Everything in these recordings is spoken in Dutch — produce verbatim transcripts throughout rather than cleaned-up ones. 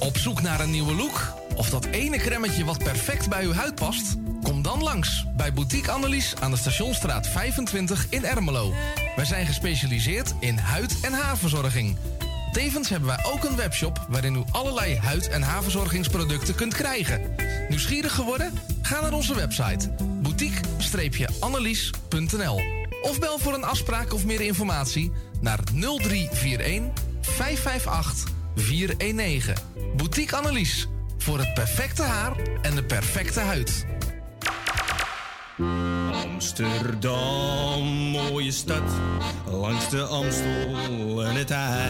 Op zoek naar een nieuwe look? Of dat ene cremmetje wat perfect bij uw huid past? Kom dan langs bij Boutique Annelies aan de Stationsstraat vijfentwintig in Ermelo. Wij zijn gespecialiseerd in huid- en haarverzorging. Tevens hebben wij ook een webshop waarin u allerlei huid- en haarverzorgingsproducten kunt krijgen. Nieuwsgierig geworden? Ga naar onze website boutique annelies punt n l of bel voor een afspraak of meer informatie naar nul drie vier een vijf vijf acht vier een negen. Boutique Annelies, voor het perfecte haar en de perfecte huid. Amsterdam, mooie stad, langs de Amstel en het IJ.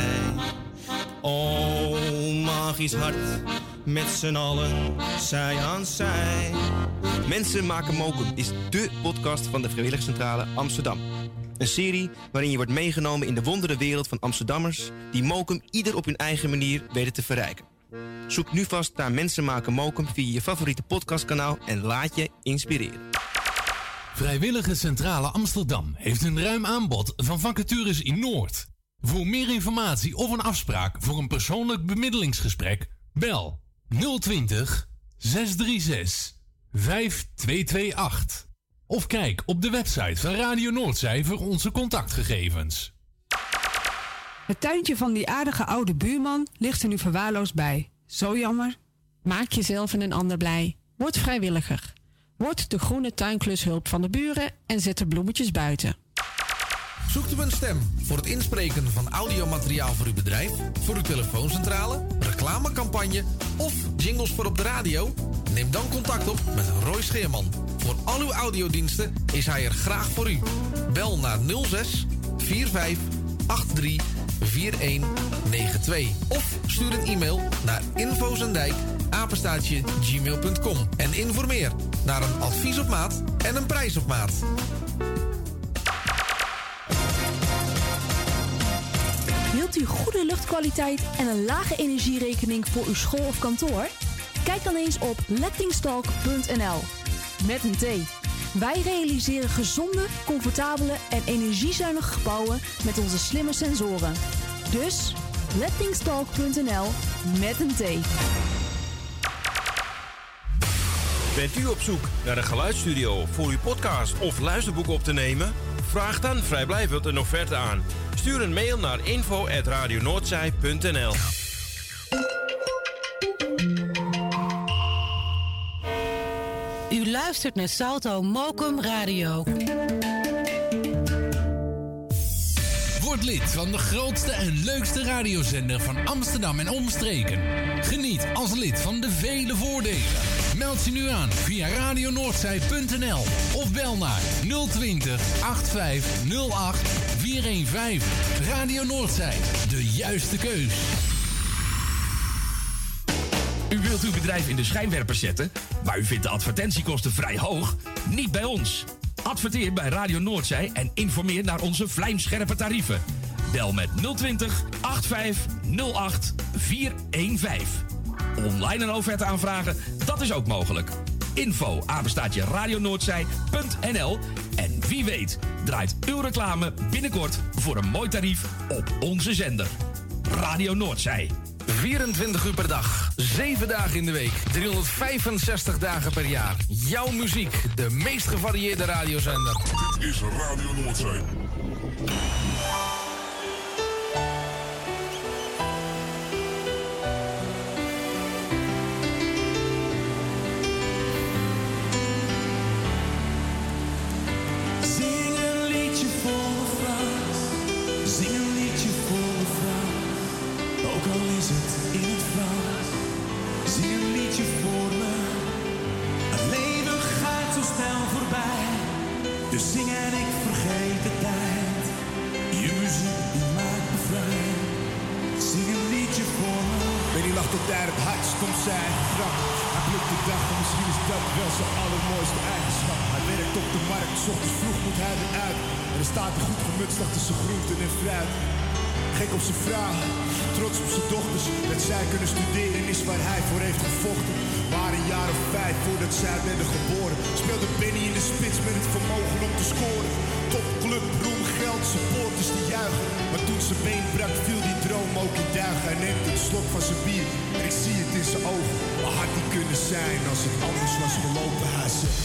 Oh, magisch hart, met z'n allen, zij aan zij. Mensen maken mokum is dé podcast van de Vrijwilligcentrale Amsterdam. Een serie waarin je wordt meegenomen in de wondere wereld van Amsterdammers die mokum ieder op hun eigen manier weten te verrijken. Zoek nu vast naar Mensen maken mokum via je favoriete podcastkanaal en laat je inspireren. Vrijwillige Centrale Amsterdam heeft een ruim aanbod van vacatures in Noord. Voor meer informatie of een afspraak voor een persoonlijk bemiddelingsgesprek, bel nul twintig zes drie zes vijf twee twee acht. Of kijk op de website van Radio Noordzij voor onze contactgegevens. Het tuintje van die aardige oude buurman ligt er nu verwaarloosd bij. Zo jammer. Maak jezelf en een ander blij. Word vrijwilliger. Word de groene tuinklushulp van de buren en zet de bloemetjes buiten. Zoekt u een stem voor het inspreken van audiomateriaal voor uw bedrijf, voor uw telefooncentrale, reclamecampagne of jingles voor op de radio? Neem dan contact op met Roy Scheerman. Voor al uw audiodiensten is hij er graag voor u. Bel naar nul zes vier vijf acht drie vier een negen twee of stuur een e-mail naar infozendijk apenstaartje gmail punt com en informeer naar een advies op maat en een prijs op maat. Wilt u goede luchtkwaliteit en een lage energierekening voor uw school of kantoor? Kijk dan eens op lettingstalk punt n l. Met een T. Wij realiseren gezonde, comfortabele en energiezuinige gebouwen met onze slimme sensoren. Dus lettingstalk punt n l met een T. Bent u op zoek naar een geluidsstudio voor uw podcast of luisterboek op te nemen? Vraag dan vrijblijvend een offerte aan. Stuur een mail naar info at radionoordzij punt n l. U luistert naar Salto Mokum Radio. Word lid van de grootste en leukste radiozender van Amsterdam en omstreken. Geniet als lid van de vele voordelen. Meld je nu aan via radionoordzij punt n l of bel naar nul twintig acht vijf nul acht vier een vijf. Radio Noordzij, de juiste keus. U wilt uw bedrijf in de schijnwerpers zetten, maar u vindt de advertentiekosten vrij hoog? Niet bij ons. Adverteer bij Radio Noordzij en informeer naar onze vlijmscherpe tarieven. Bel met nul twintig acht vijf nul acht vier een vijf. Online een offerte aanvragen, dat is ook mogelijk. Info apenstaartje radionoordzij punt n l. En wie weet draait uw reclame binnenkort voor een mooi tarief op onze zender. Radio Noordzij. vierentwintig uur per dag, zeven dagen in de week, driehonderdvijfenzestig dagen per jaar. Jouw muziek, de meest gevarieerde radiozender. Dit is Radio Noordzij. Zing een liedje voor me Frans, zing een liedje voor me Frans. Ook al is het in het Frans, zing een liedje voor me. Het leven gaat zo snel voorbij, dus zing en ik vergeet de tijd. Je muziek die maakt me vrij, zing een liedje voor me. Benny lacht altijd het hardst om zijn grap. Hij plukt de dag en misschien is dat wel zijn allermooiste eigenschap. Hij werkt op de markt, 's ochtends vroeg moet hij eruit. En er staat hij goed gemutst achter zijn groenten en fruit. Gek op zijn vrouw, trots op zijn dochters. Dat zij kunnen studeren is waar hij voor heeft gevochten. Maar een jaar of vijf voordat zij werden geboren, speelde Benny in de spits met het vermogen om te scoren. Topclub, roem, geld, supporters die juichen. Maar toen zijn been brak, viel die droom ook in duigen. Hij neemt een slok van zijn bier en ik zie het in zijn ogen. Wat had die kunnen zijn als het anders was gelopen? Hij zegt: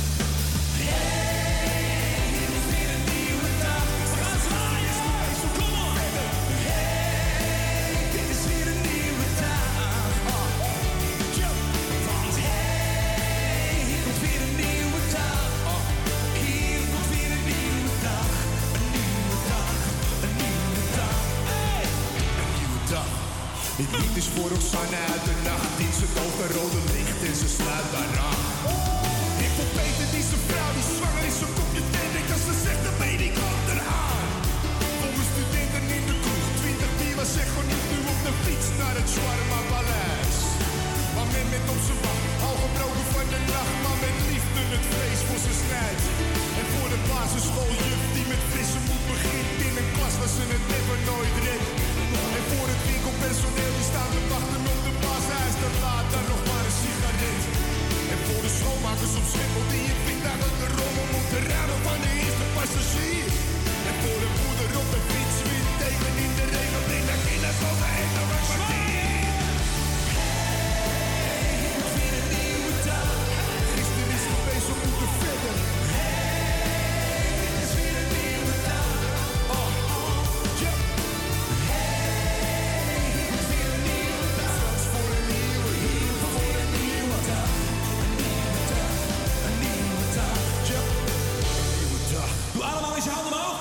dit lied is voor Roxanne uit de nacht. In zijn ogen rode licht en ze sluit haar aan. Ik voor Peter die zijn vrouw die zwanger is, zo kopje thee denkt als ze zegt dan weet ik wat eraan. Voor mijn studenten in de kroeg, twintig die was echt gewoon niet nu op de fiets naar het Shawarma Paleis. Maar men met op zijn wacht, al gebroken van de nacht, maar met liefde het vlees voor zijn snijdt. En voor de basisschooljuf die met frisse moed begint in een klas waar ze het never nooit redt. En voor het winkelpersoneel die staan te wachten op de baas, hij is te laat, dan nog maar een sigaret. En voor de schoonmakers op Schiphol die je vindt dat de rommel moet ruimen van de eerste passagier. En voor de moeder op de fiets weer tegen in de regen, brengt naar kinderen van de hele kwartier. Hey, het is weer een nieuwe dag. Gisteren is geweest, we moeten verder. Hey, het is weer een nieuwe dag. Oh, yeah. Doe allemaal eens je handen omhoog.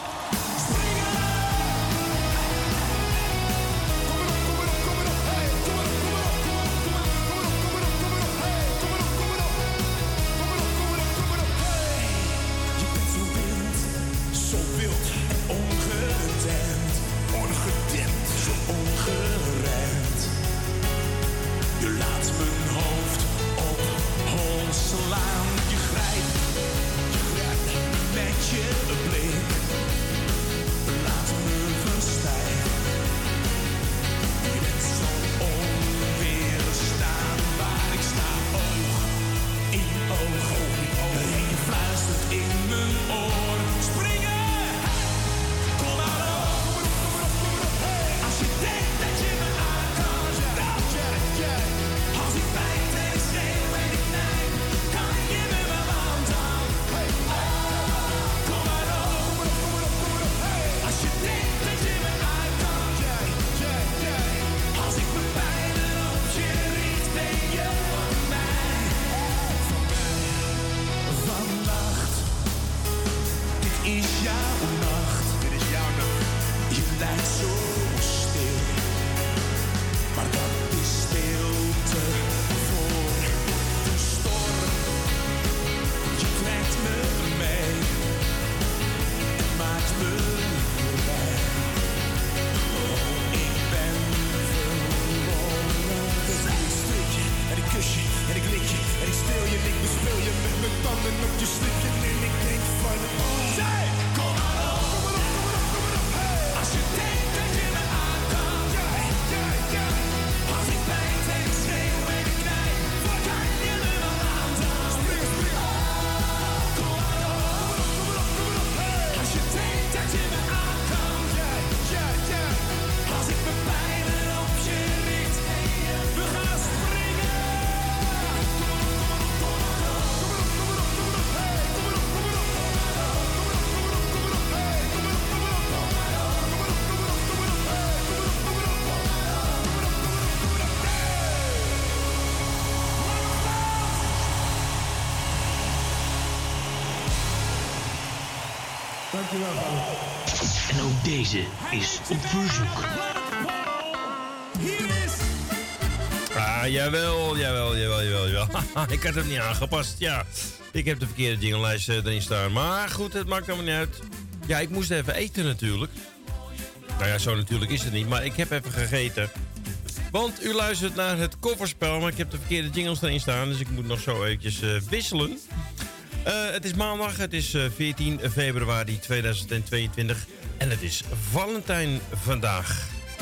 En ook deze is op verzoek. Ah, jawel, jawel, jawel, jawel, jawel. Ik had hem niet aangepast, ja. Ik heb de verkeerde jinglelijst erin staan. Maar goed, het maakt allemaal niet uit. Ja, ik moest even eten natuurlijk. Nou ja, zo natuurlijk is het niet, maar ik heb even gegeten. Want u luistert naar het kofferspel, maar ik heb de verkeerde jingles erin staan. Dus ik moet nog zo eventjes uh, wisselen. Uh, het is maandag, het is uh, veertien februari tweeduizend tweeëntwintig. En het is Valentijn vandaag.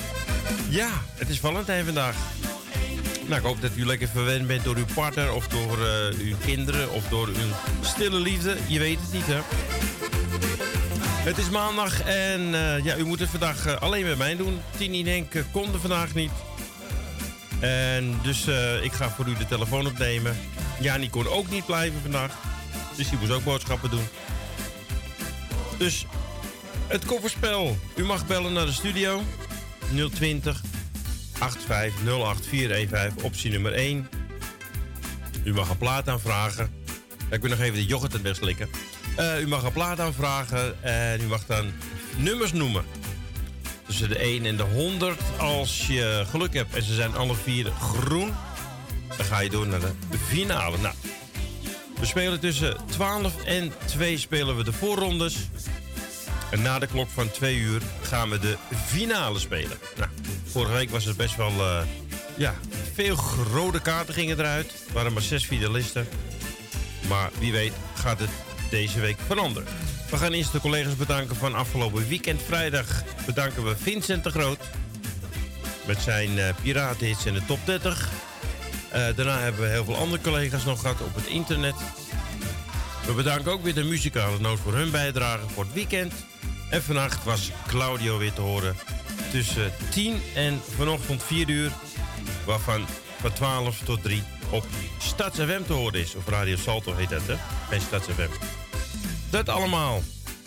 Ja, het is Valentijn vandaag. Nou, ik hoop dat u lekker verwend bent door uw partner of door uh, uw kinderen of door uw stille liefde. Je weet het niet, hè? Het is maandag en uh, ja, u moet het vandaag uh, alleen met mij doen. Tini en Henk uh, konden vandaag niet. En dus uh, ik ga voor u de telefoon opnemen. Jani kon ook niet blijven vandaag. Dus die moest ook boodschappen doen. Dus het kofferspel. U mag bellen naar de studio. nul twintig, achtenvijftig, nul acht vier een vijf, optie nummer één. U mag een plaat aanvragen. Ik wil nog even de yoghurt wegslikken. Uh, u mag een plaat aanvragen en u mag dan nummers noemen. Tussen de één en de honderd. Als je geluk hebt en ze zijn alle vier groen, dan ga je door naar de finale. Nou, we spelen tussen twaalf en twee spelen we de voorrondes. En na de klok van twee uur gaan we de finale spelen. Nou, vorige week was het best wel... Uh, ja, veel rode kaarten gingen eruit. Er waren maar zes finalisten. Maar wie weet gaat het deze week veranderen. We gaan eerst de collega's bedanken van afgelopen weekend. Vrijdag bedanken we Vincent de Groot. Met zijn uh, piratenhits in de top dertig. Uh, daarna hebben we heel veel andere collega's nog gehad op het internet. We bedanken ook weer de muzikale noot voor hun bijdrage voor het weekend. En vannacht was Claudio weer te horen tussen tien en vanochtend vier uur. Waarvan van twaalf tot drie op Stads F M te horen is. Of Radio Salto heet dat, hè? Geen Stads F M. Dat allemaal.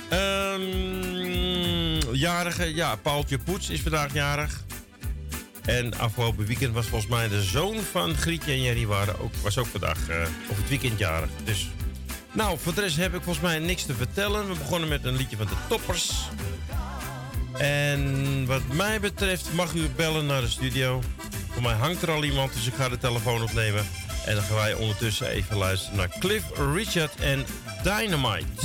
Um, jarige, ja, Paultje Poets is vandaag jarig. En afgelopen weekend was volgens mij de zoon van Grietje en Jerry waren ook, was ook vandaag, uh, of het weekend jarig. Dus, nou, voor de rest heb ik volgens mij niks te vertellen. We begonnen met een liedje van de Toppers. En wat mij betreft mag u bellen naar de studio. Voor mij hangt er al iemand, dus ik ga de telefoon opnemen. En dan gaan wij ondertussen even luisteren naar Cliff Richard en Dynamite.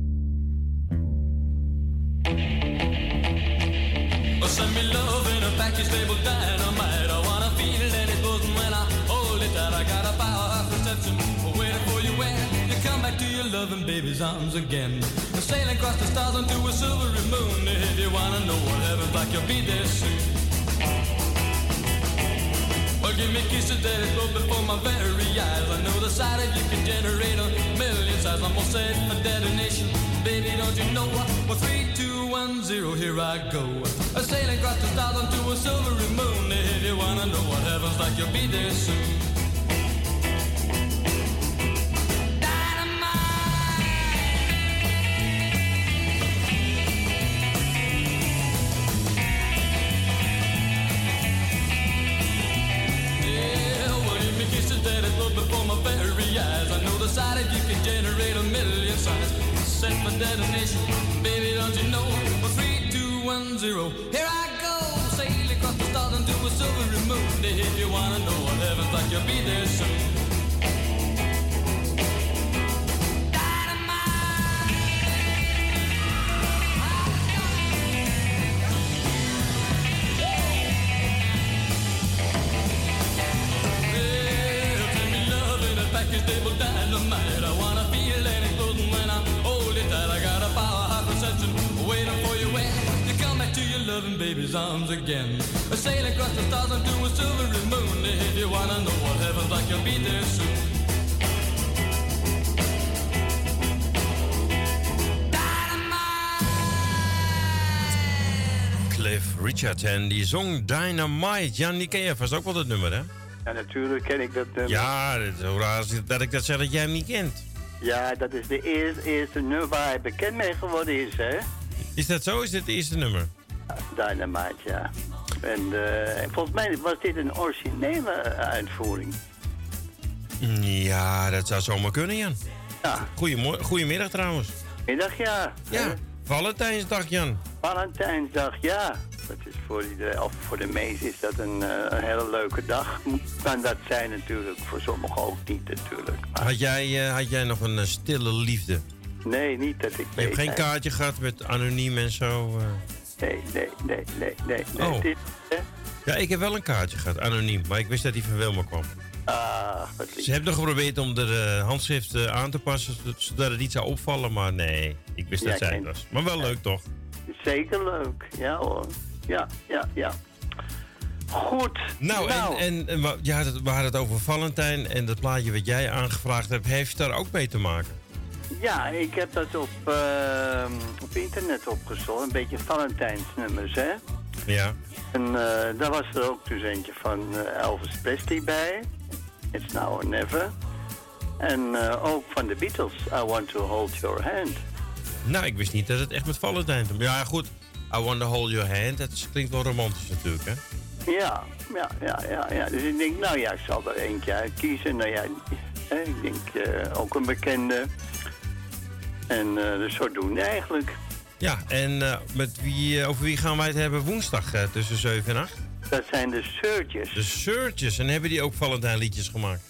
Send me love in a package labeled dynamite. I wanna feel it and it's buzzing when I hold it tight. I got a powerhouse perception waiting for you when you come back to your loving baby's arms again. I'm sailing across the stars onto a silvery moon. If you wanna know what heaven's like, you'll be there soon. Well, give me kisses that explode before my very eyes. I know the sight of you can generate a million sighs. I'm all set for detonation. Baby, don't you know what? Well, three, two, one, zero, here I go. I'm sailing across the stars onto a silvery moon. If you wanna know what heaven's like, you'll be there soon. Before my very eyes, I know the sight of you can generate a million signs. Set for detonation, baby, don't you know? Well, three, two, one, zero, here I go. Sail across the stars into a silvery moon. If you wanna know what heaven's like, you'll be there soon. Stable dynamite. I wanna feel and exploding when I hold it tight. I got a powerhouse perception waiting for you when you come back to your loving baby's arms again. A sailing across the stars onto a silvery moon. If you wanna know what heaven's like, you'll be there soon. Cliff Richard en die zong Dynamite. Jan, die ken je vast ook wel dat nummer, hè? Ja, natuurlijk ken ik dat nummer. Ja, het is zo raar dat ik dat zeg dat jij hem niet kent. Ja, dat is de eerste, eerste nummer waar hij bekend mee geworden is, hè? Is dat zo? Is dit het eerste nummer? Ja, Dynamite, ja. En uh, volgens mij was dit een originele uitvoering. Ja, dat zou zomaar kunnen, Jan. Ja. Goedemorgen, goedemiddag trouwens. Middag, ja. Ja, hè? Valentijnsdag, Jan. Valentijnsdag, ja. Dat is voor iedereen, of voor de meesten is dat een, uh, een hele leuke dag. Kan dat zijn natuurlijk, voor sommigen ook niet natuurlijk. Maar... Had, jij, uh, had jij nog een uh, stille liefde? Nee, niet dat ik Je weet. hebt geen hè? kaartje gehad met anoniem en zo? Uh... Nee, nee, nee, nee, nee. nee. Oh. Dit, hè? Ja, ik heb wel een kaartje gehad, anoniem. Maar ik wist dat hij van Wilma kwam. Ah, wat lief. Ze hebben geprobeerd om de uh, handschrift uh, aan te passen, zodat het niet zou opvallen. Maar nee, ik wist dat Ja, zij en- het was. Maar wel leuk, toch? Zeker leuk, ja hoor. Ja, ja, ja. Goed. Nou, nou. en, en, en je had het, we hadden het over Valentijn en dat plaatje wat jij aangevraagd hebt, heeft daar ook mee te maken? Ja, ik heb dat op, uh, op internet opgezocht. Een beetje Valentijnsnummers, hè? Ja. En uh, daar was er ook dus eentje van uh, Elvis Presley bij. It's Now or Never. En uh, ook van de Beatles, I Want to Hold Your Hand. Nou, ik wist niet dat het echt met Valentijn te maken. Ja, goed. I Want to Hold Your Hand, dat klinkt wel romantisch natuurlijk, hè? Ja, ja, ja, ja, ja. Dus ik denk, nou ja, ik zal er eentje uit kiezen. Nou ja, ik denk uh, ook een bekende. En uh, dus zodoende eigenlijk. Ja, en uh, met wie, over wie gaan wij het hebben woensdag uh, tussen zeven en acht? Dat zijn de Searchers. De Searchers. En hebben die ook Valentijnliedjes gemaakt?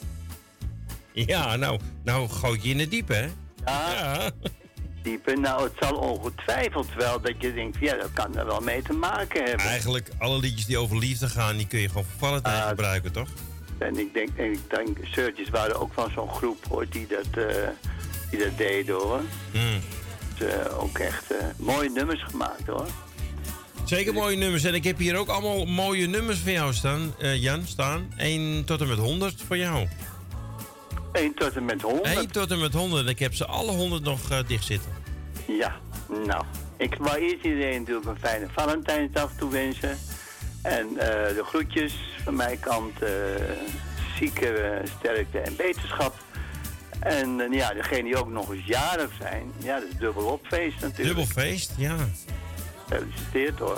Ja, nou, nou gooi je in het diepe, hè? Ja, ja. Diepe. Nou, het zal ongetwijfeld wel dat je denkt, ja, dat kan er wel mee te maken hebben. Eigenlijk, alle liedjes die over liefde gaan, die kun je gewoon voor Valentijn uh, gebruiken, toch? En ik denk, en ik denk, Searchers waren ook van zo'n groep, hoor, die dat, uh, die dat deden, hoor. Mm. Dus, uh, ook echt uh, mooie nummers gemaakt, hoor. Zeker mooie nummers. En ik heb hier ook allemaal mooie nummers van jou staan, uh, Jan, staan. één tot en met honderd voor jou. één tot en met honderd? één tot en met honderd. Ik heb ze alle honderd nog uh, dicht zitten. Ja, nou. Ik wou eerst iedereen natuurlijk een fijne Valentijnsdag toewensen. En uh, de groetjes van mijn kant. Uh, zieke, uh, sterkte en beterschap. En uh, ja, degene die ook nog eens jarig zijn. Ja, dat is dubbel opfeest natuurlijk. Dubbel feest, ja. Gefeliciteerd hoor.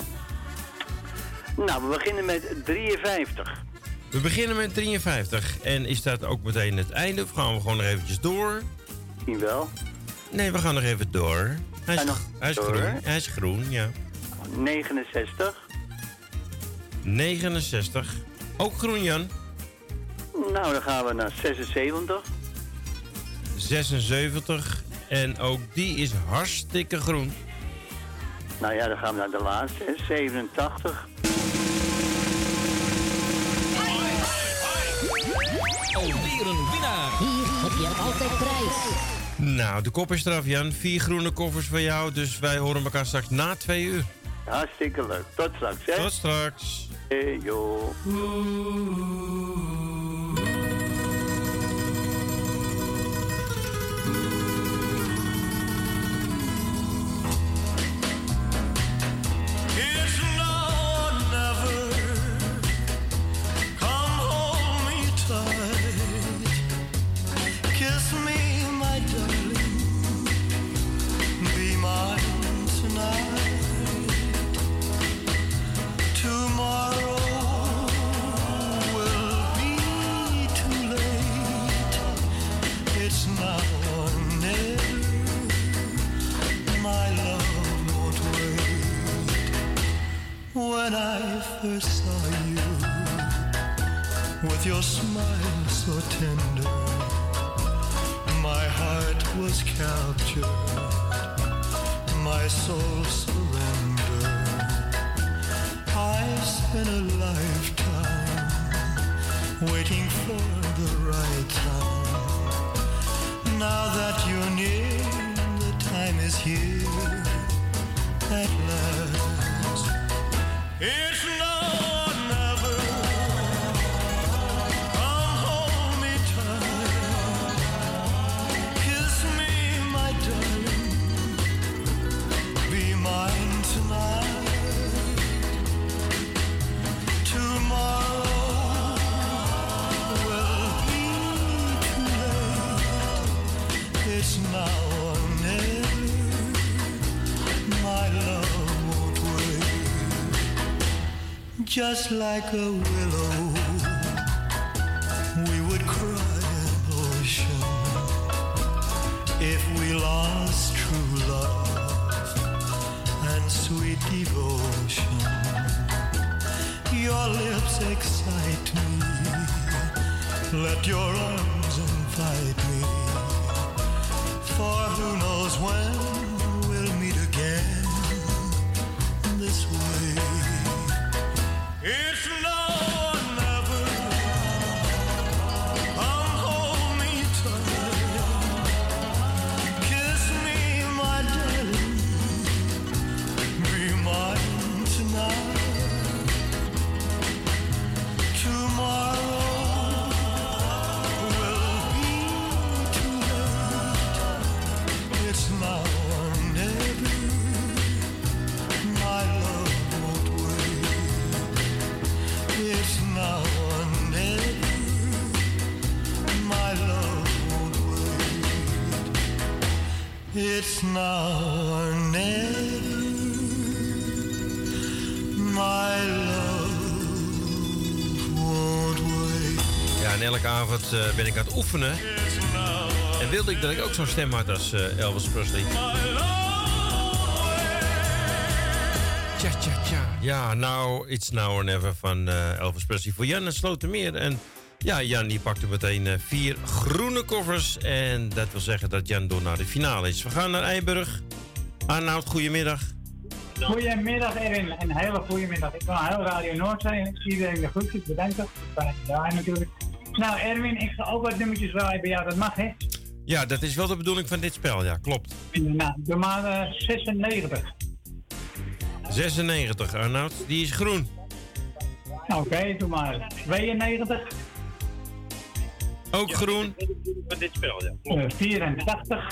Nou, we beginnen met drieënvijftig. We beginnen met drieënvijftig. En is dat ook meteen het einde? Of gaan we gewoon nog eventjes door? Misschien wel. Nee, we gaan nog even door. Hij is, nog hij is door. groen. Hij is groen, ja. negenenzestig. negenenzestig. Ook groen, Jan. Nou, dan gaan we naar zesenzeventig. zesenzeventig. En ook die is hartstikke groen. Nou ja, dan gaan we naar de laatste, hè. zevenentachtig. Alweer een winnaar. Hier heb je altijd prijs. Nou, de kop is eraf, Jan. Vier groene koffers voor jou. Dus wij horen elkaar straks na twee uur. Hartstikke leuk. Tot straks, hè. Tot straks. Hey, joh. When I first saw you, with your smile so tender, my heart was captured, my soul surrendered. I spent a lifetime waiting for the right time. Now that you're near, the time is here at last. It's now or never. Come hold me tight. Kiss me, my darling. Be mine tonight. Tomorrow will be too late. It's now or never. My love won't wait. Just like a willow, we would cry an ocean if we lost true love and sweet devotion. Your lips excite me, let your arms invite me, for who knows when we'll meet again this way. It's now or never. Come hold me tight. Kiss me, my darling. Be mine tonight. It's now or never, my love won't wait. Ja, en elke avond uh, ben ik aan het oefenen. En wilde ik dat ik ook zo'n stem had als uh, Elvis Presley. Tja, tja, tja. Ja, nou, It's Now or Never van uh, Elvis Presley voor Jan en Slotermeer. En ja, Jan die pakte meteen uh, vier groene koffers. En dat wil zeggen dat Jan door naar de finale is. We gaan naar Eiburg. Arnoud, goedemiddag. Goedemiddag Erwin, een hele goede middag. Ik ben heel Radio Noordzee en ik zie iedereen de groetjes bedanken. Dat daar natuurlijk. Nou Erwin, ik ga ook wat nummertjes draaien bij jou, dat mag hè? Ja, dat is wel de bedoeling van dit spel, ja, klopt. Nou, doe maar uh, zesennegentig. zesennegentig, Arnoud, die is groen. Oké, okay, doe maar tweeënnegentig. Ook groen. Van dit spel, ja. Uh, vierentachtig.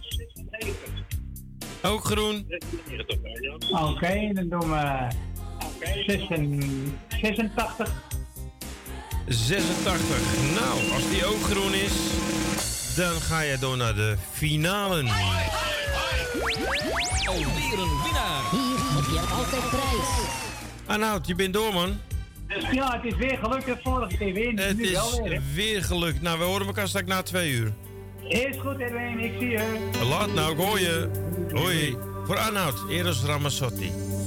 Ook groen. Oké, okay, dan doen we zesentachtig. zesentachtig. Nou, als die ook groen is, dan ga je door naar de finale. Alweer een winnaar. Hier heb je altijd prijs. Arnoud, je bent door, man. Ja, het is weer gelukt. Het vorige keer weer. Het is weer, weer gelukt. Nou, we horen elkaar straks na twee uur. Is goed, Erwin. Ik zie je. Laat nou, ik hoor je. Hoi. Voor Arnoud, Eros Ramazzotti.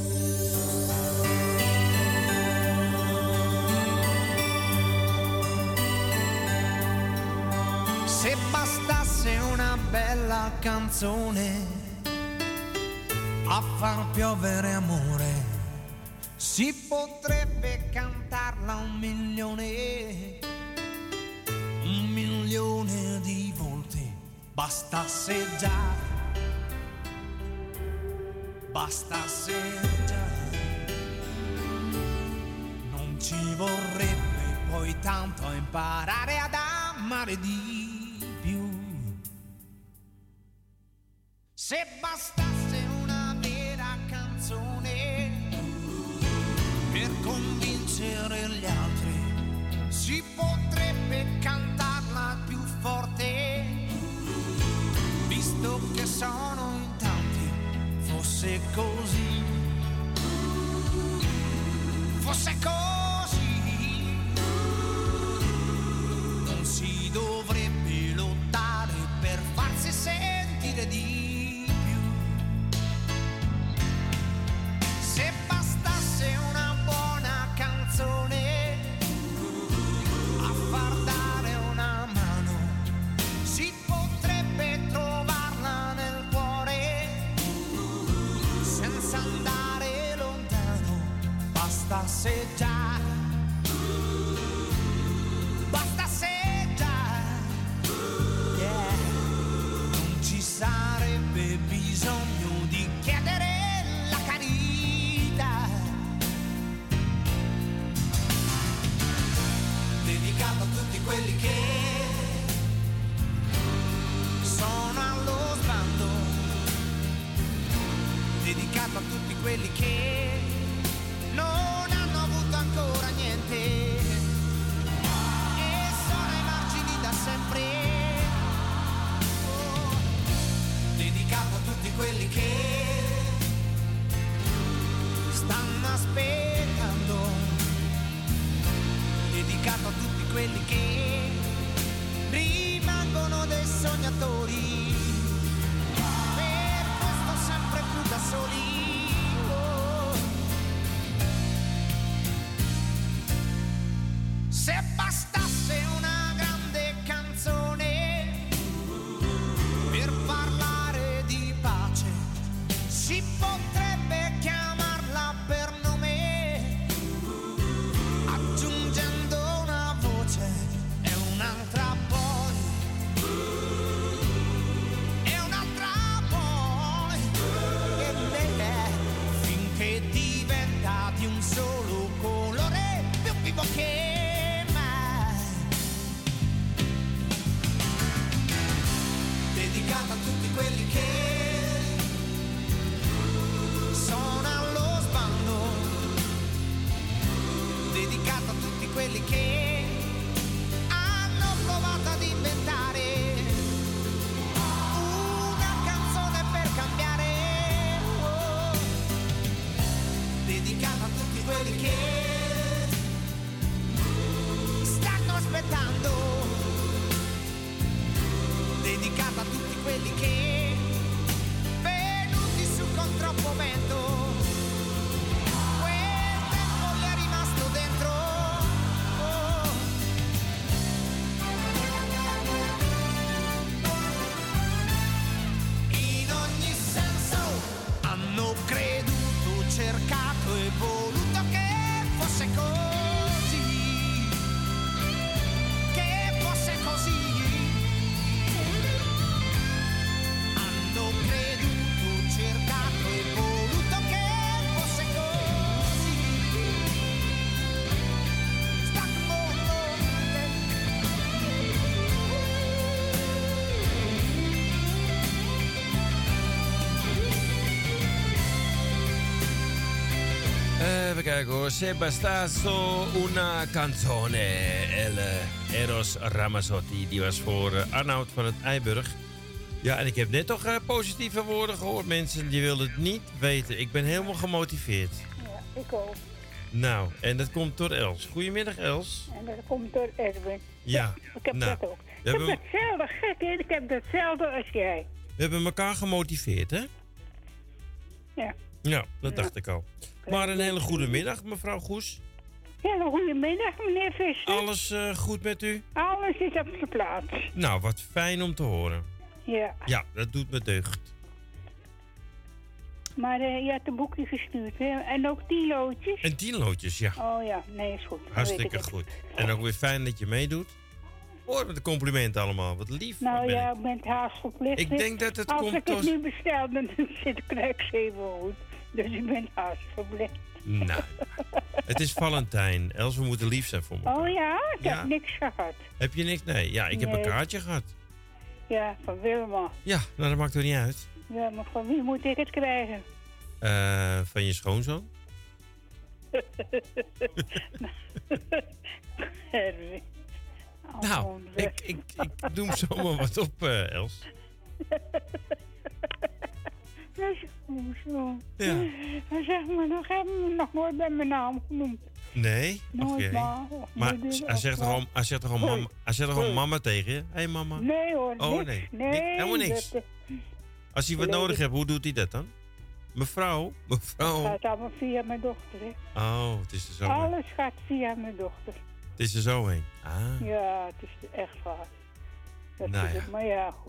Se bastasse una bella canzone a far piovere amore, si potrebbe cantarla un milione, un milione di volte. Bastasse già, bastasse già, non ci vorrebbe poi tanto imparare ad amare di più. Se bastasse una vera canzone per convincere gli altri, si potrebbe cantarla più forte, visto che sono in tanti. Fosse così, fosse così, non si dovrebbe lottare per farsi sentire di più. Se bastasse una buona canzone a far dare una mano, si potrebbe trovarla nel cuore senza andare lontano. Bastasse già, bastasse già, yeah. Non ci sarebbe bisogno di chiedere la carità. Dedicato a tutti quelli che sono allo sbando, dedicato a tutti quelli che non hanno avuto ancora niente e sono ai margini da sempre. Oh, dedicato a tutti quelli che stanno aspettando, dedicato a tutti quelli che rimangono dei sognatori, per questo sempre più da soli. Se bastasse una grande canzone per parlare di pace, si potrebbe chiamarla per nome, aggiungendo una voce e un'altra poi, e un'altra poi, e beh, finché diventa di un solo colore più vivo che dedicato a tutti quelli che sono allo sbando, dedicato a tutti quelli che hanno provato ad inventare una canzone per aspettando, dedicata a tutti quelli che venuti su con troppo vento, quel tempo gli è rimasto dentro. Oh. In ogni senso hanno creduto, cercato e voluto che fosse così, che fosse così. Hanno creduto, cercato e voluto che fosse così. Even kijken hoor. Se bastasso una canzone. El Eros Ramazzotti. Die was voor uh, Arnoud van het Eiburg. Ja, en ik heb net toch uh, positieve woorden gehoord. Mensen, je wil het niet weten. Ik ben helemaal gemotiveerd. Ja, ik ook. Nou, en dat komt door Els. Goedemiddag, Els. En dat komt door Erwin. Ja. Ik heb nou, dat ook. Ik we heb hebben, hetzelfde, gek hè? Ik heb hetzelfde als jij. we hebben elkaar gemotiveerd, hè? Ja. Ja, dat dacht ik al. Maar een hele goede middag, mevrouw Goes. Ja, een goede middag, meneer Visser. Alles uh, goed met u? Alles is op zijn plaats. Nou, wat fijn om te horen. Ja. Ja, dat doet me deugd. Maar uh, je had een boekje gestuurd, hè? En ook tien loodjes? En tien loodjes, ja. Oh ja, nee, is goed. Dan Hartstikke weet ik goed. En ook weer fijn dat je meedoet. Hoor met de complimenten allemaal. Wat lief. Nou wat ben ja, ik. ik ben het haast verplicht. Ik denk dat het Als komt ik het als- nu bestel, dan zit ik er zeven goed. Dus ik ben haast verplicht. Nou, het is Valentijn. Els, we moeten lief zijn voor me. Oh ja? Ik Ja. heb niks gehad. Heb je niks? Nee, ja, ik heb Nee. een kaartje gehad. Ja, van Wilma. Ja, nou dat maakt er niet uit. Ja, maar van wie moet ik het krijgen? Eh, van je schoonzoon? Erwin. Nou, ik, ik, ik doe hem zomaar wat op, eh, Els. Dat is goed zo. Ja. Dan zeg maar, nog hebben we nog nooit bij mijn naam genoemd. Nee? Nooit Oké. maar. of Maar moeder, hij of zegt toch wat. gewoon, hij zegt toch gewoon, Hoi. mama, hij zegt toch gewoon Hoi. mama tegen je? Hé hey, mama. Nee hoor, Oh, niks. nee. Nee, Niks, helemaal niks. dat, Als hij wat Nee, nodig dit- hebt, hoe doet hij dat dan? Mevrouw? dat Mevrouw? gaat allemaal via mijn dochter. Hè. Oh, het is er zo heen. Alles gaat via mijn dochter. Het is er zo heen. Ah. Ja, het is echt waar. Dat Nou is ja. het, maar ja, goed.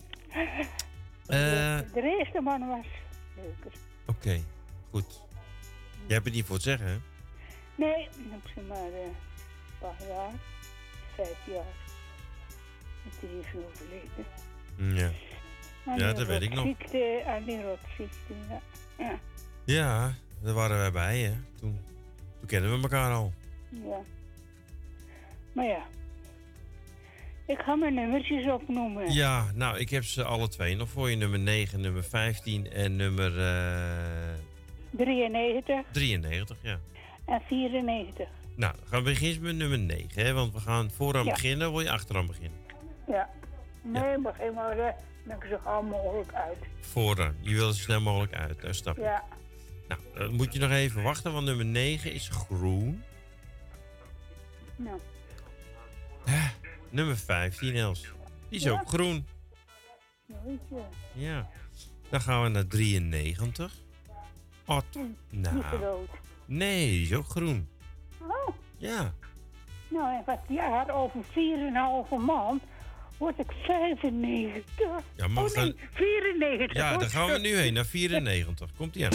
Eh, De eerste man was leuker. Oké, goed. Jij hebt het niet voor te zeggen, hè? Nee, ik heb ze maar eh, een paar jaar, vijf jaar. En die is overleden. Ja. Aan Ja, die dat weet ik nog. rotziekte, Aan die rotziekte, ja. ja. Ja, daar waren wij bij, hè? Toen, toen kenden we elkaar al. Ja. Maar ja. Ik ga mijn nummertjes opnoemen. Ja, nou, ik heb ze alle twee nog voor je. Nummer negen, nummer vijftien en nummer eh, drieënnegentig drieënnegentig, ja. en vierennegentig. Nou, dan gaan we beginnen met nummer negen, hè? Want we gaan vooraan Ja. beginnen, wil je achteraan beginnen? Ja. Nee, maar geen maar uh, dan ik zo gauw mogelijk uit. Vooraan. Je wil er zo snel mogelijk uit, daar stap je. Ja. Nou, dan moet je nog even wachten, want nummer negen is groen. Nou. Nummer vijftien, Els. Die is Ja. ook groen. Weet je. Ja. Dan gaan we naar drieënnegentig. Ot. Niet Nou. rood. Nee, die is ook groen. Oh. Ja. Nou, en wat jaar over vier en een halve maand word ik vijfennegentig. Ja, maar oh we nee, gaan- vierennegentig. Ja, hoor. daar gaan we nu heen, naar vierennegentig. Komt ie aan.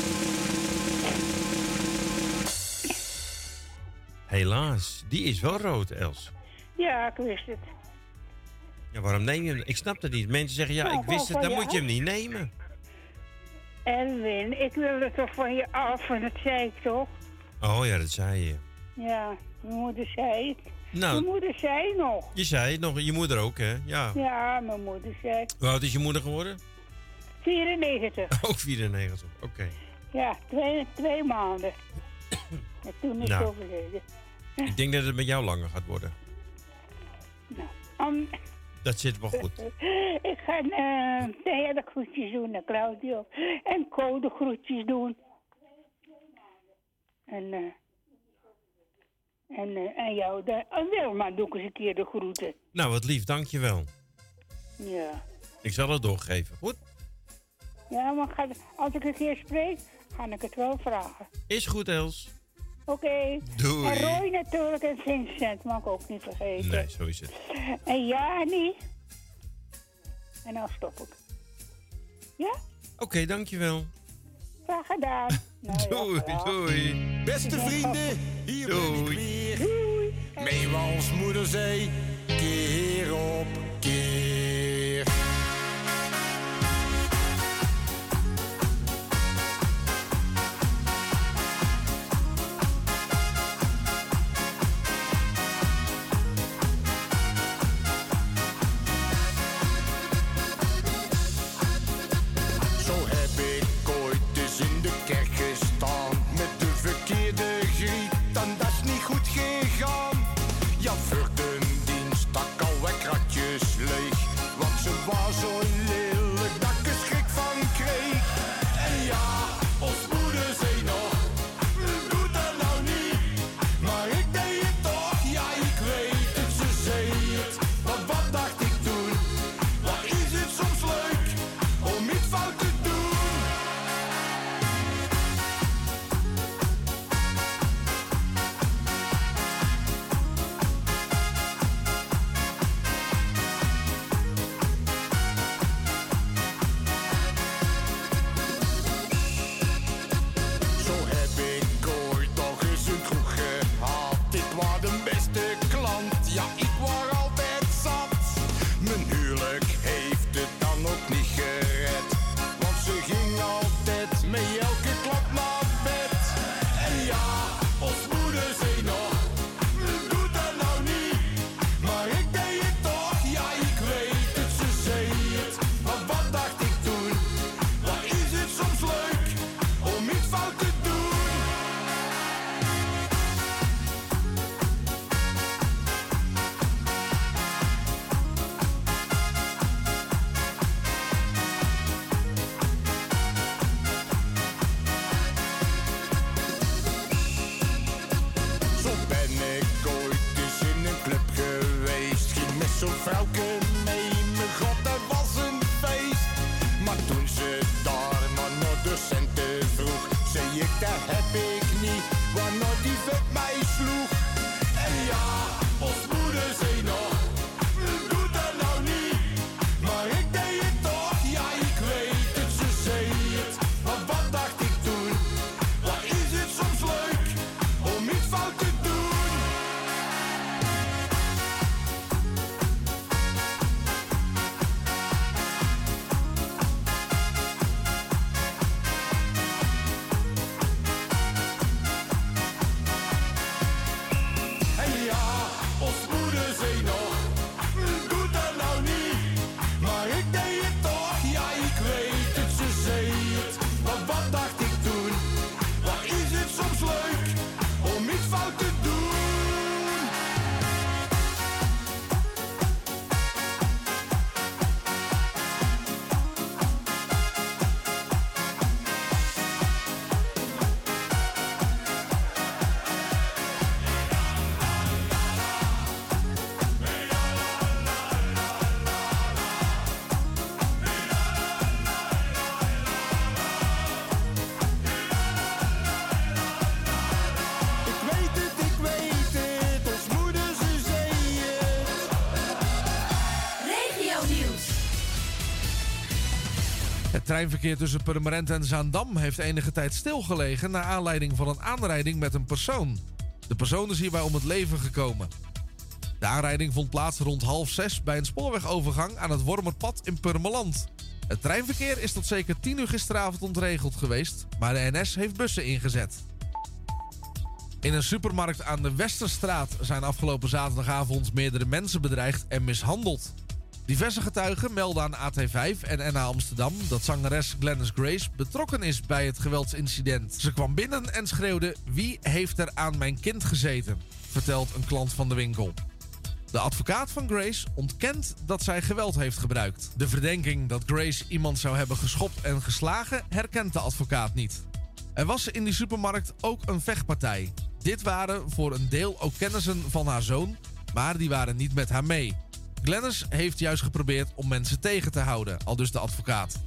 Helaas, die is wel rood, Els. Ja, ik wist het. Ja, waarom neem je hem? Ik snap dat niet. Mensen zeggen, ja, Nou, ik wist het, van dan je moet je hem af. niet nemen. Erwin, ik wilde toch van je af en dat zei ik toch? Oh ja, dat zei je. Ja, mijn moeder zei het. Nou. Mijn moeder zei nog. Je zei het nog, je moeder ook, hè? Ja. Ja, mijn moeder zei. Hoe oud is je moeder geworden? vierennegentig. Ook vierennegentig, oké. Ja, twee, twee maanden. En toen is Nou. ze overleden. Ik denk dat het met jou langer gaat worden. Um, Dat zit wel goed. ik ga uh, de hele groetjes doen naar Claudio. En Co de groetjes doen. En, eh En, uh, en jou, de, en Wilma, doe ik eens een keer de groeten. Nou, wat lief, dankjewel. Ja. Ik zal het doorgeven, goed? Ja, maar ga, als ik een keer spreek, ga ik het wel vragen. Is goed, Els. Oké. Okay. Doei. En Roy natuurlijk en Vincent, mag ik ook niet vergeten. Nee, zo is het. En Jani. En dan stop ik. Ja? Oké, okay, dankjewel. Graag gedaan. Nou, doei, ja, doei. Beste vrienden, hier doei. ben ik weer. Doei. Meewals moeder zei, keer op keer. Het treinverkeer tussen Purmerend en Zaandam heeft enige tijd stilgelegen naar aanleiding van een aanrijding met een persoon. De persoon is hierbij om het leven gekomen. De aanrijding vond plaats rond half zes bij een spoorwegovergang aan het Wormerpad in Purmerland. Het treinverkeer is tot zeker tien uur gisteravond ontregeld geweest, maar de N S heeft bussen ingezet. In een supermarkt aan de Westerstraat zijn afgelopen zaterdagavond meerdere mensen bedreigd en mishandeld. Diverse getuigen melden aan A T vijf en N H Amsterdam dat zangeres Glennis Grace betrokken is bij het geweldsincident. Ze kwam binnen en schreeuwde: "Wie heeft er aan mijn kind gezeten?" vertelt een klant van de winkel. De advocaat van Grace ontkent dat zij geweld heeft gebruikt. De verdenking dat Grace iemand zou hebben geschopt en geslagen herkent de advocaat niet. Er was in die supermarkt ook een vechtpartij. Dit waren voor een deel ook kennissen van haar zoon, maar die waren niet met haar mee. Glennis heeft juist geprobeerd om mensen tegen te houden, aldus de advocaat.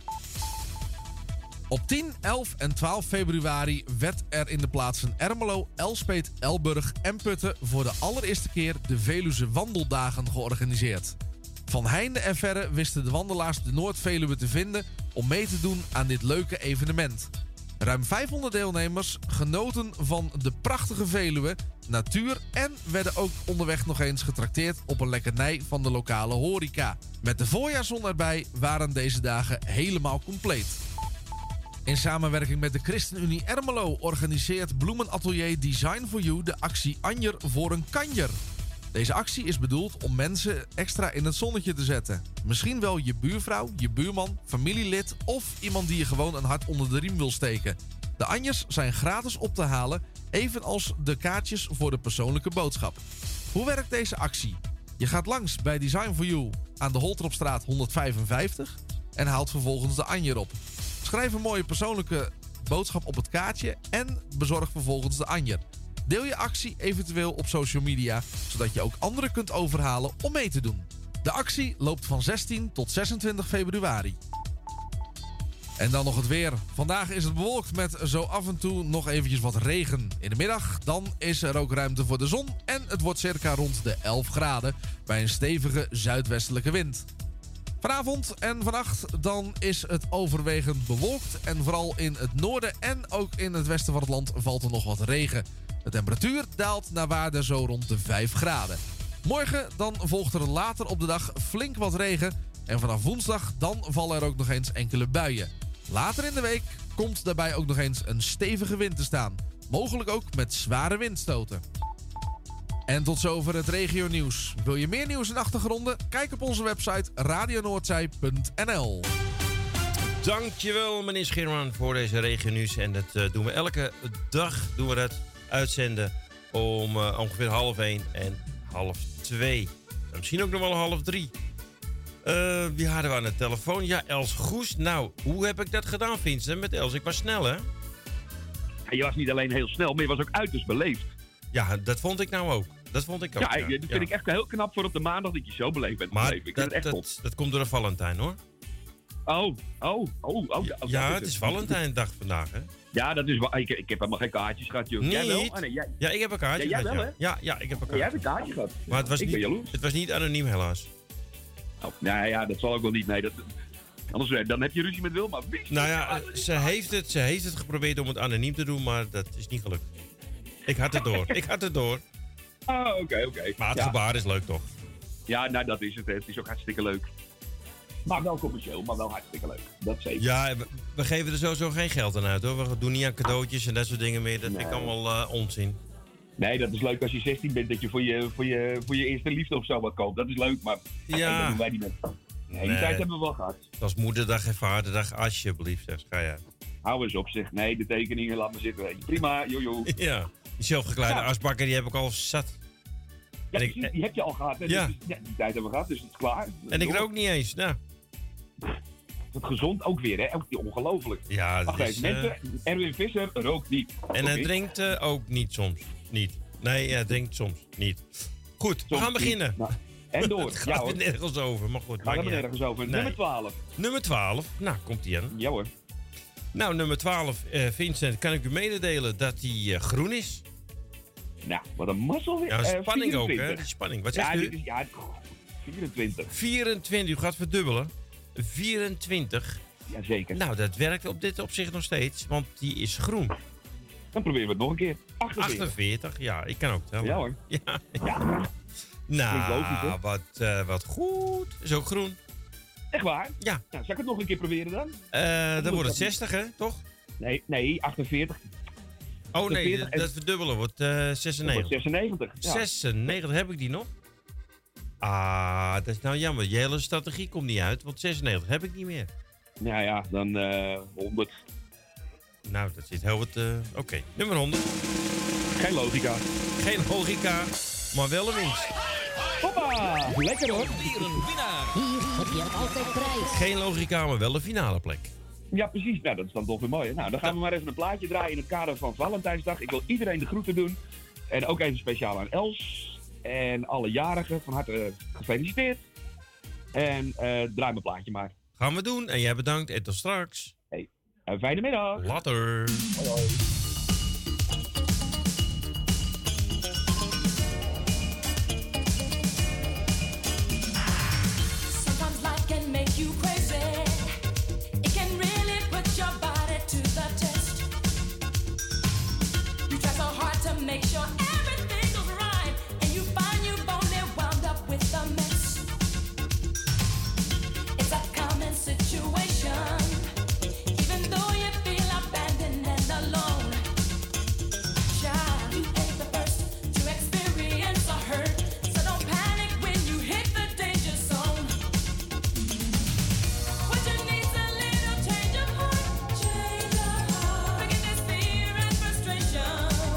Op tien, elf en twaalf februari werd er in de plaatsen Ermelo, Elspeet, Elburg en Putten voor de allereerste keer de Veluwse Wandeldagen georganiseerd. Van heinde en verre wisten de wandelaars de Noord-Veluwe te vinden om mee te doen aan dit leuke evenement. Ruim vijfhonderd deelnemers genoten van de prachtige Veluwe, natuur en werden ook onderweg nog eens getrakteerd op een lekkernij van de lokale horeca. Met de voorjaarszon erbij waren deze dagen helemaal compleet. In samenwerking met de ChristenUnie Ermelo organiseert Bloemenatelier Design for You de actie Anjer voor een kanjer. Deze actie is bedoeld om mensen extra in het zonnetje te zetten. Misschien wel je buurvrouw, je buurman, familielid of iemand die je gewoon een hart onder de riem wil steken. De anjers zijn gratis op te halen, evenals de kaartjes voor de persoonlijke boodschap. Hoe werkt deze actie? Je gaat langs bij Design for You aan de Holtropstraat honderdvijfenvijftig en haalt vervolgens de anjer op. Schrijf een mooie persoonlijke boodschap op het kaartje en bezorg vervolgens de anjer. Deel je actie eventueel op social media, zodat je ook anderen kunt overhalen om mee te doen. De actie loopt van zestien tot zesentwintig februari. En dan nog het weer. Vandaag is het bewolkt met zo af en toe nog eventjes wat regen. In de middag dan is er ook ruimte voor de zon en het wordt circa rond de elf graden bij een stevige zuidwestelijke wind. Vanavond en vannacht dan is het overwegend bewolkt en vooral in het noorden en ook in het westen van het land valt er nog wat regen. De temperatuur daalt naar waarde zo rond de vijf graden. Morgen dan volgt er later op de dag flink wat regen en vanaf woensdag dan vallen er ook nog eens enkele buien. Later in de week komt daarbij ook nog eens een stevige wind te staan. Mogelijk ook met zware windstoten. En tot zover het regionieuws. Wil je meer nieuws en achtergronden? Kijk op onze website radio noordzij punt n l. Dankjewel meneer Schirman voor deze regionieuws. En dat uh, doen we elke dag doen we dat uitzenden om uh, ongeveer half één en half twee. En misschien ook nog wel half drie. Uh, wie hadden we aan de telefoon? Ja, Els Goes. Nou, hoe heb ik dat gedaan, Vincent? Met Els, ik was snel, hè? Ja, je was niet alleen heel snel, maar je was ook uiterst beleefd. Ja, dat vond ik nou ook. Dat vond ik ook. Ja, ja. dat vind ja. ik echt heel knap voor op de maandag dat je zo beleefd bent. Maar ik dat, het echt dat, dat komt door de Valentijn, hoor. Oh, oh, oh. oh ja, ja het, het is Valentijndag vandaag, hè? Ja, dat is wel. Ik, ik heb helemaal geen kaartjes gehad, joh. Niet? Jij wel? Oh, nee, jij... Ja, ik heb een kaartje ja, jij gehad, wel, ja. hè? Ja, ja, ik heb een kaartje. Ja, jij hebt een kaartje gehad. Maar het was, ik niet, ben jaloers. het was niet anoniem, helaas. Oh, nou ja, dat zal ook wel niet. Nee, dat... Anders dan heb je ruzie met Wilma. Nou ja, ze heeft, het, ze heeft het geprobeerd om het anoniem te doen, maar dat is niet gelukt. Ik had het door. ik had het door. Ah, oké, okay, oké. Okay. Maar het ja. gebaar is leuk, toch? Ja, nou, dat is het. Het is ook hartstikke leuk. Maar wel commercieel, maar wel hartstikke leuk. Dat zeker. Ja, we, we geven er sowieso geen geld aan uit, hoor. We doen niet aan cadeautjes en dat soort dingen meer. Dat nee. vind ik allemaal uh, onzin. Nee, dat is leuk als je zestien bent, dat je voor je, voor je, voor je eerste liefde of zo wat koopt. Dat is leuk, maar ja. dat doen wij niet met. Nee, die nee. tijd hebben we wel gehad. Als moederdag en vaderdag, alsjeblieft, zeg. Ga je. Hou eens op, zeg. Nee, de tekeningen, laat me zitten. Prima, jojo. Ja, die zelfgekleide ja. asbakker, die heb ik al zat. Ja, precies, ik, die heb je al gehad. Hè? Ja. Dus, ja, die tijd hebben we gehad, dus het is klaar. En ik rook niet eens, nou. Het gezond ook weer, hè? Ook ongelooflijk. Ja, dat is... Mensen, uh... Erwin Visser rookt niet. En hij drinkt uh, ook niet soms. Niet. Nee, hij drinkt soms niet. Goed, soms we gaan beginnen. Nou, en door. Het gaat ja, er nergens over, maar goed. Gaat er nergens over. Nee. Nummer twaalf. Nummer twaalf. Nou, komt hij aan. Ja hoor. Nou, nummer twaalf, uh, Vincent, kan ik u mededelen dat hij uh, groen is? Nou, wat een mazzel. Ja, spanning uh, ook, hè? Die spanning. Wat zegt ja, u? Dit is, ja, vierentwintig. vierentwintig, u gaat verdubbelen. vierentwintig. Jazeker. Nou, dat werkt op dit opzicht nog steeds, want die is groen. Dan proberen we het nog een keer. achtenveertig. achtenveertig, ja, ik kan ook tellen. Ja hoor. Ja. ja. Nou, logisch, wat, uh, wat goed. Is ook groen. Echt waar? Ja. Nou, zal ik het nog een keer proberen dan? Uh, dan wordt het zestig, hè? Toch? Nee, nee, achtenveertig. Oh nee, dat, dat verdubbelen wordt uh, zesennegentig. Wordt zesennegentig. Ja. zesennegentig, heb ik die nog? Ah, dat is nou jammer. Je hele strategie komt niet uit, want zesennegentig heb ik niet meer. Nou ja, dan uh, honderd. Nou, dat zit heel wat... Uh, Oké, okay. Nummer honderd. Geen logica. Geen logica, maar wel een winst. Hoppa, lekker hoor. Weer een winnaar. Hier heb je altijd prijs. Geen logica, maar wel een finale plek. Ja, precies. Nou, dat is dan toch weer mooi. Hè? Nou, dan gaan we maar even een plaatje draaien in het kader van Valentijnsdag. Ik wil iedereen de groeten doen. En ook even speciaal aan Els. En alle jarigen van harte gefeliciteerd. En uh, draai mijn plaatje maar. Gaan we doen. En jij bedankt. En tot straks. Hey, een fijne middag. Later. Hoi, hoi. Make sure everything goes right, and you find you've only wound up with a mess. It's a common situation, even though you feel abandoned and alone. Child, you ain't the first to experience a hurt, so don't panic when you hit the danger zone. What you need's a little change of heart, change of heart. Forget this fear and frustration.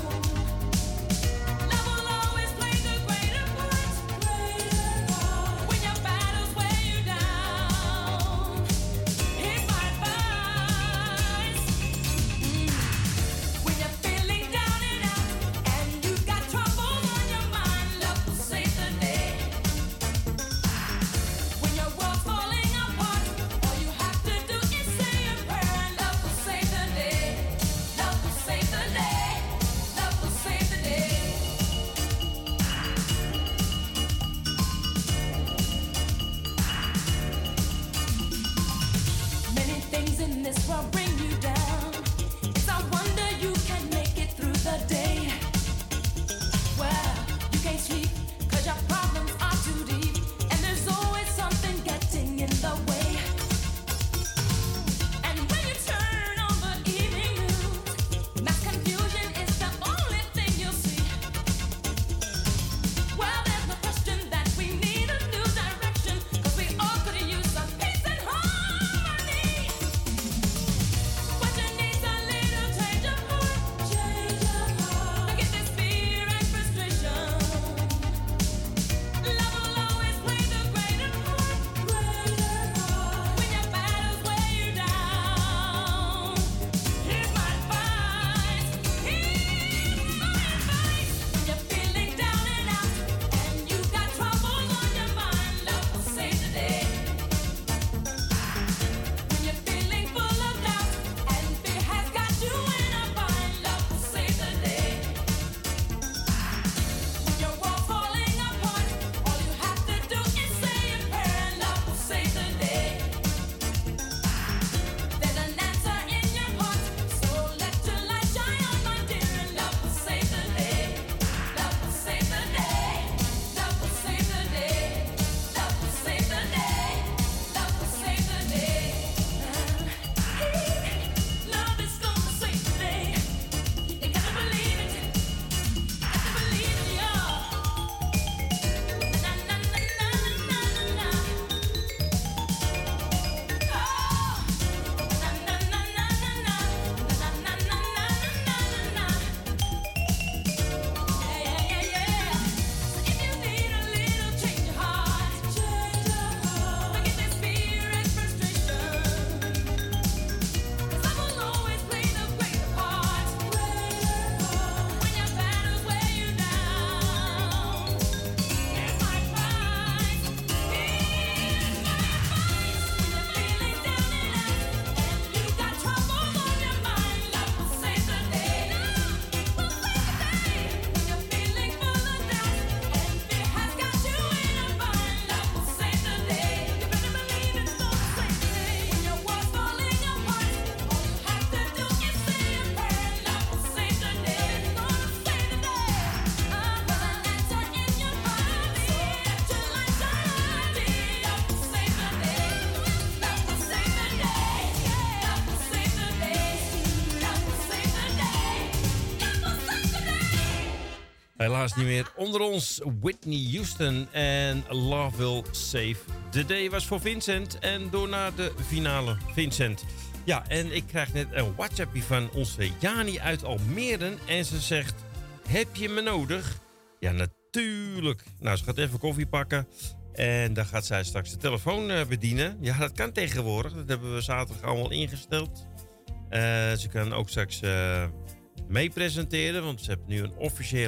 Helaas niet meer onder ons. Whitney Houston en Love Will Save the Day was voor Vincent. En door naar de finale. Vincent. Ja, en ik krijg net een WhatsAppje van onze Jani uit Almere. En ze zegt, heb je me nodig? Ja, natuurlijk. Nou, ze gaat even koffie pakken. En dan gaat zij straks de telefoon uh, bedienen. Ja, dat kan tegenwoordig. Dat hebben we zaterdag allemaal ingesteld. Uh, ze kan ook straks uh, mee presenteren. Want ze heeft nu een officiële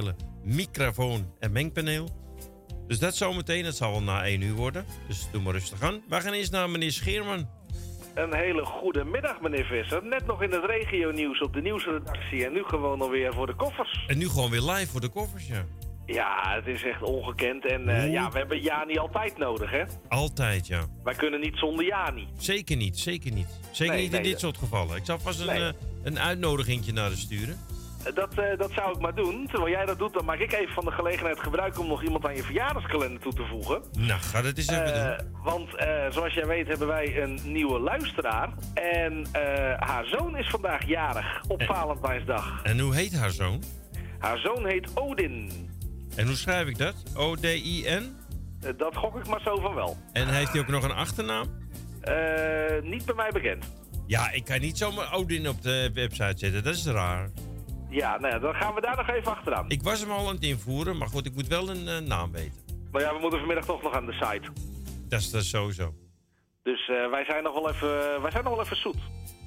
microfoon en mengpaneel. Dus dat zometeen, dat zal wel na één uur worden. Dus doe maar rustig aan. We gaan eerst naar meneer Scheerman. Een hele goede middag, meneer Visser. Net nog in het regionieuws op de nieuwsredactie en nu gewoon alweer voor de koffers. En nu gewoon weer live voor de koffers, ja. Ja, het is echt ongekend. En uh, ja, we hebben Jani altijd nodig, hè? Altijd, ja. Wij kunnen niet zonder Jani. Zeker niet, zeker niet. Zeker Nee, niet nee, in dit dat- soort gevallen. Ik zal vast een, Nee. uh, een uitnodigingje naar de sturen. Dat, uh, dat zou ik maar doen. Terwijl jij dat doet, dan maak ik even van de gelegenheid gebruik om nog iemand aan je verjaardagskalender toe te voegen. Nou, ga dat eens even Uh, doen. want uh, zoals jij weet hebben wij een nieuwe luisteraar. En uh, haar zoon is vandaag jarig op Valentijnsdag. En hoe heet haar zoon? Haar zoon heet Odin. En hoe schrijf ik dat? O D I N? Uh, dat gok ik maar zo van wel. En heeft hij ook nog een achternaam? Uh, niet bij mij bekend. Ja, ik kan niet zomaar Odin op de website zetten. Dat is raar. Ja, nou ja, dan gaan we daar nog even achteraan. Ik was hem al aan het invoeren, maar goed, ik moet wel een uh, naam weten. Maar ja, we moeten vanmiddag toch nog aan de site. Dat is dat sowieso. Dus uh, wij zijn nog wel even, wij zijn nog wel even zoet.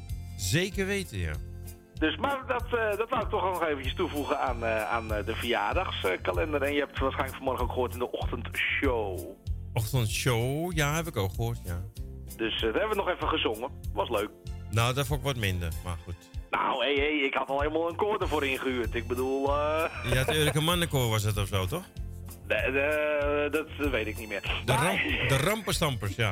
Zeker weten, ja. Dus, maar dat, uh, dat wou ik toch nog eventjes toevoegen aan, uh, aan uh, de verjaardagskalender. En je hebt het waarschijnlijk vanmorgen ook gehoord in de ochtendshow. Ochtendshow, ja, heb ik ook gehoord, ja. Dus uh, daar hebben we nog even gezongen. Was leuk. Nou, dat vond ik wat minder, maar goed. Nou, hé, hé, ik had al helemaal een koor ervoor ingehuurd. Ik bedoel... Uh... Je had Eureka Mannenkoor was het of zo, toch? De, de, dat weet ik niet meer. De, ram, de rampenstampers, ja.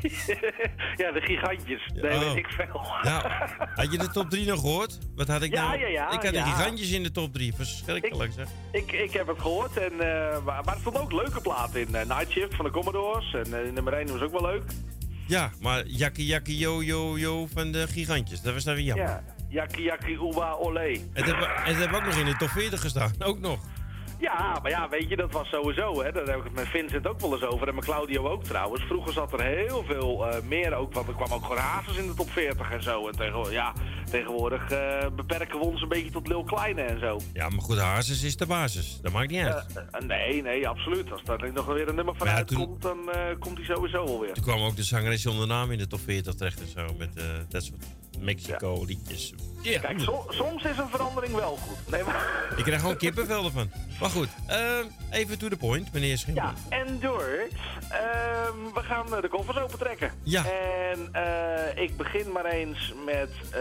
Ja, de gigantjes. Nee, Oh. weet ik veel. Ja, had je de top drie nog gehoord? Wat had ik Ja, nou? ja, ja, ik had de ja. gigantjes in de top drie. Verschrikkelijk, zeg. Ik, ik heb het gehoord, en, uh, maar, maar er stonden ook leuke platen in. Uh, Night Shift van de Commodores. En uh, nummer één was ook wel leuk. Ja, maar Jakkie Jakkie Yo Yo Yo van de gigantjes. Dat was dan weer jammer. Ja, Jakkie Jakkie Oeba Olé. Het heeft heb ook nog in de top veertig gestaan. Ook nog. Ja, maar ja, weet je, dat was sowieso, hè. Daar heb ik het met Vincent ook wel eens over. En met Claudio ook trouwens. Vroeger zat er heel veel uh, meer ook, want er kwam ook gewoon Hazes in de top veertig en zo. En tegenwoordig, ja, tegenwoordig uh, beperken we ons een beetje tot Lil Kleine en zo. Ja, maar goed, Hazes is de basis. Dat maakt niet uit. Uh, uh, nee, nee, absoluut. Als daar nog weer een nummer van Ja, uitkomt, dan uh, komt hij sowieso wel weer. Toen kwam ook de zangeres zonder naam in de top veertig terecht en zo. Met uh, dat soort Mexico liedjes. Yeah. Kijk, so, soms is een verandering wel goed. Nee, maar... Ik krijg gewoon kippenvel ervan. Maar goed, uh, even to the point, meneer Schimmer. Ja, en door. Uh, we gaan de koffers opentrekken. Ja. En uh, ik begin maar eens met... Uh,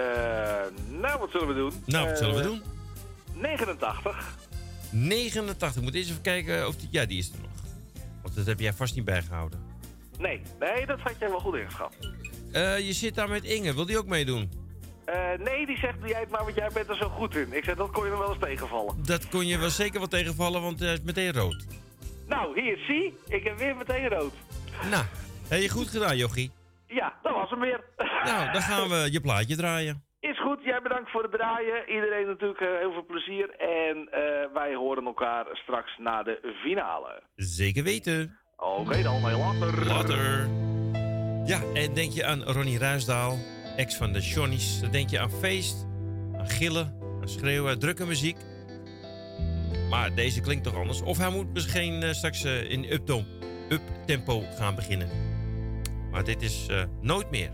nou, wat zullen we doen? Nou, wat zullen we Uh, doen? negenentachtig. negenentachtig. Ik moet eens even kijken of die... Ja, die is er nog. Want dat heb jij vast niet bijgehouden. Nee, nee, dat had jij wel goed ingeschat. Uh, je zit daar met Inge. Wil die ook meedoen? Uh, nee, die zegt, doe jij het maar, want jij bent er zo goed in. Ik zeg, dat kon je nog wel eens tegenvallen. Dat kon je wel zeker wel tegenvallen, want hij is meteen rood. Nou, hier, zie. Ik heb weer meteen rood. Nou, heb je goed gedaan, jochie. Ja, dat was hem weer. Nou, dan gaan we je plaatje draaien. Is goed, jij bedankt voor het draaien. Iedereen natuurlijk uh, heel veel plezier. En uh, wij horen elkaar straks na de finale. Zeker weten. Oké, okay, dan heel later. Later. Ja, en denk je aan Ronnie Ruisdaal, ex van de Johnny's. Dan denk je aan feest, aan gillen, aan schreeuwen, drukke muziek. Maar deze klinkt toch anders? Of hij moet misschien uh, straks uh, in uptempo up tempo gaan beginnen. Maar dit is uh, Nooit meer.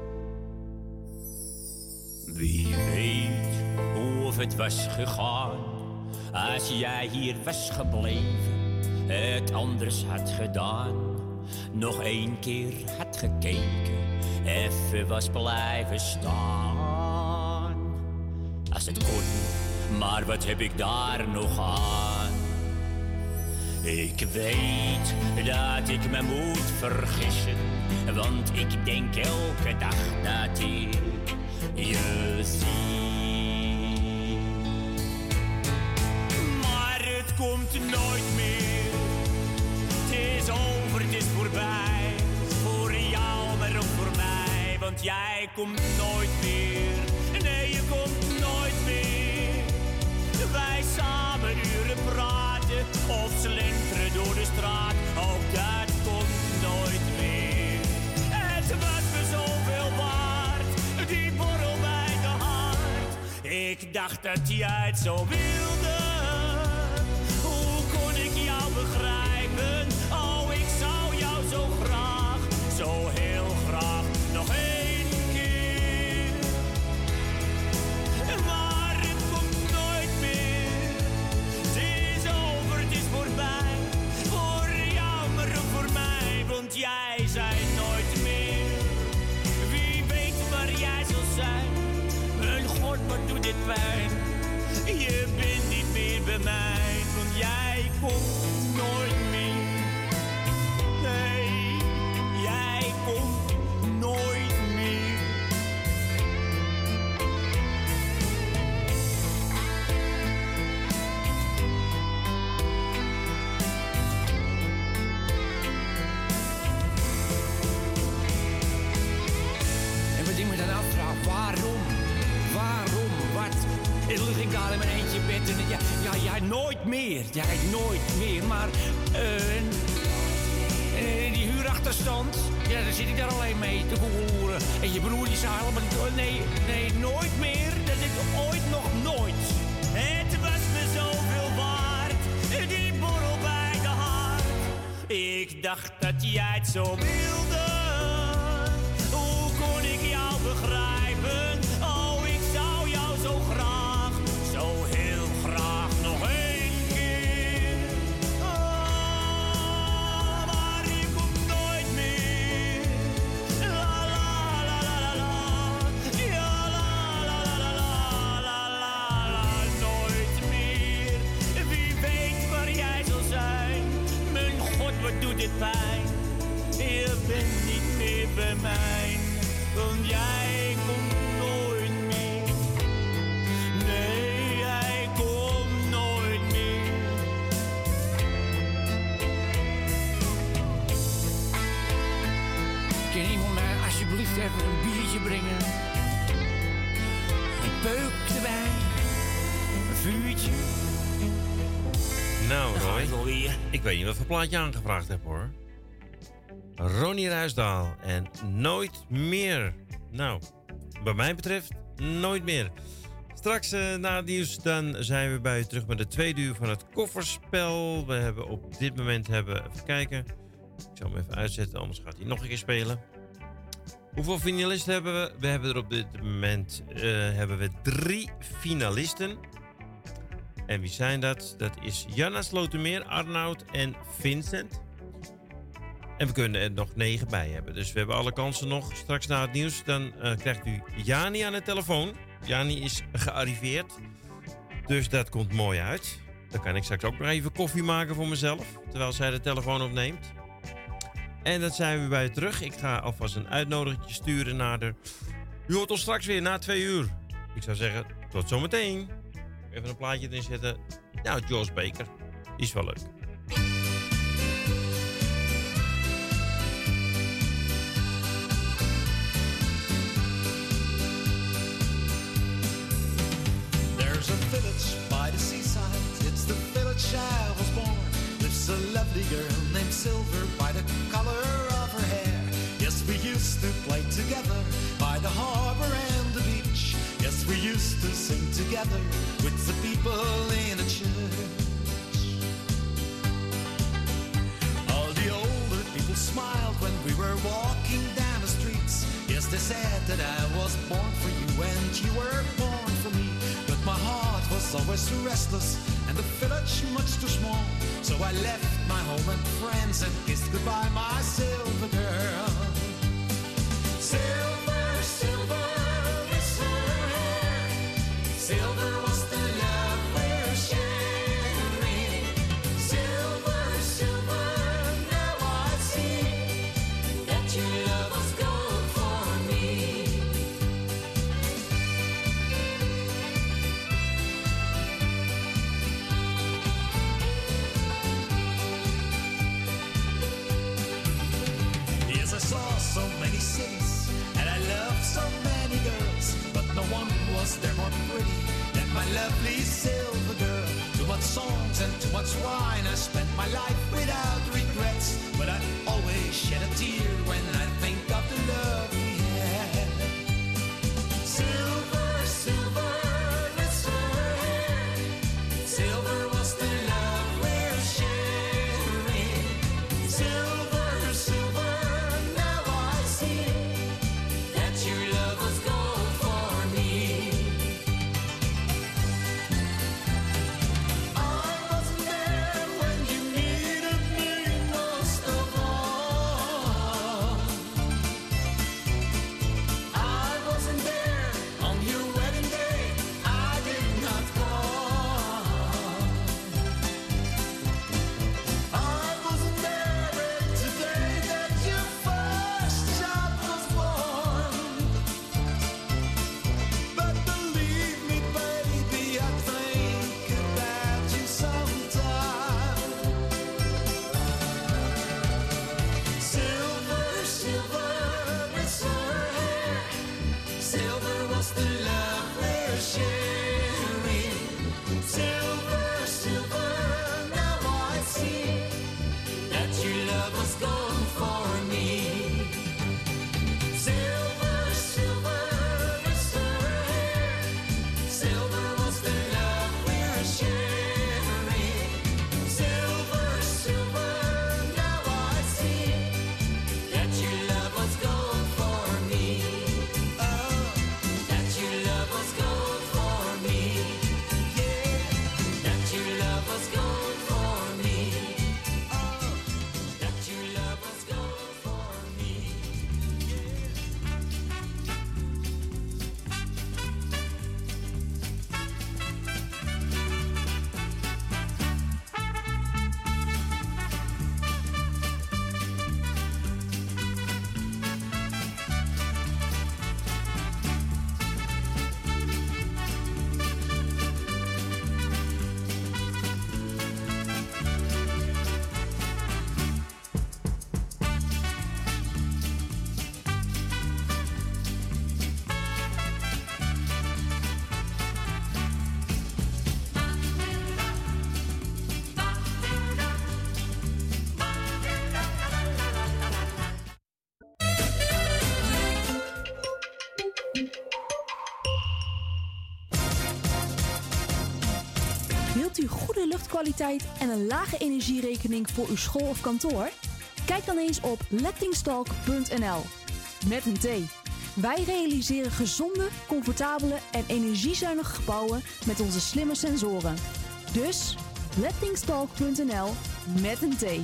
Wie weet hoe het was gegaan als jij hier was gebleven, het anders had gedaan. Nog één keer had gekeken, even was blijven staan. Als het kon, maar wat heb ik daar nog aan? Ik weet dat ik me moet vergissen, want ik denk elke dag dat ik je zie. Maar het komt nooit meer, het is over, het is voorbij. Voor jou, maar ook voor mij, want jij komt nooit meer. Nee, je komt nooit meer. Wij samen uren praten of slenteren door de straat, ook dat komt nooit meer. Het was me zoveel waard, die borrel bij de hart. Ik dacht dat jij het zo wilde. Hoe kon ik jou begrijpen? Oh, ik zou jou zo graag, zo heel graag, nog één keer. Maar het komt nooit meer. Het is over, het is komt nooit meer. Nee, jij komt nooit meer. En wat ik me dan afvraag, waarom? Waarom? Wat? En dan lig ik daar in mijn eentje in bed en ja, ja, jij nooit meer. Jij nooit meer, maar uh, en, en die huurachterstand, ja, dan zit ik daar alleen mee te koekeloeren. En je broer die zei allemaal, nee, nee, nooit meer. Dat is ooit nog nooit. Het was me zoveel waard, die borrel bij de haard. Ik dacht dat jij het zo wilde. Hoe kon ik jou begrijpen? Oh, ik zou jou zo graag, zo heel graag nog één keer. Oh, maar je komt nooit meer. La la la la la la. Ja, la la la la la la la la. Nooit meer. Wie weet waar jij zal zijn. Mijn God, wat doet dit pijn. Je bent niet meer bij mij. Want jij komt nooit meer. Nee, jij komt nooit meer. Kan iemand mij alsjeblieft even een biertje brengen? Een peuk erbij. Een vuurtje. Nou, Dan gaan we Roy, het alweer. ik weet niet wat voor plaatje je aangevraagd hebt, hoor. Ronnie Ruisdaal en Nooit Meer. Nou, wat mij betreft, nooit meer. Straks uh, na het nieuws dan zijn we bij u terug met de tweede uur van het kofferspel. We hebben op dit moment, hebben, even kijken. Ik zal hem even uitzetten, anders gaat hij nog een keer spelen. Hoeveel finalisten hebben we? We hebben er op dit moment uh, hebben we drie finalisten. En wie zijn dat? Dat is Janna Slotermeer, Arnoud en Vincent. En we kunnen er nog negen bij hebben. Dus we hebben alle kansen nog. Straks na het nieuws dan uh, krijgt u Jani aan de telefoon. Jani is gearriveerd. Dus dat komt mooi uit. Dan kan ik straks ook nog even koffie maken voor mezelf. Terwijl zij de telefoon opneemt. En dan zijn we bij u terug. Ik ga alvast een uitnodiging sturen naar de... U hoort ons straks weer na twee uur. Ik zou zeggen, tot zometeen. Even een plaatje erin zetten. Nou, Josh Baker. Die is wel leuk. There's a village by the seaside. It's the village I was born. Lives a lovely girl named Silver by the color of her hair. Yes, we used to play together by the harbor and the beach. Yes, we used to sing together with the people in the church. All the older people smiled when we were walking down the streets. Yes, they said that I was born for you and you were born for me. But my heart was always restless and the village much too small. So I left my home and friends and kissed goodbye my silver girl. Silver, silver is her hair. Silver was the love we're sharing. Silver, silver, now I see that your love was gold for me. Yes, I saw so many cities and I loved so many girls, but no one was there more pretty than my lovely silver girl. Too much songs and too much wine, I spent my life without regrets, but I always shed a tear when I think of the love we had. Silver, silver, it's her hair. Silver was the love we're sharing. Silver, silver, now I see that your love was gold for me. I wasn't there when you needed me most of all. love was gold for me. Silver, silver is her hair. Silver was the love we're sharing. Silver, silver, now I see that your love was gold for me. Oh, that your love was gold for me. Yeah, that your love was gold for me. Oh, that your love was gold for me. Wilt u goede luchtkwaliteit en een lage energierekening voor uw school of kantoor? Kijk dan eens op lettingstalk punt n l. Met een T. Wij realiseren gezonde, comfortabele en energiezuinige gebouwen met onze slimme sensoren. Dus lettingstalk punt n l met een T.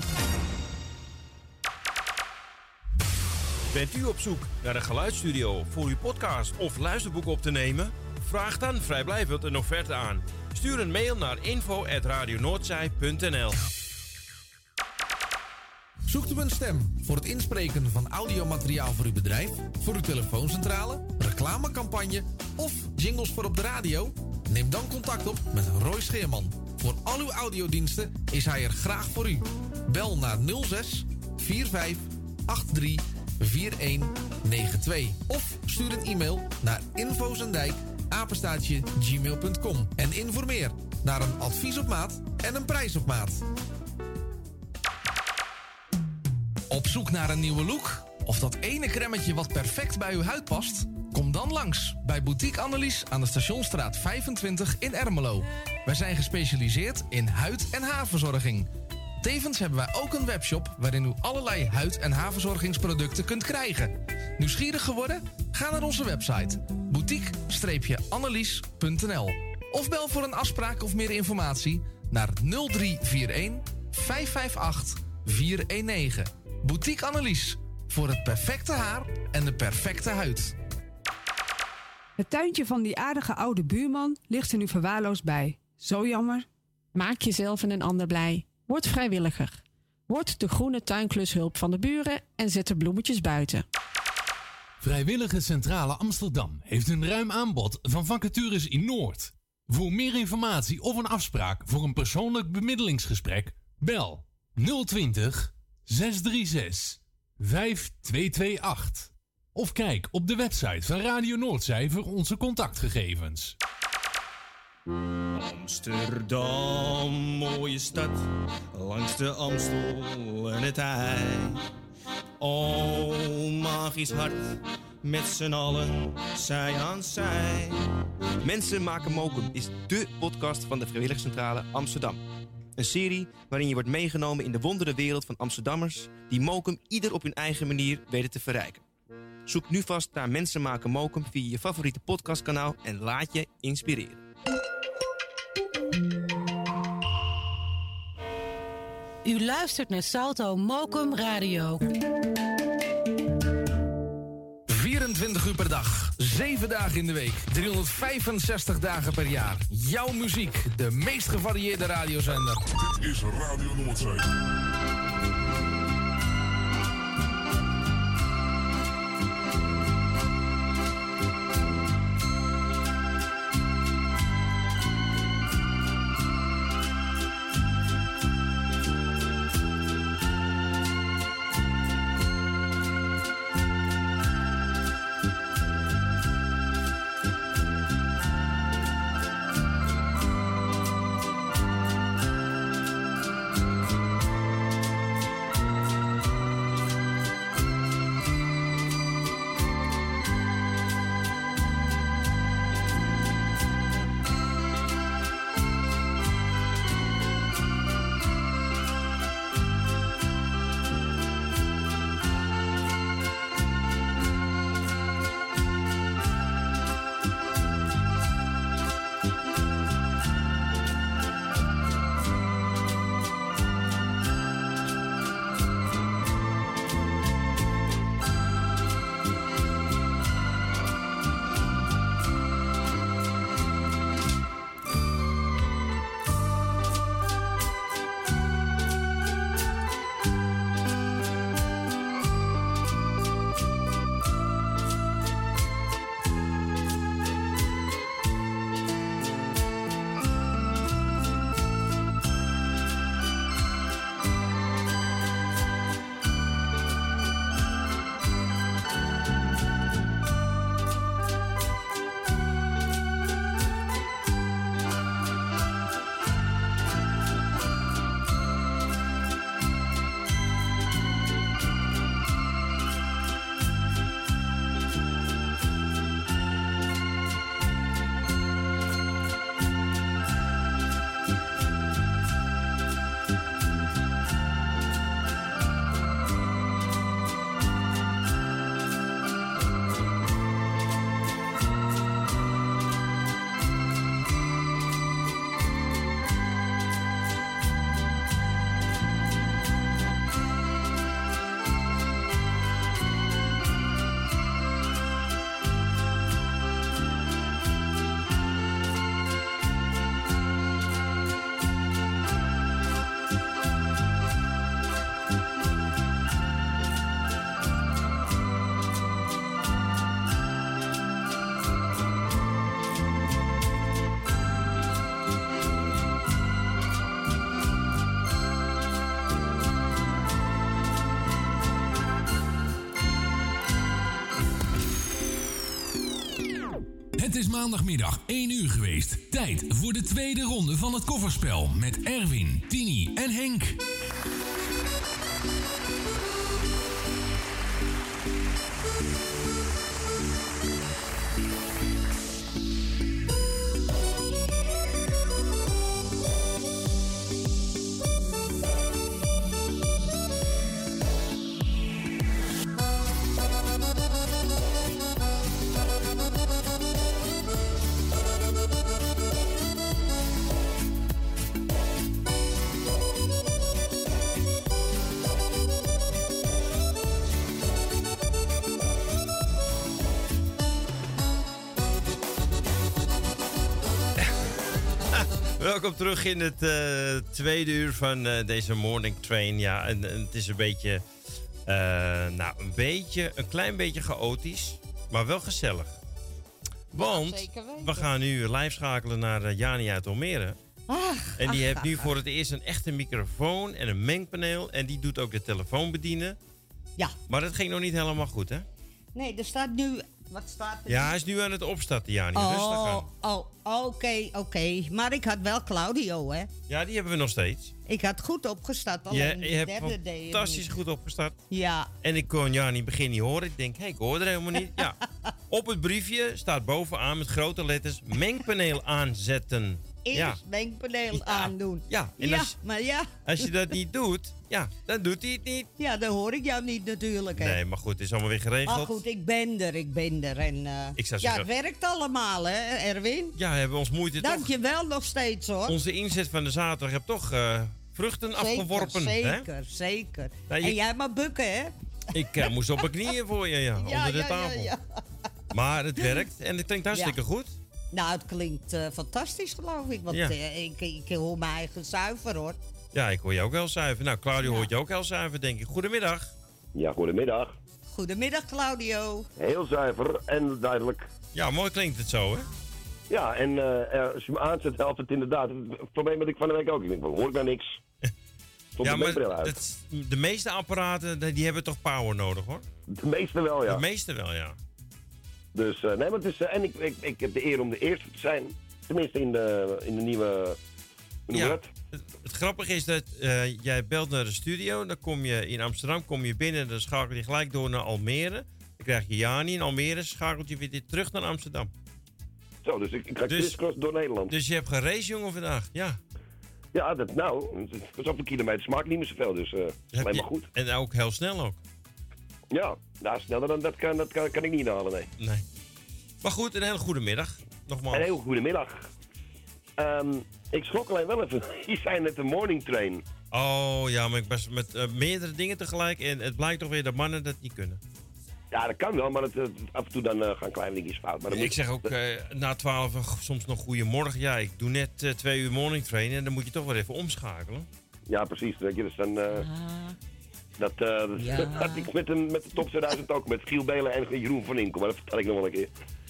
Bent u op zoek naar een geluidsstudio voor uw podcast of luisterboek op te nemen? Vraag dan vrijblijvend een offerte aan. Stuur een mail naar info at radionoordzij punt n l. Zoekt u een stem voor het inspreken van audiomateriaal voor uw bedrijf, voor uw telefooncentrale, reclamecampagne of jingles voor op de radio? Neem dan contact op met Roy Scheerman. Voor al uw audiodiensten is hij er graag voor u. Bel naar nul zes vier vijf acht drie vier een negen twee of stuur een e-mail naar infozendijk apenstaartje gmail punt com en informeer naar een advies op maat en een prijs op maat. Op zoek naar een nieuwe look? Of dat ene cremmetje wat perfect bij uw huid past? Kom dan langs bij Boutique Annelies aan de Stationstraat vijfentwintig in Ermelo. Wij zijn gespecialiseerd in huid- en haarverzorging. Tevens hebben wij ook een webshop waarin u allerlei huid- en haarverzorgingsproducten kunt krijgen. Nieuwsgierig geworden? Ga naar onze website boutique annelies punt n l of bel voor een afspraak of meer informatie naar nul drie vier een vijf vijf acht vier een negen. Boutique Annelies, voor het perfecte haar en de perfecte huid. Het tuintje van die aardige oude buurman ligt er nu verwaarloosd bij. Zo jammer. Maak jezelf en een ander blij. Word vrijwilliger. Word de groene tuinklushulp van de buren en zet de bloemetjes buiten. Vrijwillige Centrale Amsterdam heeft een ruim aanbod van vacatures in Noord. Voor meer informatie of een afspraak voor een persoonlijk bemiddelingsgesprek, bel nul twintig zes drie zes vijf twee twee acht. Of kijk op de website van Radio Noordzij voor onze contactgegevens. Amsterdam, mooie stad, langs de Amstel en het IJ. Oh, magisch hart, met z'n allen, zij aan zij. Mensen maken mokum is dé podcast van de Vrijwilligcentrale Amsterdam. Een serie waarin je wordt meegenomen in de wondere wereld van Amsterdammers die mokum ieder op hun eigen manier weten te verrijken. Zoek nu vast naar Mensen maken mokum via je favoriete podcastkanaal en laat je inspireren. U luistert naar Salto Mokum Radio. vierentwintig uur per dag, zeven dagen in de week, driehonderdvijfenzestig dagen per jaar. Jouw muziek, de meest gevarieerde radiozender. Dit is Radio Noordzij. Het is maandagmiddag één uur geweest. Tijd voor de tweede ronde van het kofferspel met Erwin, Tini en Henk. Welkom terug in het uh, tweede uur van uh, deze morning train. Ja, en, en het is een beetje, uh, nou, een beetje, een klein beetje chaotisch, maar wel gezellig. Want ja, we gaan nu live schakelen naar uh, Jani uit Almere. Ach, en die ach, heeft ach, nu ach. voor het eerst een echte microfoon en een mengpaneel. En die doet ook de telefoon bedienen. Ja. Maar dat ging nog niet helemaal goed, hè? Nee, er staat nu... Wat staat er? Ja, hij is nu aan het opstarten, Jani. Rustig Oh, aan. oh, oké, oké. Maar ik had wel Claudio, hè? Ja, die hebben we nog steeds. Ik had goed opgestart, Je, alleen je de hebt derde deed het fantastisch niet. goed opgestart. Ja. En ik kon Jani begin niet horen. Ik denk, hé, ik hoor er helemaal niet. Ja. Op het briefje staat bovenaan met grote letters mengpaneel aanzetten. Eerst Ja. mengpaneel Ja. aandoen. Ja, en ja als- maar ja. Als je dat niet doet, ja, dan doet hij het niet. Ja, dan hoor ik jou niet natuurlijk, hè? Nee, maar goed, het is allemaal weer geregeld. Maar goed, ik ben er, ik ben er. En, eh, Ik zou ja, zeggen- het werkt allemaal, hè, Erwin? Ja, we hebben ons moeite toch. Dank je wel nog steeds, hoor. Onze inzet van de zaterdag heeft toch eh, vruchten afgeworpen. Zeker, hè? zeker. Nou, je- En jij maar bukken, hè? Ik eh, moest op mijn knieën voor je, ja, Ja, onder de ja, tafel. ja, ja. Maar het werkt en het klinkt hartstikke Ja. goed. Nou, het klinkt eh, fantastisch, geloof ik. Want Ja. eh, ik, ik hoor mijn eigen zuiver, hoor. Ja, ik hoor je ook heel zuiver. Nou, Claudio hoort je ook heel zuiver, denk ik. Goedemiddag. Ja, goedemiddag. Goedemiddag, Claudio. Heel zuiver en duidelijk. Ja, mooi klinkt het zo, hè? Ja, en eh, als je hem aanzet, helpt het inderdaad. Het probleem had ik van de week ook. Ik denk, hoor ik nou niks? Tot Ja, de maar mengbril uit. het- de meeste apparaten die hebben toch power nodig, hoor? De meeste wel, ja. De meeste wel, ja. Dus, eh, nee, maar het is... eh, en ik, ik, ik heb de eer om de eerste te zijn. Tenminste in de, in de nieuwe... Hoe noem je Ja. dat? Het, het grappige is dat eh, jij belt naar de studio. Dan kom je in Amsterdam, kom je binnen. Dan schakel je gelijk door naar Almere. Dan krijg je Jani. In Almere schakelt je weer dit terug naar Amsterdam. Zo, dus ik, ik ga Dus- crisscross door Nederland. Dus je hebt geraced, jongen, vandaag. Ja. Ja, dat, nou, zoveel kilometers maakt niet meer zoveel, dus eh Heb alleen je- maar goed. En ook heel snel ook. Ja, nou, sneller dan dat kan, dat kan, kan ik niet halen, nee. Nee. Maar goed, een hele goede middag. Nogmaals. Een heel goede middag. Ehm, ik schrok alleen wel even. Hier zijn net de morning train. Oh ja, maar ik was met eh, meerdere dingen tegelijk. En het blijkt toch weer dat mannen dat niet kunnen. Ja, dat kan wel, maar het, het- af en toe dan eh, gaan kleine dingetjes fout. Maar dan ik moet- zeg ook eh, na twaalf eh, soms nog goedemorgen. Ja, ik doe net eh, twee uur morning trainen. En dan moet je toch wel even omschakelen. Ja, precies. Weet je, dus dan, eh, dat, eh, dat Ja. had ik met, een, met de top tweeduizend ook. Met Giel Belen en Jeroen van Inkel. Maar dat vertel ik nog wel een keer.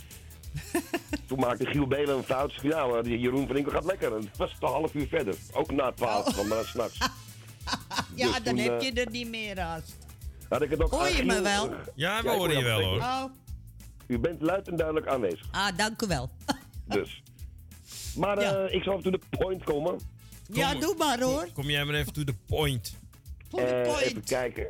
Toen maakte Giel Belen een fout. Ik zei, ja, maar die Jeroen van Inkel gaat lekker. En het was een half uur verder. Ook na twaalf, van maar s'nachts. Ja, Dus dan toen, heb eh, je er niet meer haast. Had ik het ook Hoor aan je me Giel- wel? Ja, we ik horen je hoor wel, zeker. hoor. Oh, U bent luid en duidelijk aanwezig. ah, dank u wel. Dus. Maar eh, ik zal even to the point komen. Ja, doe maar, hoor. Kom jij maar even to the point. To the Eh, point. Even kijken.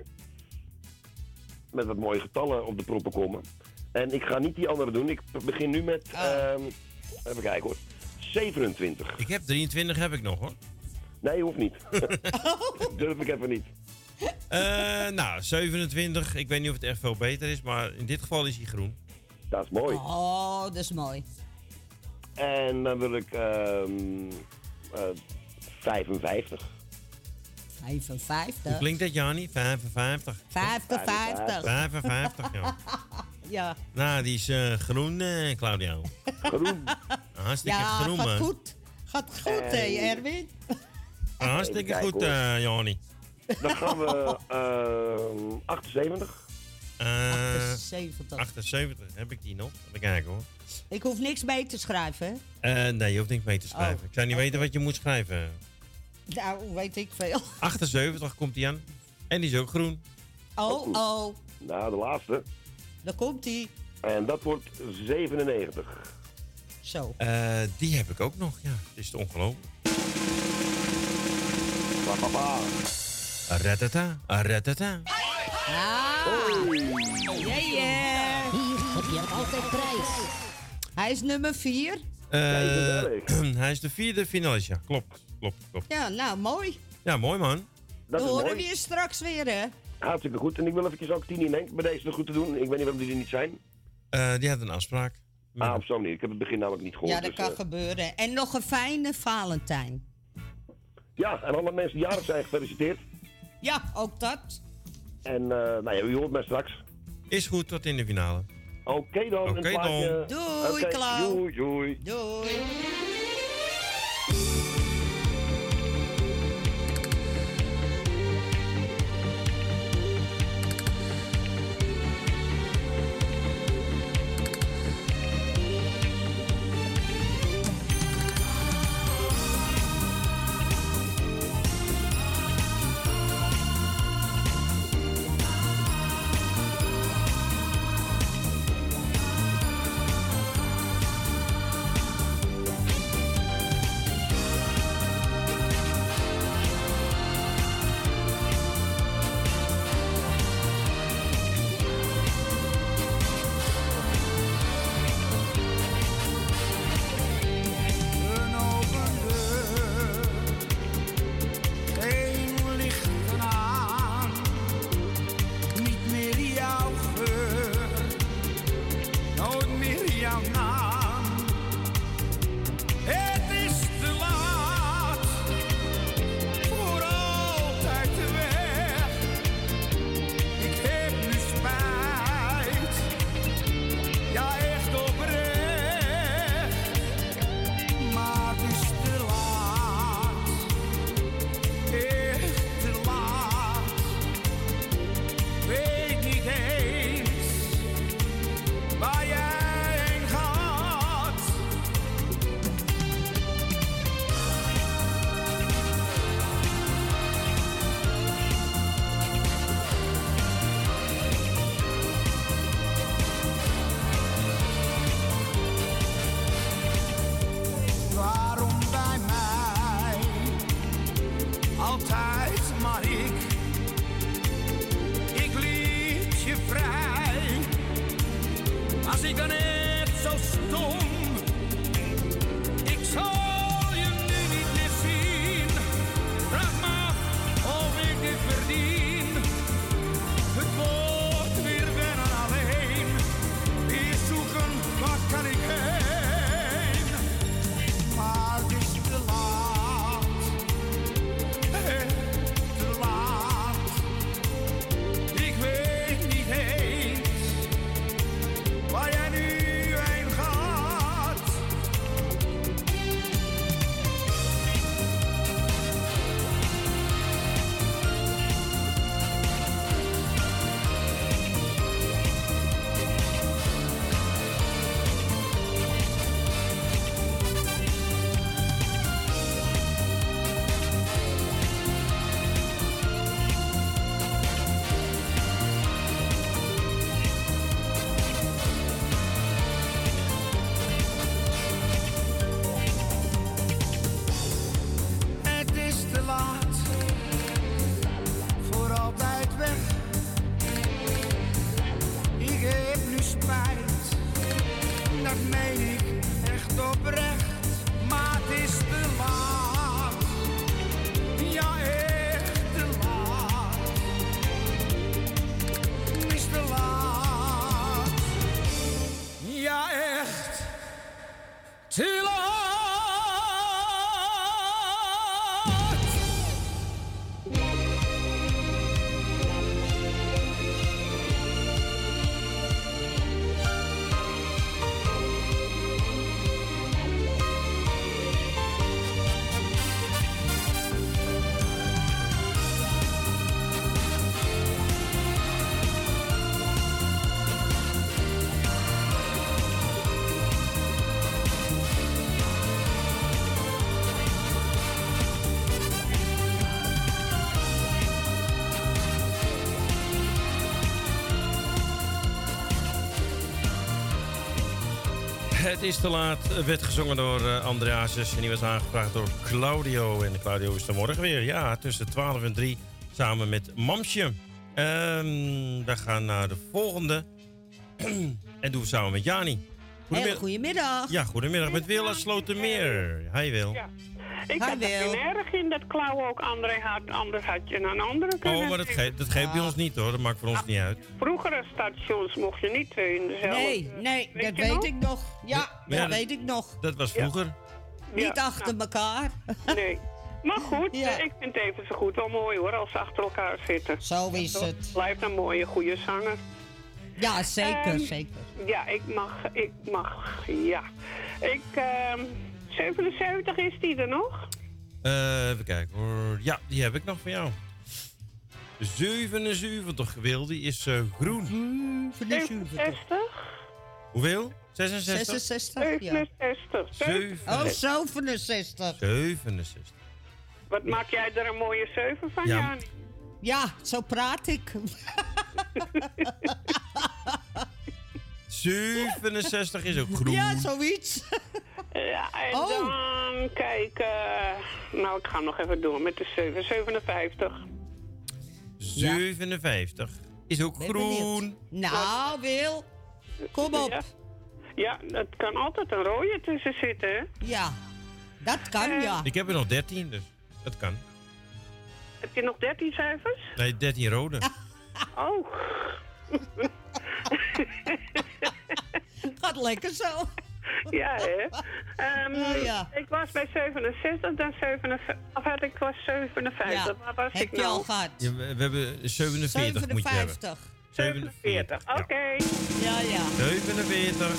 Met wat mooie getallen op de proppen komen. En ik ga niet die andere doen. Ik begin nu met... ehm, even kijken hoor. zevenentwintig. Ik heb drieëntwintig heb ik nog, hoor. Nee, hoeft niet. Durf ik even niet. Eh, nou, zevenentwintig. Ik weet niet of het echt veel beter is, maar in dit geval is hij groen. Dat is mooi. Oh, dat is mooi. En dan wil ik ehm, eh, vijfenvijftig. vijfenvijftig. Hoe klinkt dat, Jani? vijfenvijftig. vijfenvijftig. vijfenvijftig, ja. Ja. Nou, die is eh, groen, eh, Claudio. Groen. Hartstikke Ja, groen, gaat man. goed. Gaat goed, hé, Erwin. Hartstikke Even goed, kijken, eh Jani. Dan gaan we ehm, achtenzeventig. Eh, achtenzeventig. achtenzeventig, heb ik die nog? Even kijken, hoor. Ik hoef niks mee te schrijven, hè? Eh, nee, je hoeft niks mee te schrijven. Oh, Ik zou niet weten wat je moet schrijven. Nou, weet ik veel. achtenzeventig komt hij aan. En die is ook groen. Oh, oh. Nou, de laatste. Daar komt hij. En dat wordt zevenennegentig. Zo. Uh, die heb ik ook nog, ja. Het is te ongelooflijk. Papa. Aratata, aratata. Ah. Oh. Yeah, yeah. Hier heb je altijd prijs. Hij is nummer vier. Uh, hij is de vierde finalist, ja. Klopt, klopt, klopt. Ja, nou, mooi. Ja, mooi man. Dat Dan is horen mooi. we je straks weer, hè? Hartstikke goed. En ik wil even ook Tini en Henk bij deze nog goed te doen. Ik weet niet waarom die er niet zijn. Uh, die had een afspraak. Ah, op zo'n manier. Ik heb het begin namelijk niet gehoord. Ja, dat dus, kan uh... gebeuren. En nog een fijne Valentijn. Ja, en alle mensen die jarig zijn, gefeliciteerd. Ja, ook dat. En uh, nou ja, u hoort mij straks. Is goed, tot in de finale. Oké okay dan. Oké okay dan. Doei, okay. Klauw. Doei, doei. Doei. Het is te laat. Werd gezongen door uh, Andreasus en die was aangevraagd door Claudio. En Claudio is er morgen weer. Ja, tussen twaalf en drie samen met Mamsje. Um, we gaan naar de volgende. En doen we samen met Jani. Heel goedemiddag. Ja, goedemiddag met Wil uit Slotermeer. Hi Wil. Ja. Ik had er geen erg in dat Klauw ook André had, anders had je een andere kunnen. Oh, maar dat, ge dat geeft bij ons niet hoor, dat maakt voor ons ah. niet uit. Vroegere stations mocht je niet in dezelfde. Nee, nee, weet dat weet nog? ik nog. Ja, ja, dat weet ik nog. Dat was vroeger. Ja. Niet ja, achter nou. elkaar. Nee. Maar goed, ja. ik vind het even zo goed wel mooi hoor, als ze achter elkaar zitten. Zo is dat het. Blijft een mooie, goede zanger. Ja, zeker, um, zeker. Ja, ik mag, ik mag, ja. Ik, um, zevenenzeventig is die er nog? Uh, even kijken hoor. Ja, die heb ik nog van jou. zevenenzeventig, Wil, die is uh, groen. zevenenzestig? Hoeveel? zesenzestig? zesenzestig, ja. zevenenzestig. Oh, zevenenzestig. zevenenzestig. Wat maak jij er een mooie zeven van, ja. Jani? Ja, zo praat ik. zevenenzestig is ook groen. Ja, zoiets. Ja, en oh. dan, kijk, uh, nou, ik ga nog even door met de zeven, zevenenvijftig. zevenenvijftig ja. is ook groen. Nou, Wil, kom op. Ja. Ja, dat kan altijd een rode tussen zitten, hè? Ja, dat kan, uh, ja. Ik heb er nog dertien, dus dat kan. Heb je nog dertien cijfers? Nee, dertien rode. Oh. Gaat lekker zo. Ja, hè? Um, oh, ja. Ik was bij zevenenzestig, dan zevenenvijftig. Of had ik was zevenenvijftig. Ja. Waar was Heb ik je nou? al gehad? Ja, we, we hebben zevenenveertig moet je hebben. zevenenveertig, oké. Okay. Ja, ja. zevenenveertig.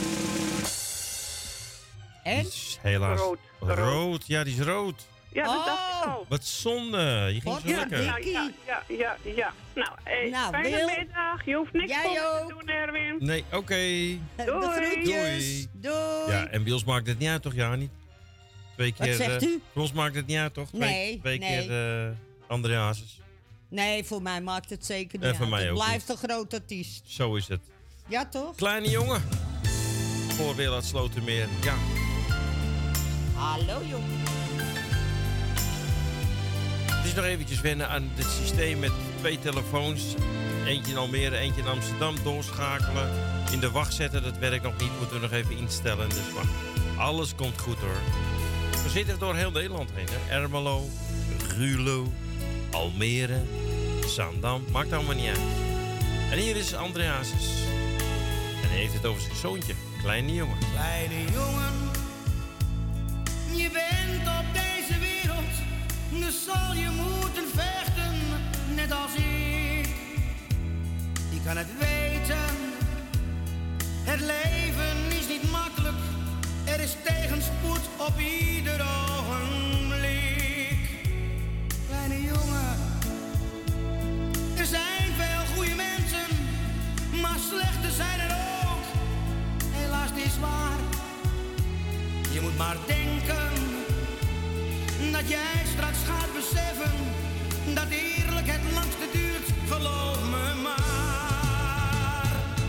En? Helaas. Rood. rood. Rood, ja, die is rood. Ja, dat oh. dacht ik al. Wat zonde. Je ging zo ja, lekker. Ja, ja, ja, ja, ja. Nou, hey, nou fijne Wil. middag. Je hoeft niks Jij voor te doen, Erwin. Nee, oké. Okay. Doei. Doei. Doei. Ja, en bij ons maakt het niet uit, toch, Jani? Twee keer. Wat zegt uh, u? Bij ons maakt het niet uit, toch? Twee, Nee, twee nee. keer uh, Andreasus. Nee, voor mij maakt het zeker niet en voor uit. mij Het ook blijft niet. een groot artiest. Zo is het. Ja, toch? Kleine jongen. Voor Wil uit Slotermeer. Ja. Hallo, jongen. Het is nog eventjes wennen aan dit systeem met twee telefoons. Eentje in Almere, eentje in Amsterdam. Doorschakelen. In de wacht zetten, dat werkt nog niet. Moeten we nog even instellen. Dus maar alles komt goed hoor. We zitten door heel Nederland heen. Hè? Ermelo, Rulo, Almere, Zaandam. Maakt allemaal niet uit. En hier is Andreasus. En hij heeft het over zijn zoontje. Kleine jongen. Kleine jongen, je bent op deze wereld, dus zal je moeten vechten, net als ik. Je kan het weten, het leven is niet makkelijk, er is tegenspoed op ieder ogenblik. Kleine jongen, er zijn veel goede mensen, maar slechte zijn er ook. Helaas, het is waar. Je moet maar denken dat jij straks gaat beseffen dat eerlijk het langste duurt, geloof me maar.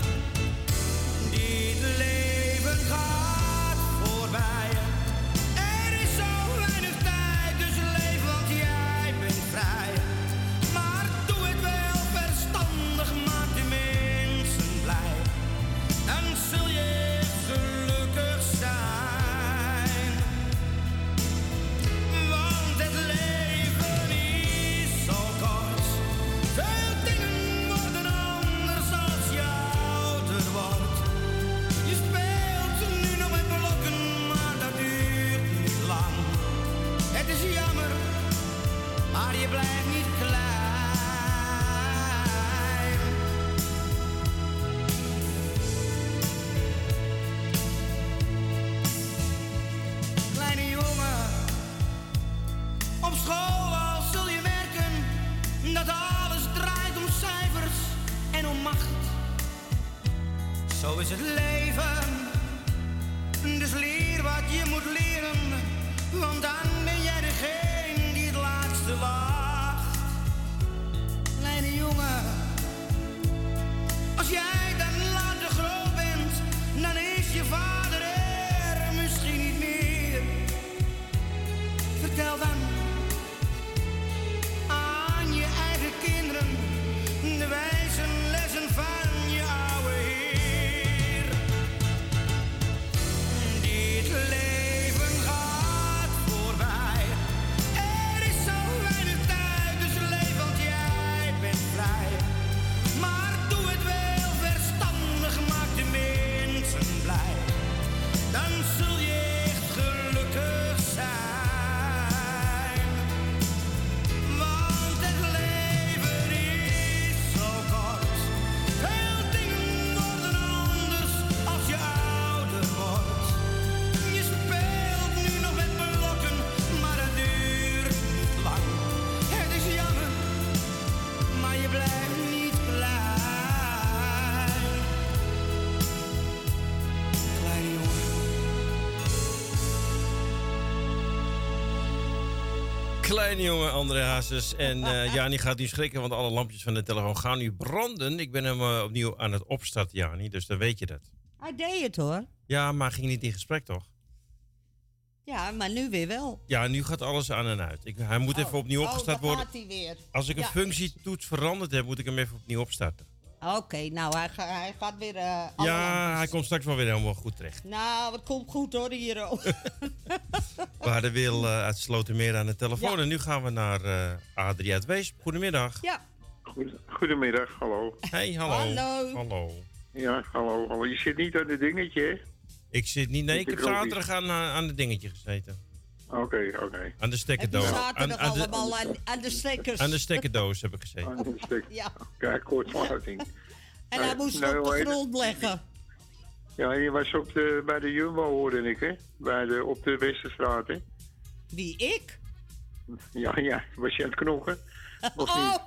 Dit leven gaat voorbij. Er is zo weinig tijd, dus leef, want jij bent vrij. Maar doe het wel verstandig, maak de mensen blij. Dan zul je gelukkig zijn. Want het leven is zo kort. Veel dingen worden anders als je ouder wordt. Je speelt nu nog met blokken, maar dat duurt niet lang. Het is jammer, maar je blijft niet klein. Kleine jongen, op school al zul je merken dat alles draait om cijfers en om macht. Zo is het leven, dus leer wat je moet leren, want dan ben jij degene die het laatste wacht. Kleine jongen, als jij dan later groot bent, dan is je vader Kleine jongen, André Hazes. En uh, Jani gaat nu schrikken, want alle lampjes van de telefoon gaan nu branden. Ik ben hem uh, opnieuw aan het opstarten, Jani, dus dan weet je dat. Hij deed het hoor. Ja, maar ging niet in gesprek, toch? Ja, maar nu weer wel. Ja, nu gaat alles aan en uit. Ik, hij moet oh. even opnieuw opgestart oh, worden. Gaat hij weer. Als ik een ja. functietoets veranderd heb, moet ik hem even opnieuw opstarten. Oké, okay, nou, hij, ga, hij gaat weer... Uh, ja, lampjes. Hij komt straks wel weer helemaal goed terecht. Nou, het komt goed hoor, hier ook. We hadden Wil uh, uit Slotermeer aan de telefoon. Ja. En nu gaan we naar uh, Adrie uit Weesp. Goedemiddag. Ja. Goed, goedemiddag, hallo. Hey, hallo. Hallo. Hallo. Ja, hallo, hallo. Je zit niet aan het dingetje, hè? Ik zit niet... Nee, ik heb zaterdag aan, aan het dingetje gezeten. Oké, okay, oké. Okay. Aan de stekkerdoos. Zaterdag aan, aan allemaal de, aan, aan de stekkers. Aan de stekkerdoos heb ik gezeten. Aan de stek... Ja. Kijk, kortsluiting. En hij moest nou, op de grond leggen. Ja, je was op de, bij de Jumbo, hoorde ik, hè? Bij de, op de Westerstraat, hè? Wie, ik? Ja, ja. Was je aan het knokken? Of oh.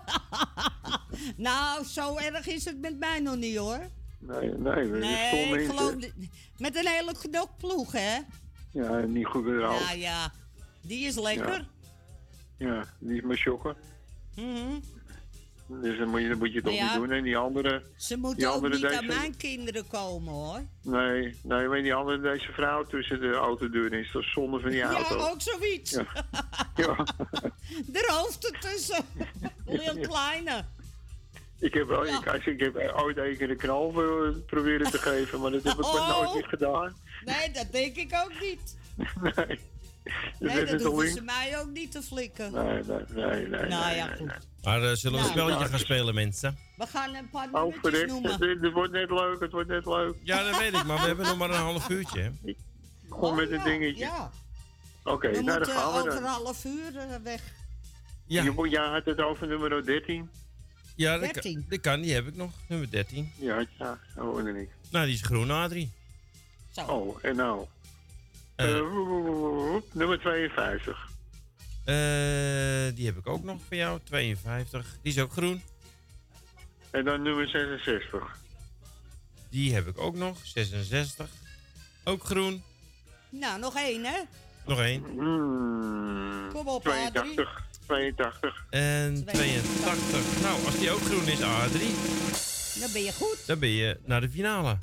Nou, zo erg is het met mij nog niet, hoor. Nee, nee. Nee, ik geloof... Met een hele knokploeg, hè? Ja, niet goed eruit. Ja, ja. Die is lekker. Ja, ja die is maar shocken. Mm-hmm. Dus dan moet je, dat moet je toch ja. niet doen. En die andere... Ze moeten die ook andere niet deze... aan mijn kinderen komen, hoor. Nee, nee, maar die andere, deze vrouw tussen de autodeur is toch zonde van die auto. Ja, ook zoiets. Ja. ja. De hoofd ertussen. Heel kleine. Ik heb, wel, ja. ik, ik heb ooit een keer een knal proberen te geven, maar dat heb ik oh. nooit meer gedaan. Nee, dat denk ik ook niet. nee. Dus nee, dat hoeven ze mij ook niet te flikken. Nee, nee, nee. nee nou ja, nee, goed. Nee. Maar uh, zullen we nou, een spelletje nou, gaan spelen, mensen? We gaan een paar oh, minuutjes noemen. Het, het wordt net leuk, het wordt net leuk. Ja, dat weet ik, maar we hebben nog maar een half uurtje, hè? Gewoon oh, met een ja, dingetje. Ja. Oké, okay, we nou dan gaan we over dan. een half uur uh, weg. Ja. Je, jij had het over nummer dertien. Ja, dat kan, dat kan, die heb ik nog. Nummer dertien. Ja, ja, dat hoorde ik. Nou, die is groen, Adrie. Zo. Oh, en nou? Uh, uh, nummer tweeënvijftig. Uh, die heb ik ook nog voor jou, tweeënvijftig. Die is ook groen. En dan nummer zesenzestig. Die heb ik ook nog, zesenzestig. Ook groen. Nou, nog één, hè? Nog één. Mm, Kom op, tweeëntachtig. Adrie. tweeëntachtig. En tweeëntachtig. Nou, als die ook groen is, Adrie. Dan ben je goed. Dan ben je naar de finale.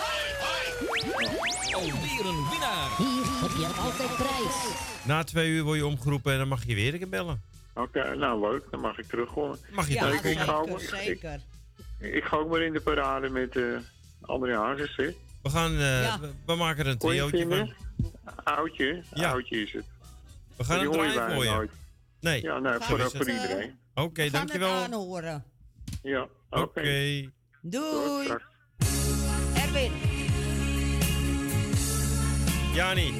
Alweer een winnaar. Hier heb je altijd prijs. Na twee uur word je omgeroepen en dan mag je weer een keer bellen. Oké, okay, nou leuk. Dan mag ik terugkomen. Mag je ja, terug? zeker, ik ga ook, zeker. Ik, ik ga ook maar in de parade met uh, André Hazes, hè. We gaan, uh, ja. we, we maken er een triootje van. Oudje, ja. Oudje is het. We gaan een draaien voor je. Nooit. Nee. Ja, nou, voor, voor, voor iedereen. Oké, okay, dankjewel. We gaan het aanhoren. Ja, oké. Okay. Okay. Doei. Erwin. Jani.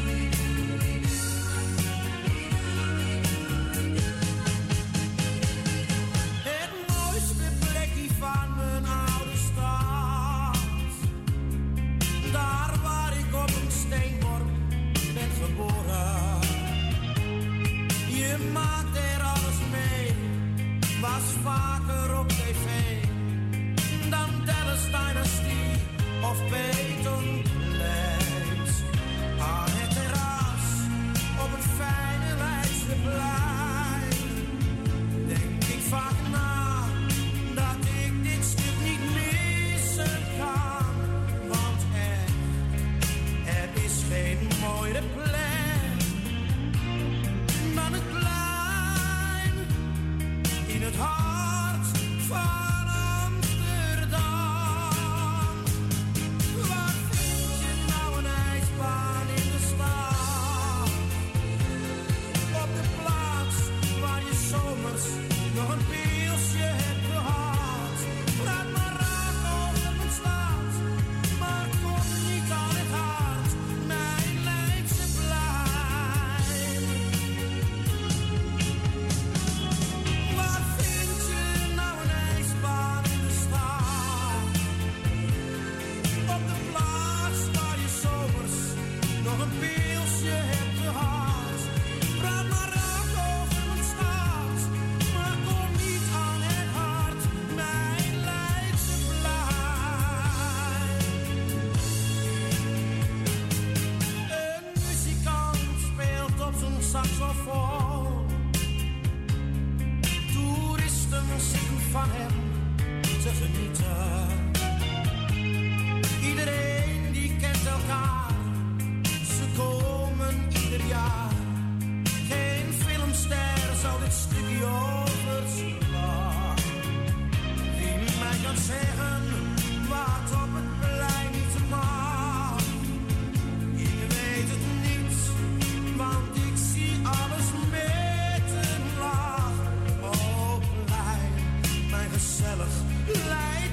Het mooiste plekje van mijn oude stad. Daar waar ik op een steenworp ben geboren. Je maakt er alles mee, was vaker op tv dan Dallas Dynasty of Peyton Place.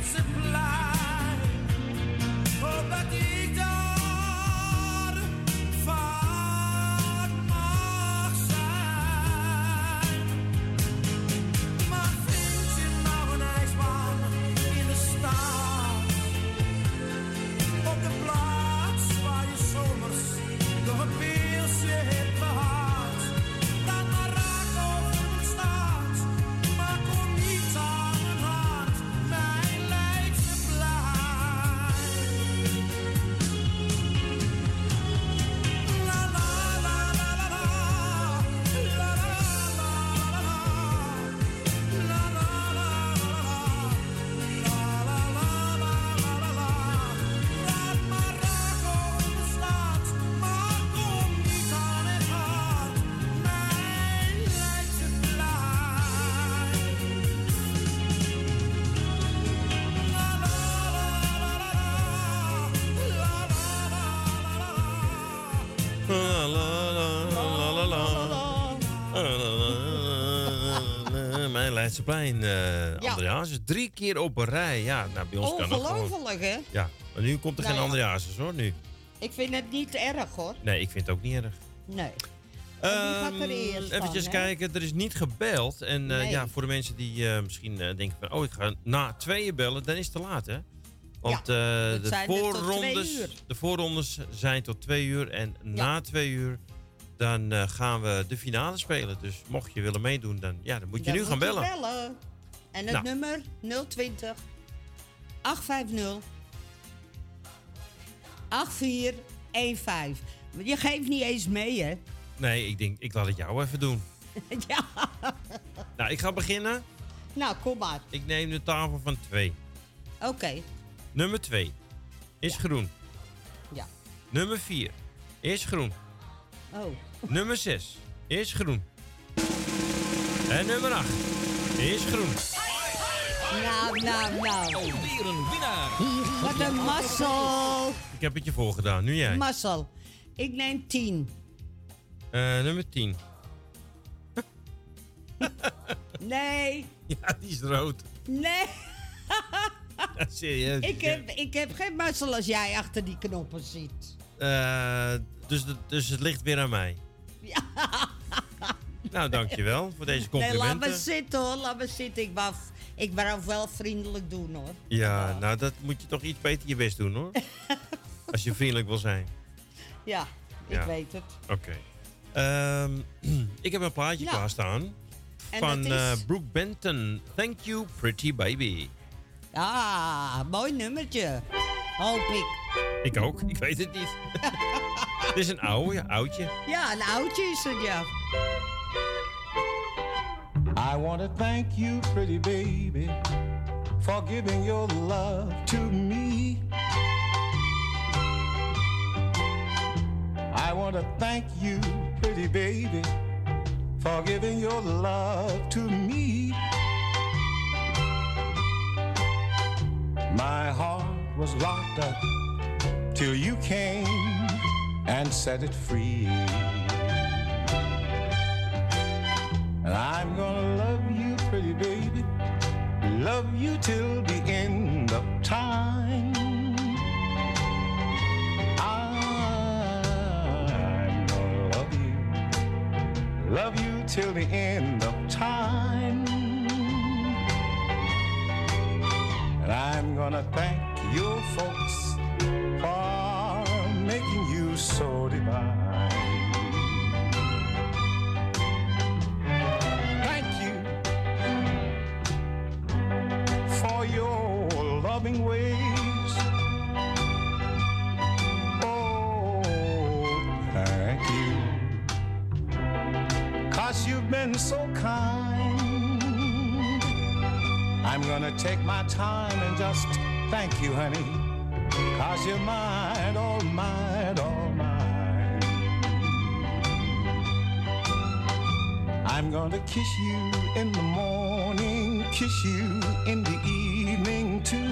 Leidseplein. Hoop dat ik daar vaak mag zijn. Maar vind je nou een ijsbaan in de stad? Op de plaats waar je zomers nog een pilsje hebt gehad. Dan maar raak over mijn staat, maar kom niet aan mijn hart, mijn Leidseplein. La la la la la la, la la la la la, la la la la la, la la la la la. Laat maar raak over mijn staat, maar kom niet aan het hart, mijn Leidseplein. La la la la la la, la la la la la. La, la, la, la, la. Mijn Leidseplein, uh, Ja. Andreas. Drie keer op een rij. Ja, nou, bij ons kan dat gewoon. Ongelooflijk, hè? Ja, maar nu komt er Nou geen ja. Andreas hoor, nu. Ik vind het niet erg, hoor. Nee, ik vind het ook niet erg. Nee. En wie gaat er Ehm, eerst dan, Eventjes hè? kijken, er is niet gebeld. En uh, Nee. ja, voor de mensen die uh, misschien uh, denken van... oh, ik ga na tweeën bellen, dan is het te laat, hè? Want uh, de, zijn er tot voorrondes, twee uur. de voorrondes zijn tot twee uur. En na twee uur dan uh, gaan we de finale spelen. Dus mocht je willen meedoen, dan, ja, dan moet je Dan nu moet gaan bellen. bellen. En het Nou. nummer nul twintig, achthonderdvijftig, achtvierhonderdvijftig. Je geeft niet eens mee, hè? Nee, ik denk, ik laat het jou even doen. Ja. Nou, ik ga beginnen. Nou, kom maar. Ik neem de tafel van twee. Oké. Nummer twee is groen. Ja. Nummer vier is groen. Oh. Nummer zes is groen. En nummer acht is groen. Nou, nou, nou. Alweer een winnaar. Wat een mazzel. Ik heb het je voorgedaan, nu jij. Mazzel. Ik neem tien. Eh, nummer tien. Nee. Ja, die is rood. Nee. Ja, serieus. Ik heb, ik heb geen mazzel als jij achter die knoppen zit. Eh, dus, de- dus het ligt weer aan mij. Ja. Nou, dankjewel voor deze Nee, complimenten. laat me zitten hoor. Laat me zitten. Ik wou, ik wou wel vriendelijk doen hoor. Ja, nou, dat moet je toch iets beter je best doen, hoor. Als je vriendelijk wil zijn. Ja, ik Ja. weet het. Oké. Ehm, ik heb een plaatje Ja. klaarstaan. En Van dat eh, is? Brooke Benton. Thank you, pretty baby. Ah, mooi nummertje. Hoop ik. Ik ook, ik weet het niet. Het is een oude, ja, oudje. Ja, een oudje is het, ja. I want to thank you, pretty baby, for giving your love to me. I want to thank you, pretty baby, for giving your love to me. My heart was locked up till you came and set it free. And I'm gonna love you, pretty baby, love you till the end of time. I'm gonna love you, love you till the end of time. And I'm gonna thank your folks for making you so divine. Thank you for your loving ways. Oh, thank you, 'cause you've been so kind. I'm gonna take my time and just thank you, honey, 'cause you're mine, all mine, all mine. I'm gonna kiss you in the morning, kiss you in the evening too.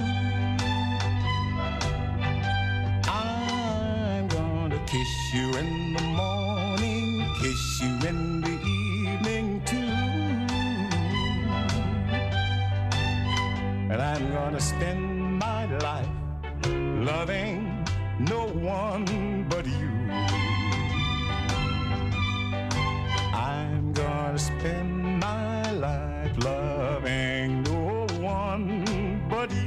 I'm gonna kiss you in the morning, kiss you in the evening too. And I'm gonna spend my life loving no one but you. I'm gonna spend my life loving no one but you.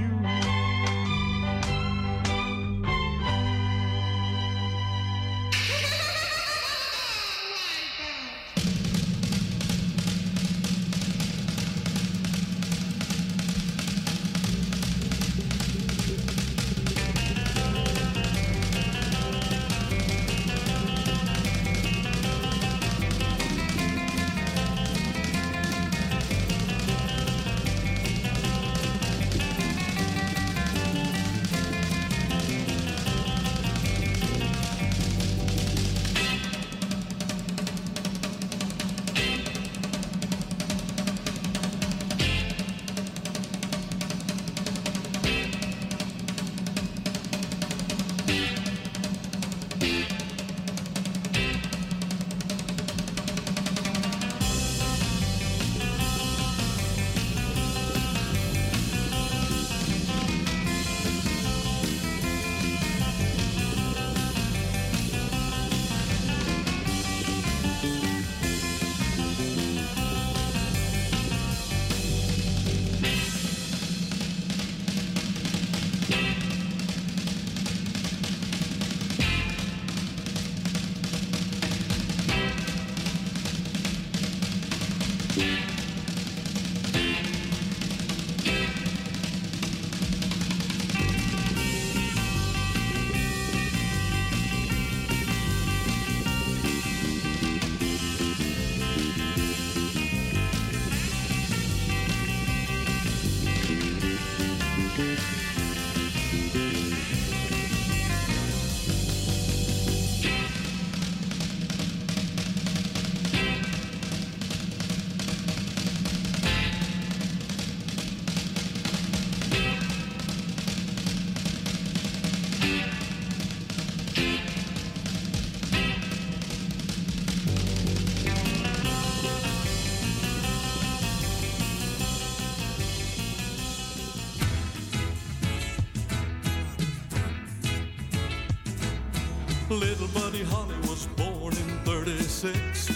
Little Buddy Holly was born in thirty-six.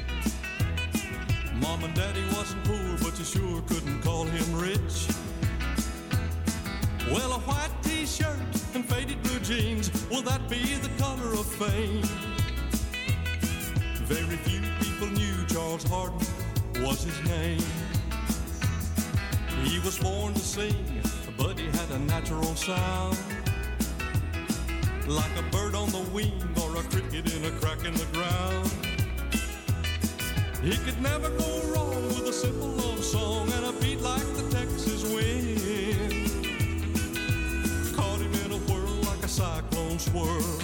Mom and Daddy wasn't poor, but you sure couldn't call him rich. Well, a white t-shirt and faded blue jeans, will that be the color of fame? Very few people knew Charles Hardin was his name. He was born to sing, but he had a natural sound, like a bird on the wing or a cricket in a crack in the ground. He could never go wrong with a simple love song and a beat like the Texas wind. Caught him in a whirl like a cyclone swirl,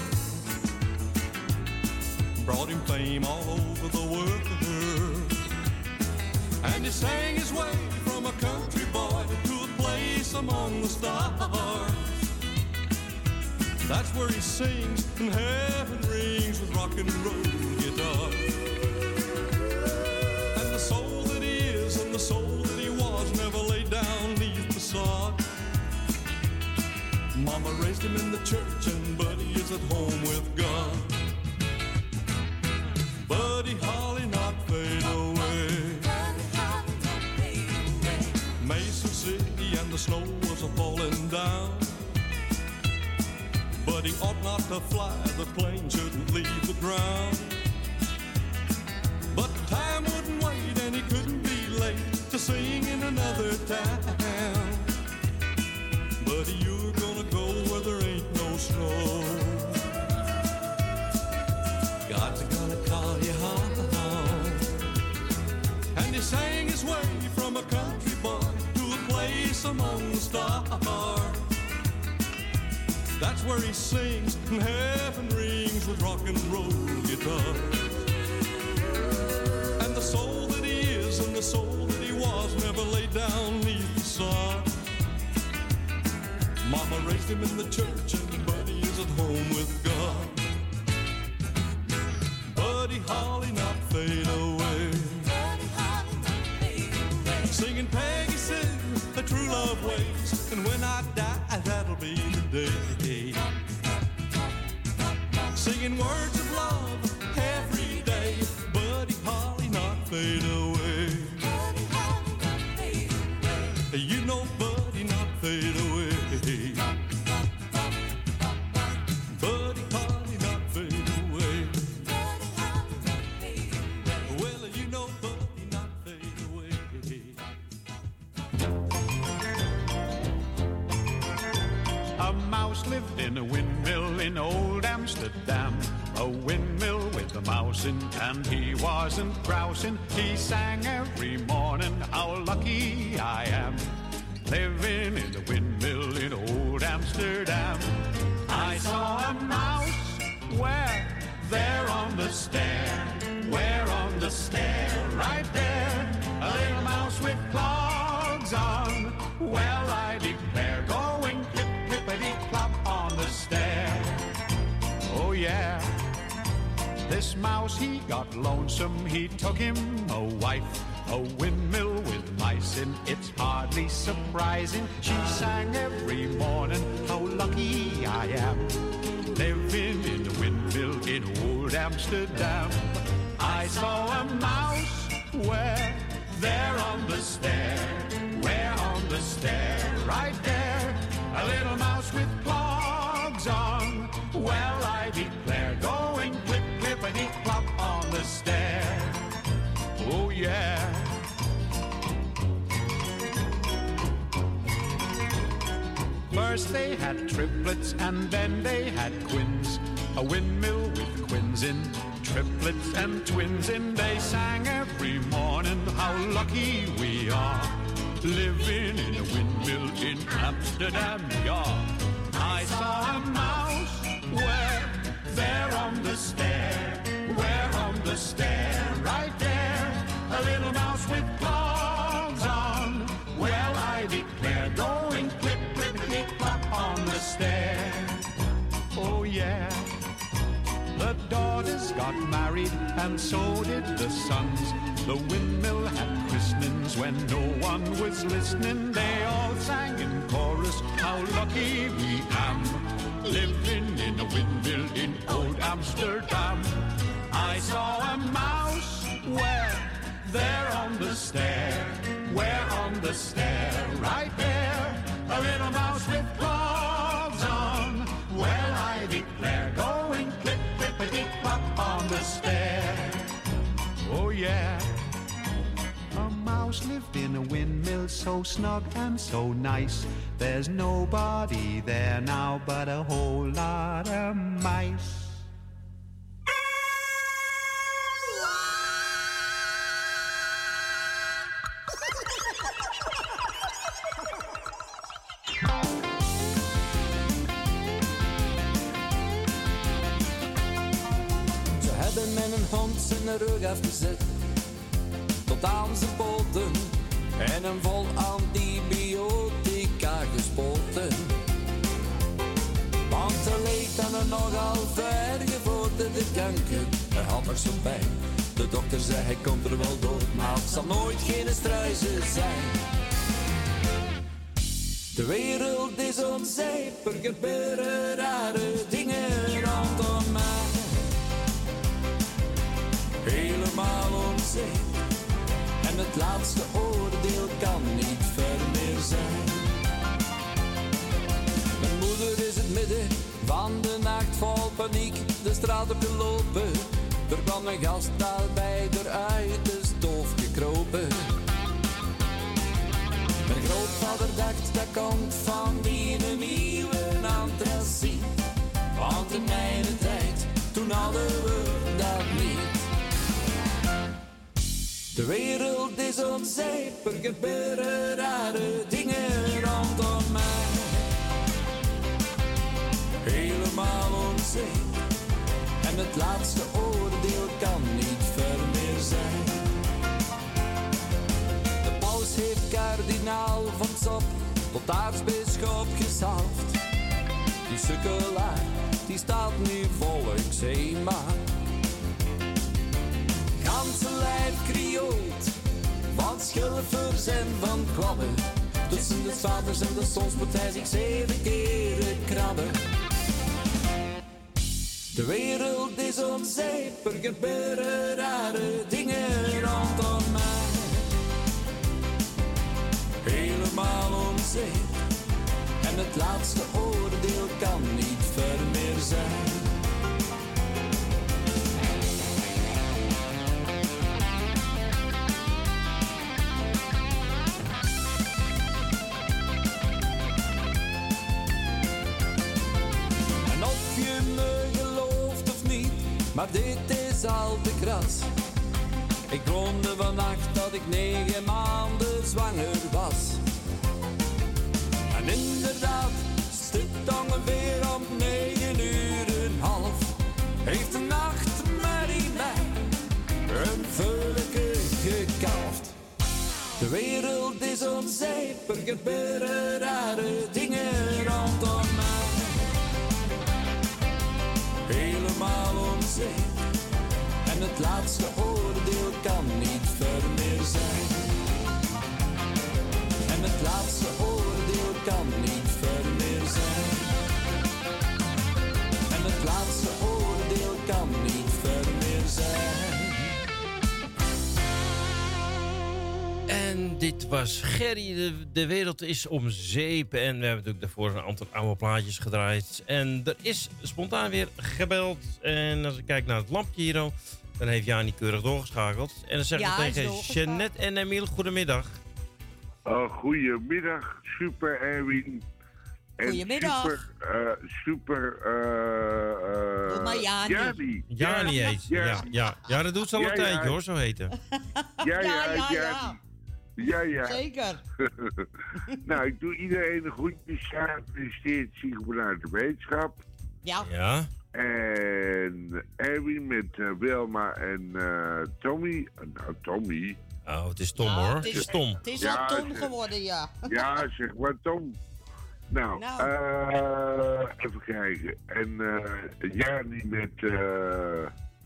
brought him fame all over the world. And he sang his way from a country boy to a place among the stars. That's where he sings and heaven rings with rock and roll guitar. And the soul that he is and the soul that he was never laid down neath the sod. Mama raised him in the church and Buddy is at home with God. Buddy Holly not fade away. Mason City and the snow was a-falling down. But he ought not to fly, the plane shouldn't leave the ground. But time wouldn't wait and he couldn't be late to sing in another town. Buddy, you're gonna go where there ain't no snow. God's gonna call you home. And he sang his way from a country boy to a place among the stars. That's where he sings and heaven rings with rock and roll guitar. And the soul that he is and the soul that he was never laid down neath the sod. Mama raised him in the church and Buddy is at home with God. Buddy Holly not fade away. Singing Peggy Sue, a true love waits. And when A mouse lived in a windmill in old Amsterdam. A windmill with a mouse in, and he wasn't grousing. He sang every morning, how lucky I am, living in a windmill in old Amsterdam. I saw a mouse where, there on the stair, where on the stair, right there, a little mouse with clogs on. Well, I declare, going clip, clippity clop on the stair. Oh yeah, this mouse, he got lonesome, he took him a wife. A windmill with mice in, it's hardly surprising. She sang every morning, how lucky I am, living in a windmill in old Amsterdam. I saw a mouse where, there on the stair, where on the stair, right there, a little mouse with clogs on. Well, I declare, going clip, clippity clop on the stair. Oh yeah. First they had triplets and then they had twins. A windmill with twins in, triplets and twins in. They sang every morning, how lucky we are, living in a windmill in Amsterdam, yeah. I saw a mouse where, there on the stair, where on the stair, right there, a little mouse with clogs on. Well, I declare, going clip, clippity clop on the stair. Oh yeah. The daughters got married and so did the sons. The windmill had christenings when no one was listening. They all sang in chorus, how lucky we am, living in a windmill in old Amsterdam. I saw a mouse where, there on the stair, where on the stair, right there, a little mouse with clogs on. Well, I declare, going clip, clippity clop on the stair. Oh yeah. A mouse lived in a windmill so snug and so nice. There's nobody there now but a whole lot of mice. Zijn rug afgezet tot aan zijn poten en hem vol antibiotica gespoten. Want hij leek dan er nogal ver gevorderde kanker. Hij had nog zo'n pijn. De dokter zei hij komt er wel door, maar het zal nooit geen struise zijn. De wereld is onzeep, er gebeuren rare dingen rondom mij. Helemaal onzeep. En het laatste oordeel kan niet ver meer zijn. Mijn moeder is het midden van de nacht vol paniek de straat op gelopen. Er kwam een gast daarbij eruit de stoof gekropen. Mijn grootvader dacht dat komt van die nieuwe antraciet. Want in mijn tijd, toen hadden we dat niet. De wereld is onzeep, er gebeuren rare dingen rondom mij. Helemaal onzeep. En het laatste oordeel kan niet ver meer zijn. De paus heeft kardinaal van Zop tot aartsbisschop gezalfd. Die sukkelaar, die staat nu volks eenmaal. Ganse lijf krioelt, van schilfers en van kwabben. Tussen de vaders en de sons moet hij zich zeven keren krabben. De wereld is onzeep, er gebeuren rare dingen rondom mij. Helemaal onzeep. En het laatste oordeel kan niet ver meer zijn. maar dit is al te kras. Ik droomde vannacht dat ik negen maanden zwanger was. En inderdaad, stipt ongeveer om negen uur en half. Heeft de nachtmerrie mij een veulleke gekalfd. De wereld is onzeep, er gebeuren rare dingen rondom mij. Helemaal onzeep. En het laatste oordeel kan niet ver meer zijn. En het laatste oordeel kan niet ver meer zijn. En het laatste oordeel kan niet ver meer zijn. En dit was Gerry, de, de wereld is om zeep. En we hebben natuurlijk daarvoor een aantal oude plaatjes gedraaid. En er is spontaan weer gebeld. En als ik kijk naar het lampje hier, dan heeft Jani keurig doorgeschakeld. En dan zeg ik Ja, tegen Jeannette en Emiel, goedemiddag. Oh, goedemiddag, super Erwin. En Goedemiddag. Super, uh, super, eh... Uh, Doe maar Jani. Jani. Jani heet ja. Ja, ja. ja, dat doet ze al een Ja, tijdje ja. hoor, zo heten. Ja, ja, Ja, ja, ja. Jani. Ja, ja. Zeker. Nou, ik doe iedereen een groetjes. Ja, gefeliciteerd, Sieg vanuit de wetenschap. Ja. Ja. En Erwin met uh, Wilma en uh, Tommy. Nou, Tommy. Oh, het is Tom Ja, hoor. het Het is- is Tom. Het is Ja, al Tom zeg- geworden, ja. Ja, zeg maar Tom. Nou, Nou. eh, even kijken. En eh Jani met eh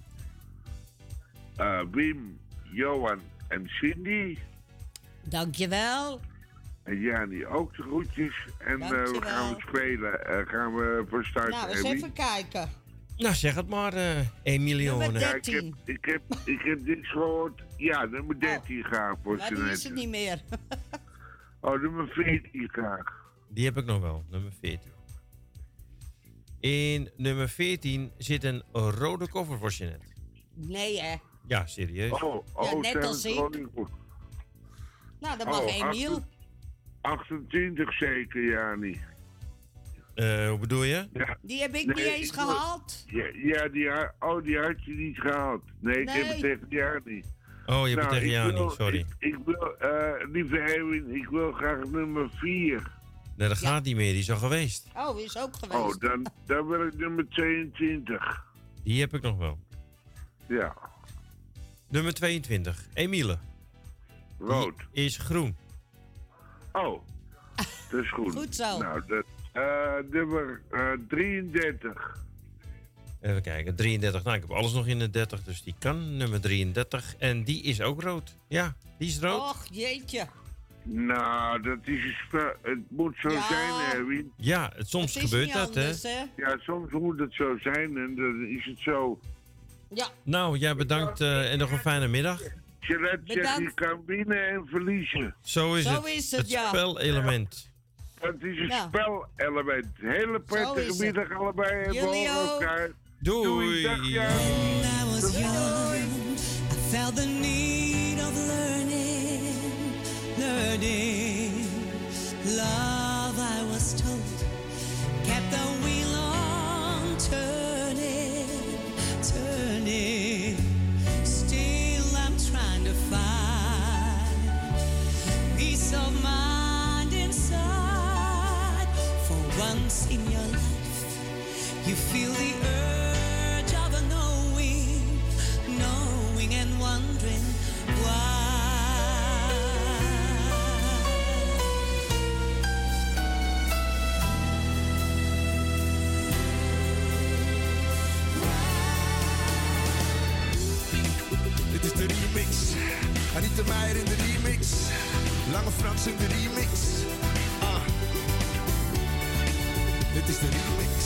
eh, Wim, Johan en Cindy. Dankjewel. En Jani ook de groetjes. En eh, we Dankjewel. gaan we spelen. Eh, gaan we voor start, Nou, eens Emmy. even kijken. Nou, zeg het maar, uh, Emilione. Nummer Ja, ik heb, ik, heb, ik heb niks gehoord. Ja, nummer dertien graag voor Maar die is Jeannette. het niet meer. Oh, nummer veertien graag. Die heb ik nog wel, nummer veertien. In nummer veertien zit een rode koffer voor Jeannette. Nee, hè. Ja, serieus. Oh, oh, Ja, net zijn als we ik. gewoon goed. Nou, dat mag Oh, Emiel. achtentwintig zeker, Jani. Uh, hoe bedoel je? Ja. Die heb ik Nee, niet eens ik wil- gehaald. Ja, ja die, ha- oh, die had je niet gehaald. Nee, ik heb Nee. het tegen Jani. Oh, je hebt het tegen ik Jani, wil- sorry. Ik, ik wil, eh, lieve Erwin, ik wil graag nummer vier. Nee, dat gaat niet meer, die is al geweest. Oh, is ook geweest. Oh, dan, dan wil ik nummer tweeëntwintig. Die heb ik nog wel. Ja, Nummer tweeëntwintig, Emiele. rood. Die is groen. Oh, dat is goed. Goed zo. Nou, dat, eh, nummer eh, drieëndertig. Even kijken, drieëndertig. Nou, ik heb alles nog in de dertig, dus die kan. Nummer drieëndertig. En die is ook rood. Ja, die is rood. Och, jeetje. Nou, dat is een spel. Het moet zo Ja. zijn, Erwin. Ja, het, soms Het is gebeurt niet dat, anders, hè. hè. Ja, soms moet het zo zijn en dan is het zo. Ja. Nou, jij bedankt eh, en nog een fijne middag. Jeannette zegt, Bedankt. je kan winnen en verliezen. Zo is Zo het. is het, ja. spelelement. Het is een Ja. spelelement. Hele is prettige het. middag allebei en we Jullie horen ook. elkaar. Doei. Dag, ja. I was young, I felt the need of learning, learning. Love, I was told, kept the wheel on turning, turning. Still I'm trying to find peace of mind inside. For once in your life, you feel the urge of a knowing, knowing and wondering why. Dit is de remix. Anita Meijer in de remix. Lange Frans in de remix. Ah. Dit is de remix.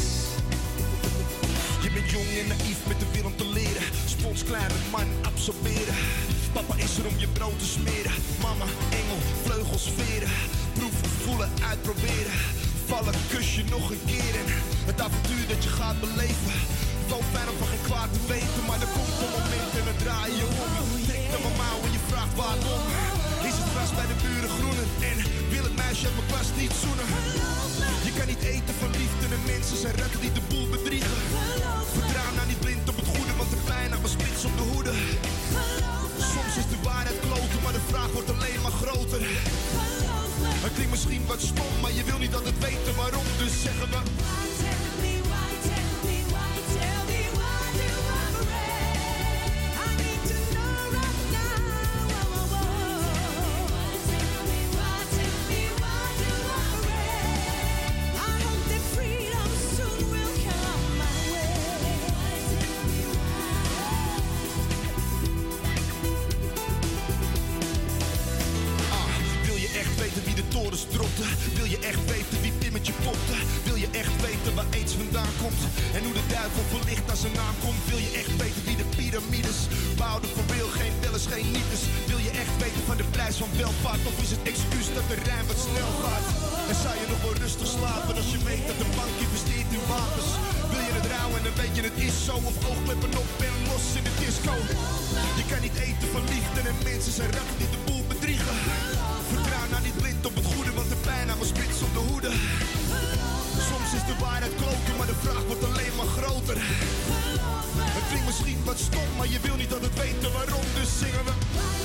Je bent jong en naïef met de wil om te leren. Spons kleine man absorberen. Papa is er om je brood te smeren. Mama, engel, vleugels, veren. Proeven, voelen, uitproberen. Vallen, kus je nog een keer in. Het avontuur dat je gaat beleven. Wel fijn om van geen kwaad te weten. Maar er komt een moment en dan draai je om. Trek naar mijn mouw en je vraagt waarom. Is het gras bij de buren groener? En wil het meisje uit mijn klas niet zoenen? Je kan niet eten van liefde en mensen zijn ratten die de boel bedriegen. Vertrouw nou niet blind op het goede, want de wat stom, maar je wil niet altijd weten waarom. Dus zeggen we... Dropte. Wil je echt weten wie Pimmetje popte? Wil je echt weten waar aids vandaan komt? En hoe de duivel verlicht naar zijn naam komt? Wil je echt weten wie de piramides bouwden voor real? Geen tellers, geen nietes. Wil je echt weten van de prijs van welvaart? Of is het excuus dat de rijn wat snel gaat? En zou je nog wel rustig slapen als je weet dat de bank investeert in wapens? Wil je het rauw en dan weet je het is zo? Of oogkleppen op en los in de disco? Je kan niet eten van liefde en mensen zijn ratten die de boel bedriegen. Vertrouw nou niet blind op het goede, want de pijn aan mijn spits op de hoede. Soms is de waarheid kloten, maar de vraag wordt alleen maar groter. Het klinkt misschien wat stom, maar je wil niet altijd weten waarom, dus zingen we.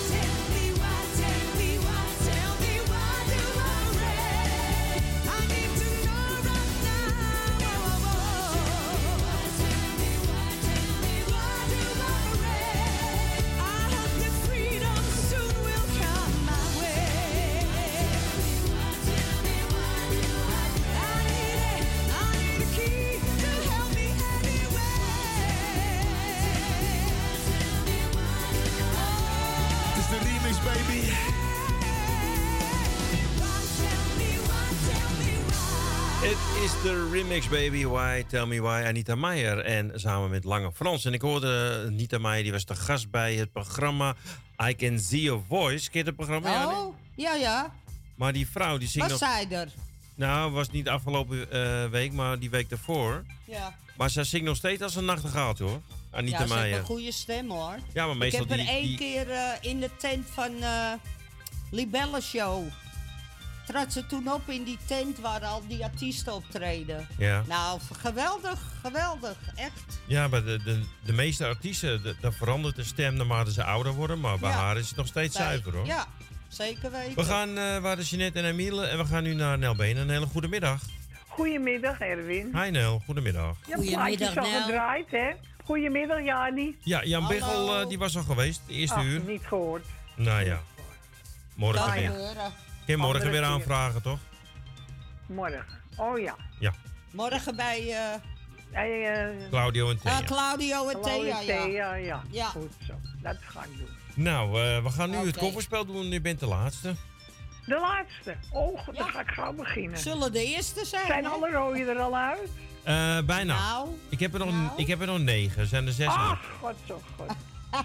Het is de remix, baby. Why, tell me why. Anita Meijer. En samen met Lange Frans. En ik hoorde Anita Meijer, die was te gast bij het programma I Can See Your Voice. Ken je het programma? Oh, ja, ja. Maar die vrouw, die zingt Was nog... zij er? Nou, was niet afgelopen uh, week, maar die week daarvoor. Ja. Maar zij zingt nog steeds als een nachtegaal, hoor. Anita ja, ze Meijer. heeft een goede stem, hoor. Ja, maar meestal ik heb er die, één die... keer uh, in de tent van uh, Libelle Show. Trad ze toen op in die tent waar al die artiesten optreden. Ja. Nou, geweldig, geweldig, echt. Ja, bij de, de, de meeste artiesten, de, dan verandert de stem naarmate ze ouder worden. Maar bij Ja. haar is het nog steeds Zij- zuiver, hoor. Ja, zeker weten. We gaan uh, waar de Jeanette en Emiele en we gaan nu naar Nel Been. Een hele goede middag. Goedemiddag, Erwin. Hi Nel, goedemiddag. Je hebt plaatjes al gedraaid, hè? Goedemiddag, Jani. Ja, Jan Hallo. Biggel uh, die was al geweest, de eerste Ach, uur. niet gehoord. Nou ja, morgen Kan weer. gebeuren. Kun je morgen Andere weer keer. aanvragen, toch? Morgen. Oh ja. Ja, Morgen bij uh, Hey, uh, Claudio en Thea. uh, Claudio en Thea, ja. Thea, ja. Ja. Goed zo. Dat ga ik doen. Nou, uh, we gaan nu het Oké. kofferspel doen. U bent de laatste. De laatste. Oh, dan ga ik gauw beginnen. Zullen de eerste zijn, Zijn hè? alle rode er al uit? Uh, bijna. Nou, ik, heb er nog, nou. ik heb er nog negen. Er zijn er zes Ach, uit. god zo god.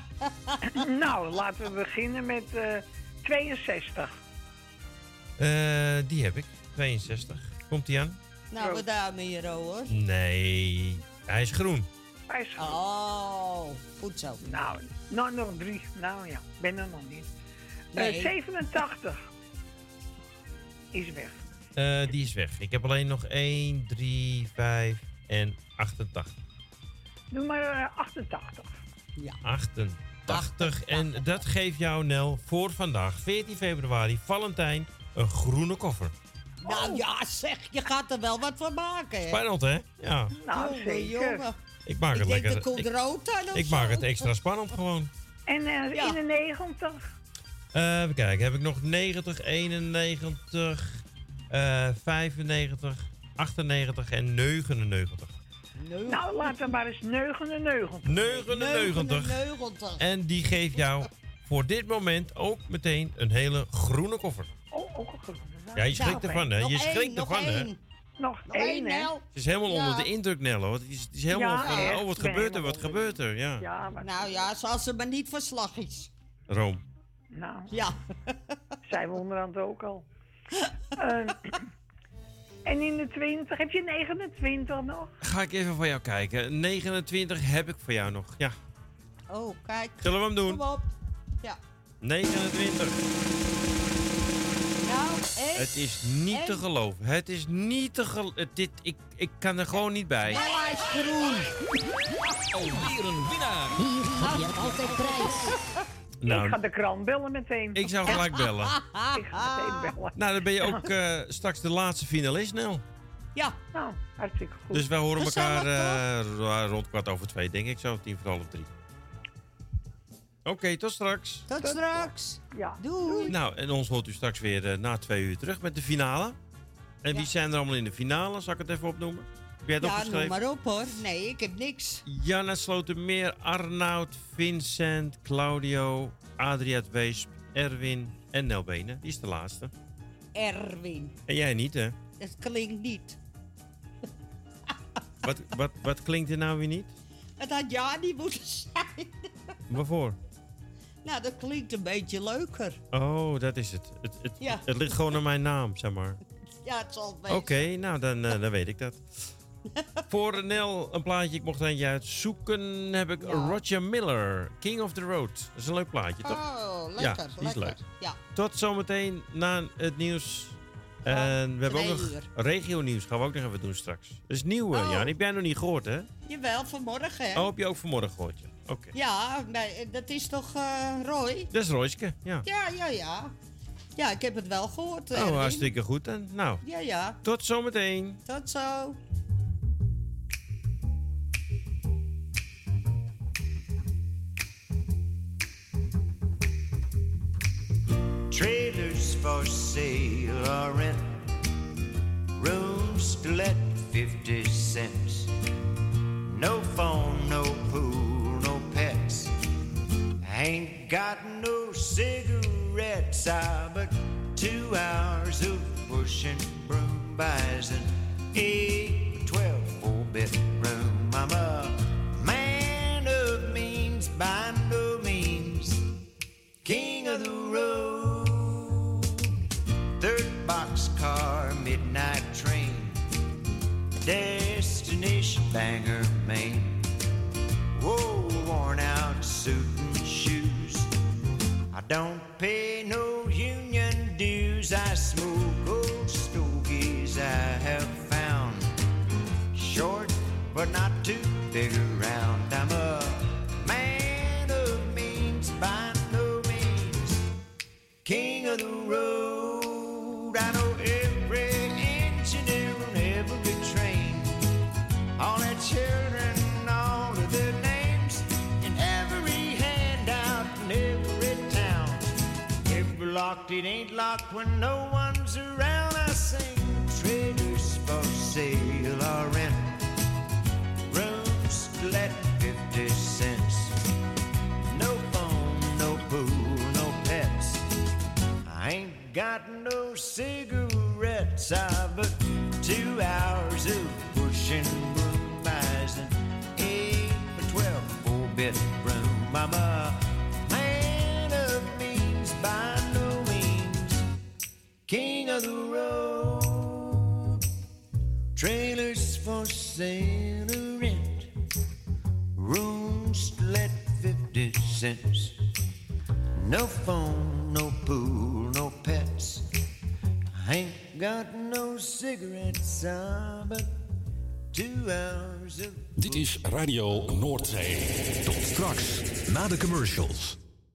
Nou, laten we beginnen met uh, tweeënzestig. Uh, die heb ik. tweeënzestig. Komt die aan? Nou, we daarmee hier, hoor. Nee, hij is groen. Hij is goed. Oh, goed zo. Nou, nou, nog drie. Nou ja, ben er nog niet. Uh, Nee. zevenentachtig is weg. Uh, die is weg. Ik heb alleen nog één, drie, vijf en achtentachtig. Doe maar uh, achtentachtig. Ja. achtentachtig. En dat geeft jou, Nel, voor vandaag, veertien februari, Valentijn, een groene koffer. Nou ja, zeg, je gaat er wel wat van maken, hè? Spannend, hè? Ja. Nou, Jongen, zeker. jongen. Ik maak Ik het denk, lekker. er komt ik rood aan of ik zo. maak het extra spannend gewoon. En uh, Ja. eenennegentig. Uh, even kijken, heb ik nog negentig, eenennegentig, uh, vijfennegentig, achtennegentig en negenennegentig. Nou, laten we maar eens negenennegentig. negenennegentig. negenennegentig. En die geeft jou voor dit moment ook meteen een hele groene koffer. Oh, ook een groene. Ja, je schrikt Nou, ervan, hè? Nog Je één, schrikt nog ervan, hè? één. Nog Nog één, één, hè? Nel. Het is helemaal Ja. onder de indruk, Nello. Het is, het is helemaal Ja, van, echt. oh, wat Ik ben gebeurt er, helemaal wat gebeurt er? Ja. Ja, maar Nou ja, zoals ze maar niet verslag is. Room. nou, Ja. zijn we onderhand ook al. Uh, en in de twintig, heb je negenentwintig nog? Ga ik even voor jou kijken. negenentwintig heb ik voor jou nog. Ja. Oh, kijk. Zullen we hem doen? Kom op. Ja. negenentwintig. Nou, één. Het is niet te Eén. geloven. Het is niet te geloven. Dit, ik, ik kan er gewoon niet bij. Nou, hij is groen. Alweer een winnaar. Hier heb je altijd prijs. Nou, ik ga de krant bellen meteen. Ik zou gelijk bellen. Ik ga meteen bellen. Nou, dan ben je ook uh, straks de laatste finalist, Nel. Ja. Nou, hartstikke goed. Dus wij horen elkaar Gezellig, uh, rond kwart over twee, denk ik zo. Tien voor half drie. Oké, okay, tot straks. Tot straks. Ja. Doei. Nou, en ons hoort u straks weer uh, na twee uur terug met de finale. En wie Ja. zijn er allemaal in de finale? Zal ik het even opnoemen? Heb jij het Ja, opgeschreven? noem maar op hoor. Nee, ik heb niks. Janna Slotermeer, Arnoud, Vincent, Claudio, Adriaat Weesp, Erwin en Nel Benen. Die is de laatste. Erwin. En jij niet, hè? Dat klinkt niet. Wat, wat, wat klinkt er nou weer niet? Het had ja niet moeten zijn. Waarvoor? Nou, dat klinkt een beetje leuker. Oh, dat is het. Het, het, Ja. het ligt gewoon aan mijn naam, zeg maar. Ja, het zal het Oké, wezen. nou dan, uh, dan weet ik dat. Voor Nel een plaatje, ik mocht er eentje uitzoeken, heb ik Ja. Roger Miller, King of the Road. Dat is een leuk plaatje, toch? Oh, lekker, Ja, die is lekker. leuk. Ja. Tot zometeen na het nieuws. En we hebben ook twee nog uur. regio-nieuws, gaan we ook nog even doen straks. Dat is nieuw, uh, Oh. Jan. Heb jij nog niet gehoord, hè? Jawel, vanmorgen hè. Oh, heb je ook vanmorgen gehoord, ja. Oké. Ja, maar dat is toch uh, Roy? Dat is Royske, ja. Ja, ja, ja. Ja, ik heb het wel gehoord. Oh, Erwin. hartstikke goed. En nou, Ja, ja. tot zometeen. Tot zo. Trailers for sale or rent, rooms to let fifty cents. No phone, no pool, no pets. Ain't got no cigarettes, ah, but two hours of pushing broom buys an eight, twelve, four-bedroom. I'm a man of means by no means, king of the road. Third boxcar, midnight train, destination Bangor, Maine. Whoa, worn out suit and shoes. I don't pay no union dues. I smoke old stogies I have found. Short, but not too big around. I'm a man of means by no means, king of the road. I know every engineer on every train, all their children, all of their names, and every handout in every town. If locked, it ain't locked when no one's around. I sing trailers for sale or rent, rooms to let fifty cents. No phone, no pool, no pets. I ain't got no cigarettes, ah, but two hours of pushing broom buys an eight or twelve four-bedroom. I'm a man of means by no means, king of the road. Trailers for sale or rent, rooms to let fifty cents. No phone, no pool, no pets. I ain't got no cigarettes, ah, but two hours of... Dit is Radio Noordzee. Tot straks, na de commercials.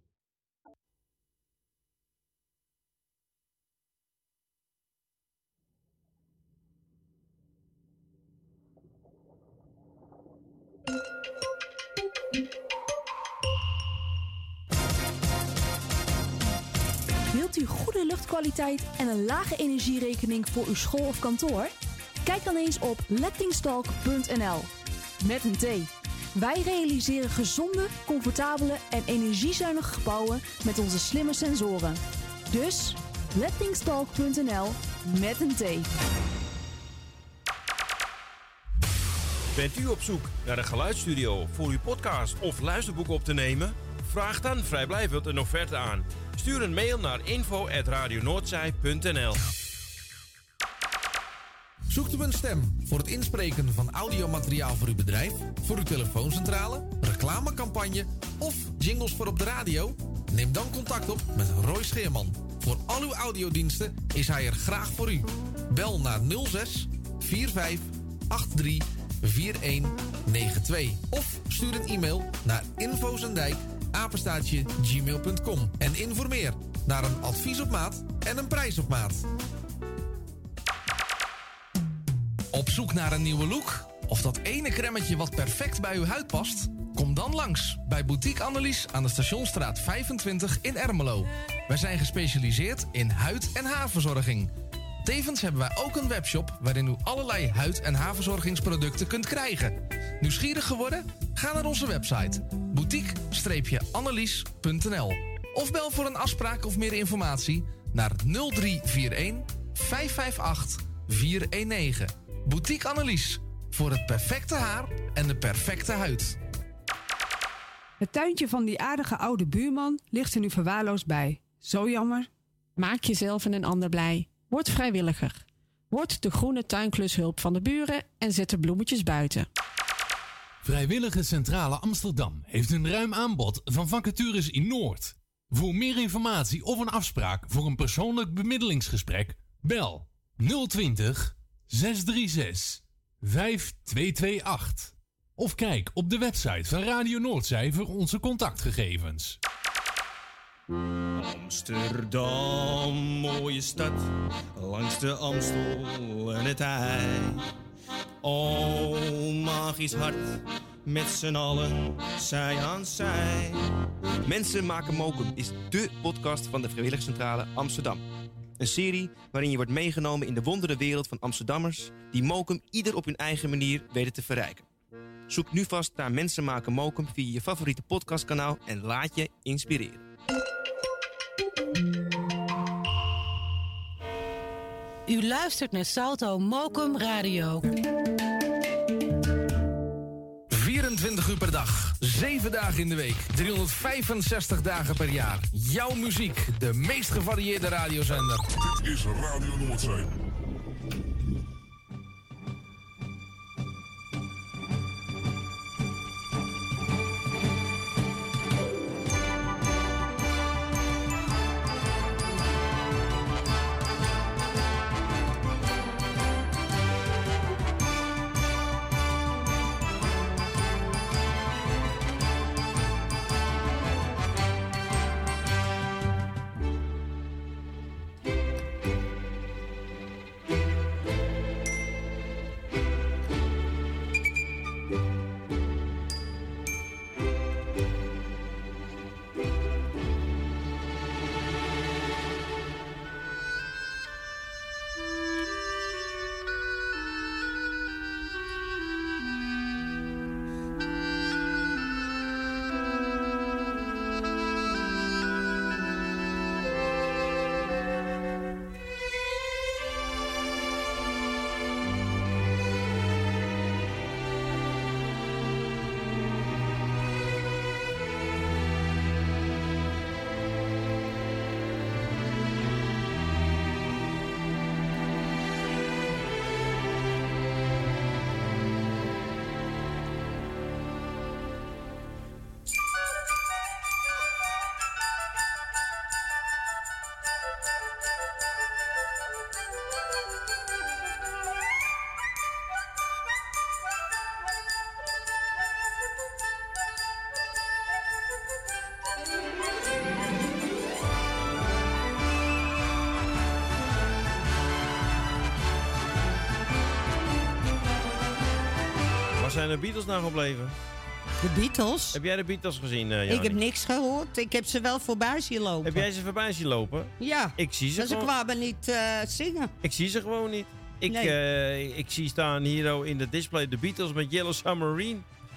Wilt u goede luchtkwaliteit en een lage energierekening voor uw school of kantoor? Kijk dan eens op lettingstalk punt n l. Met een T. Wij realiseren gezonde, comfortabele en energiezuinige gebouwen met onze slimme sensoren. Dus lettingstalk punt n l met een T. Bent u op zoek naar een geluidsstudio voor uw podcast of luisterboek op te nemen? Vraag dan vrijblijvend een offerte aan. Stuur een mail naar info at radionoordzij punt n l. Zoekt u een stem voor het inspreken van audiomateriaal voor uw bedrijf, voor uw telefooncentrale, reclamecampagne of jingles voor op de radio? Neem dan contact op met Roy Scheerman. Voor al uw audiodiensten is hij er graag voor u. Bel naar nul zes vier vijf acht drie vier een negen twee of stuur een e-mail naar infozendijk apenstaartje gmail punt com. En informeer naar een advies op maat en een prijs op maat. Op zoek naar een nieuwe look? Of dat ene cremmetje wat perfect bij uw huid past? Kom dan langs bij Boutique Annelies aan de Stationstraat vijfentwintig in Ermelo. Wij zijn gespecialiseerd in huid- en haarverzorging. Tevens hebben wij ook een webshop waarin u allerlei huid- en haarverzorgingsproducten kunt krijgen. Nieuwsgierig geworden? Ga naar onze website boutique annelies punt n l of bel voor een afspraak of meer informatie naar nul drie vier een vijf vijf acht vier een negen. Boutique Annelies, voor het perfecte haar en de perfecte huid. Het tuintje van die aardige oude buurman ligt er nu verwaarloosd bij. Zo jammer. Maak jezelf en een ander blij. Word vrijwilliger. Word de groene tuinklushulp van de buren en zet de bloemetjes buiten. Vrijwillige Centrale Amsterdam heeft een ruim aanbod van vacatures in Noord. Voor meer informatie of een afspraak voor een persoonlijk bemiddelingsgesprek, bel nul twintig zes drie zes vijf twee twee acht. Of kijk op de website van Radio Noordzij voor onze contactgegevens. Amsterdam, mooie stad, langs de Amstel en het IJ. Oh, magisch hart, met z'n allen, zij aan zij. Mensen maken Mokum is dé podcast van de Vrijwilligcentrale Amsterdam. Een serie waarin je wordt meegenomen in de wondere wereld van Amsterdammers die Mokum ieder op hun eigen manier weten te verrijken. Zoek nu vast naar Mensen maken Mokum via je favoriete podcastkanaal en laat je inspireren. U luistert naar Salto Mokum Radio. vierentwintig uur per dag, zeven dagen in de week, driehonderdvijfenzestig dagen per jaar. Jouw muziek, de meest gevarieerde radiozender. Dit is Radio Noordzee. Zijn de Beatles nou gebleven? De Beatles? Heb jij de Beatles gezien, uh, Ik heb niks gehoord. Ik heb ze wel voorbij zien lopen. Heb jij ze voorbij zien lopen? Ja. Ik zie ze dus gewoon. Ze kwamen niet uh, zingen. Ik zie ze gewoon niet. Ik, nee. uh, ik zie staan hier in de display de Beatles met Yellow Submarine.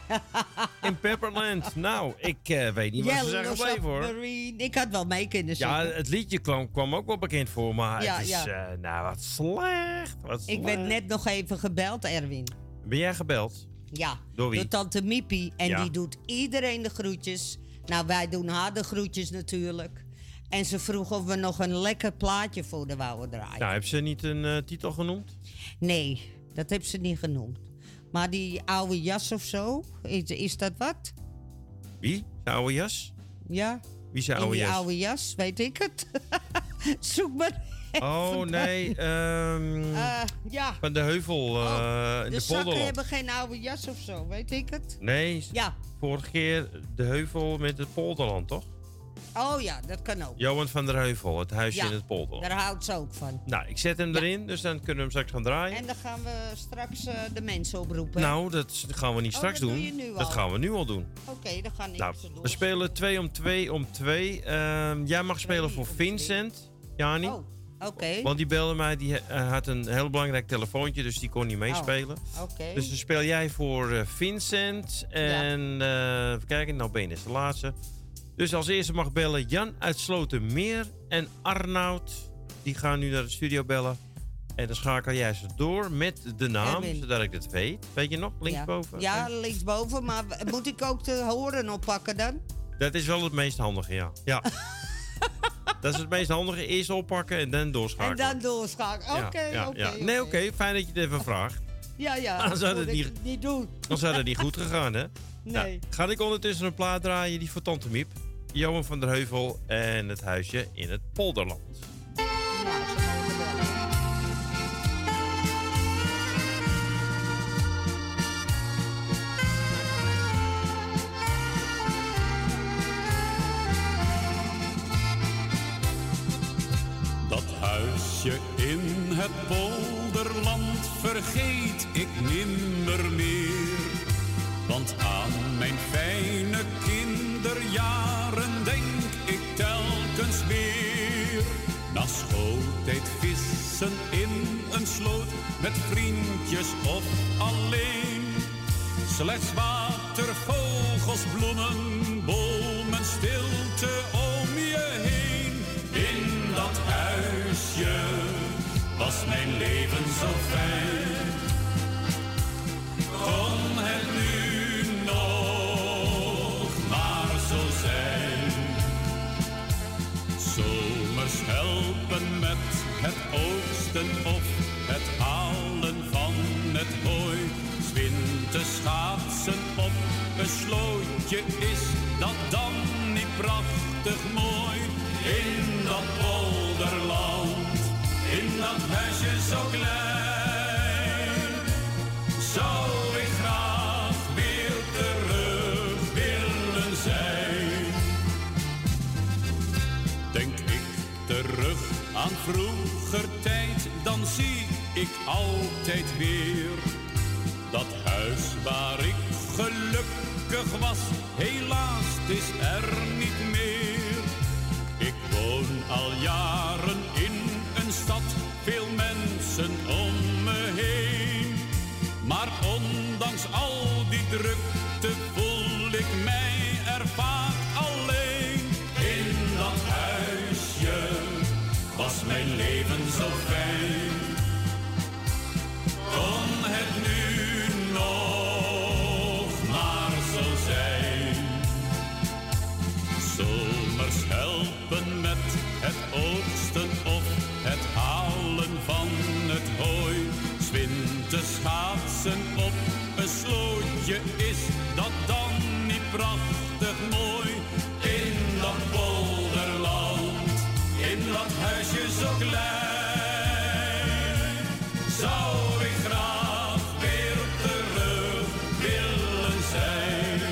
In Pepperland. Nou, ik uh, weet niet waar ze zijn gebleven hoor. Submarine. Ik had wel mee kunnen zingen. Ja, het liedje kwam, kwam ook wel bekend voor, maar ja, het is, ja. uh, nou wat slecht. Wat ik slecht. werd net nog even gebeld, Erwin. Ben jij gebeld? Ja, door wie? Door tante Miepie. En ja. die doet iedereen de groetjes. Nou, wij doen haar de groetjes natuurlijk. En ze vroeg of we nog een lekker plaatje voor de wouden draaien. Nou, heeft ze niet een uh, titel genoemd? Nee, dat heeft ze niet genoemd. Maar die oude jas of zo, is, is dat wat? Wie? De oude jas? Ja. Wie is de In oude die jas? oude jas, weet ik het. Zoek maar Oh, nee. ehm, Eh, ja. Van de heuvel uh, in De de zakken polderland. hebben geen oude jas of zo, weet ik het? Nee, Ja. vorige keer de heuvel met het polderland, toch? Oh ja, dat kan ook. Johan van der Heuvel, het huisje Ja, in het polderland. daar houdt ze ook van. Nou, ik zet hem Ja. erin, dus dan kunnen we hem straks gaan draaien. En dan gaan we straks eh, de mensen oproepen. hè? Nou, dat gaan we niet Oh, straks dat doen. doe je nu dat al. gaan we nu al doen. Oké, dan gaan ik Nou, ze door. we spelen twee om twee om twee. Ehm, jij mag spelen voor Vincent, Jani. Oh, oké. Want die belde mij, die eh, had een heel belangrijk telefoontje, dus die kon niet meespelen. Oh, oké. Dus dan speel jij voor eh, Vincent. En eh, even kijken, nou ben je dus de laatste. Dus als eerste mag bellen Jan uit Slotermeer en Arnoud. Die gaan nu naar de studio bellen. En dan schakel jij ze door met de naam, Erwin. zodat ik het weet. Weet je nog, linksboven? Ja, ja, linksboven. Maar moet ik ook de horen oppakken dan? Dat is wel het meest handige, ja. ja. Dat is het meest handige. Eerst oppakken en dan En doorschakelen. dan doorschakelen. Ja, Oké, ja, oké. ja. oké. Nee, oké. Fijn dat je het even vraagt. Ja, ja. Anders had het moet ik niet- niet doen. Dan zou dat niet goed gegaan, hè? Nee. Nou, ga ik ondertussen een plaat draaien die voor Tante Miep. Johan van der Heuvel en het huisje in het polderland. Dat huisje in het polderland vergeet ik nimmer meer. Want aan mijn fijne kinderjaren denk ik telkens weer. Na schooltijd vissen in een sloot met vriendjes of alleen. Slechts water, vogels, bloemen, bomen, stilte om je heen. In dat huisje was mijn leven zo fijn. Kon het nu nog maar zo zijn. Zomers helpen met het oogsten of het halen van het hooi. 's Winters schaatsen op een slootje, is dat dan niet prachtig mooi? In dat polderland, in dat huisje zo klein, zou ik graag weer terug willen zijn. Denk ik terug aan vroeger tijd, dan zie ik altijd weer dat huis waar ik gelukkig was, helaas het is er niet meer. Ik woon al jaren in een stad, veel mensen om me heen. Maar ondanks al die drukte voel ik mij er vaak alleen. In dat huisje was mijn leven zo fijn. Kon het nu nog maar zo zijn. Zomers helpen met het oogsten of het halen van het hooi. 's Winters schaatsen op een slootje, is dat dan niet prachtig mooi? In dat polderland, in dat huisje zo klein, zou ik graag weer terug willen zijn.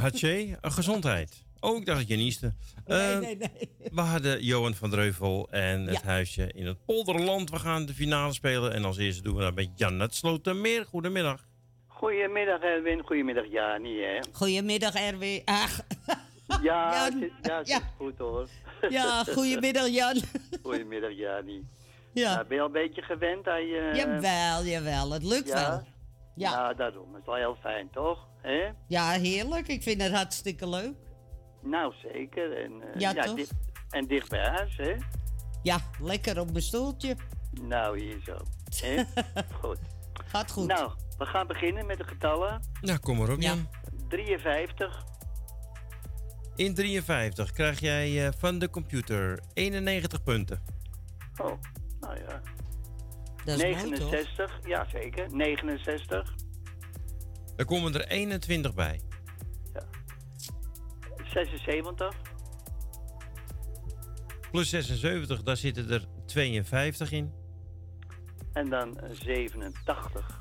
Hatsje, uh, gezondheid. Oh, ik dacht dat je nieste. Uh, Nee, nee, nee. We hadden Johan van Dreuvel en het Ja. huisje in het Polderland. We gaan de finale spelen. En als eerste doen we dat met Jan Slotermeer. Goedemiddag. Goedemiddag Erwin, goedemiddag Jani, hè. Goedemiddag, Erwin. Ach, Ja, Jan. zit, ja, zit goed hoor. ja, goedemiddag, Jan. Goedemiddag Jani. Ja. Nou, ben je al een beetje gewend aan je... Jawel, jawel. Het lukt ja? wel. Ja. Ja, daarom. Het is wel heel fijn, toch? Hè? Ja, heerlijk. Ik vind het hartstikke leuk. Nou, zeker. En, eh, Ja, toch? dicht- en dicht bij huis, hè? Ja, lekker op mijn stoeltje. Nou, hier zo. Hè? Goed. Gaat goed. Nou, we gaan beginnen met de getallen. Nou, kom maar op, Jan. drieënvijftig, In drieënvijftig krijg jij uh, van de computer eenennegentig punten. oh, nou ja. Dat is mooi, toch? negenenzestig, ja zeker. negenenzestig, Er komen er eenentwintig bij. zesenzeventig, Plus zesenzeventig, daar zitten er tweeënvijftig in. en dan zevenentachtig.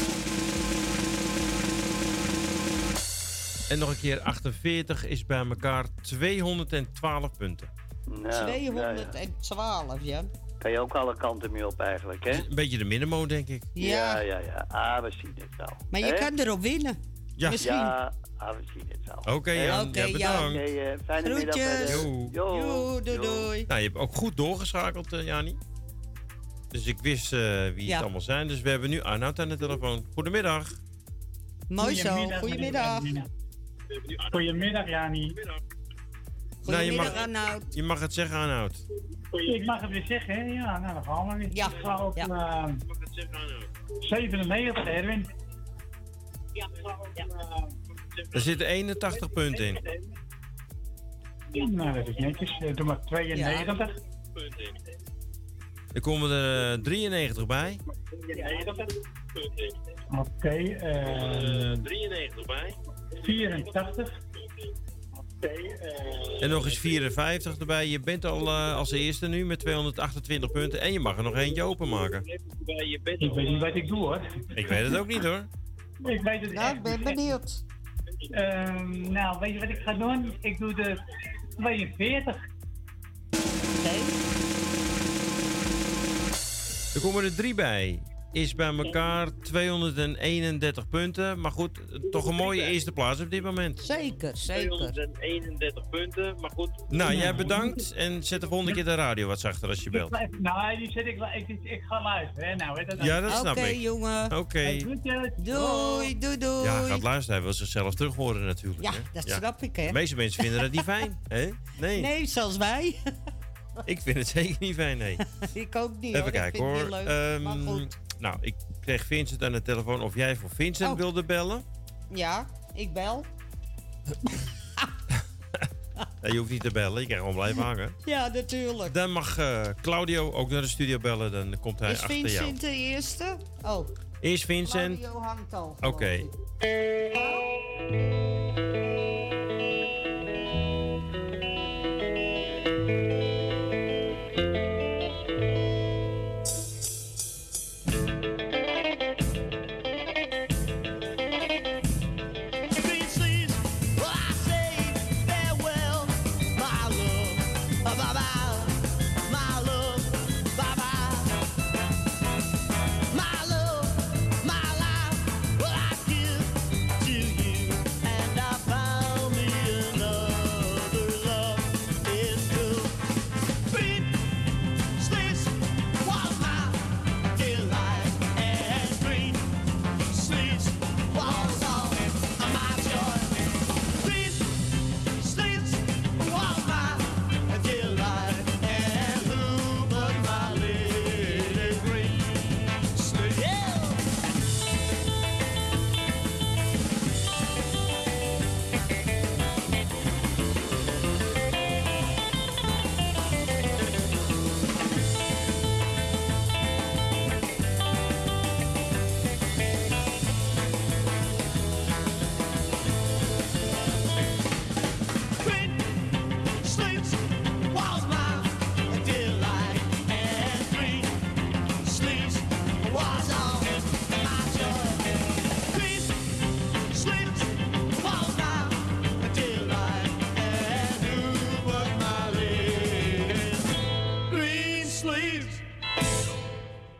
En nog een keer achtenveertig is bij elkaar tweehonderdtwaalf punten. Nou, tweehonderdtwaalf, ja. Kan je ook alle kanten mee op eigenlijk, hè? Een beetje de middenmoot, denk ik. Ja, ja, ja. Ah, we zien het wel. Maar je Hè? kan erop winnen. Ja. Misschien. Ja, ah, we zien het wel. Oké, Hè? Jan. Ja, bedankt. Oké, eh, fijne middag Groetjes. verder. Jo. Jo. Jo, doei, doei. Nou, je hebt ook goed doorgeschakeld, uh, Jani. Dus ik wist uh, wie Ja. het allemaal zijn. Dus we hebben nu Arnoud aan de telefoon. Goedemiddag. Mooi zo. Goedemiddag. Goedemiddag, Jani. Nou, je, mag, Arnoud. je mag het zeggen, Arnoud. Ik mag het weer zeggen, hè? Ja, nou, dan gaan we weer. Ja. Ik ga op Ja. uh, zevenennegentig, Erwin. Ja, Er zitten eenentachtig punten in. nou, dat is netjes. Uh, doe maar tweeënnegentig. Er komen er uh, drieënnegentig bij. Oké, okay, uh, drieënnegentig bij. vierentachtig. En nog eens vierenvijftig erbij. Je bent al uh, als eerste nu met tweehonderdachtentwintig punten. En je mag er nog eentje openmaken. Ik weet niet wat ik doe, hoor. Ik weet het ook niet, hoor. Ik weet het Nou, echt ik ben niet. benieuwd. Um, nou, weet je wat ik ga doen? Ik doe de tweeënveertig. Oké. Er komen er drie bij. Is bij elkaar tweehonderdeenendertig punten. Maar goed, toch een mooie eerste plaats op dit moment. Zeker, zeker. tweehonderdeenendertig punten, maar goed. Nou, jij bedankt. En zet de volgende keer de radio wat zachter als je belt. Nou, die zet ik, ik, ik, ik ga luisteren, hè. Nou, hè, dat Ja, dat snap Oké, ik. jongen. Oké. Hey, groetjes. Doei, doei, doei. Ja, gaat luisteren. Hij wil zichzelf terug horen natuurlijk. Ja, hè? dat snap ik, hè. De meeste mensen vinden dat niet fijn. Hè? Nee. Nee, zoals wij. Ik vind het zeker niet fijn, nee. Ik ook niet, Even hoor. kijken, ik vind hoor. het heel leuk. Ehm, Maar goed. nou, ik kreeg Vincent aan de telefoon of jij voor Vincent Oh. wilde bellen. Ja, ik bel. Nee, je hoeft niet te bellen, je kan gewoon blijven hangen. Ja, natuurlijk. Dan mag uh, Claudio ook naar de studio bellen, dan komt hij Is achter jou. Vincent de eerste? Oh. Eerst Vincent. Claudio hangt al. Oké.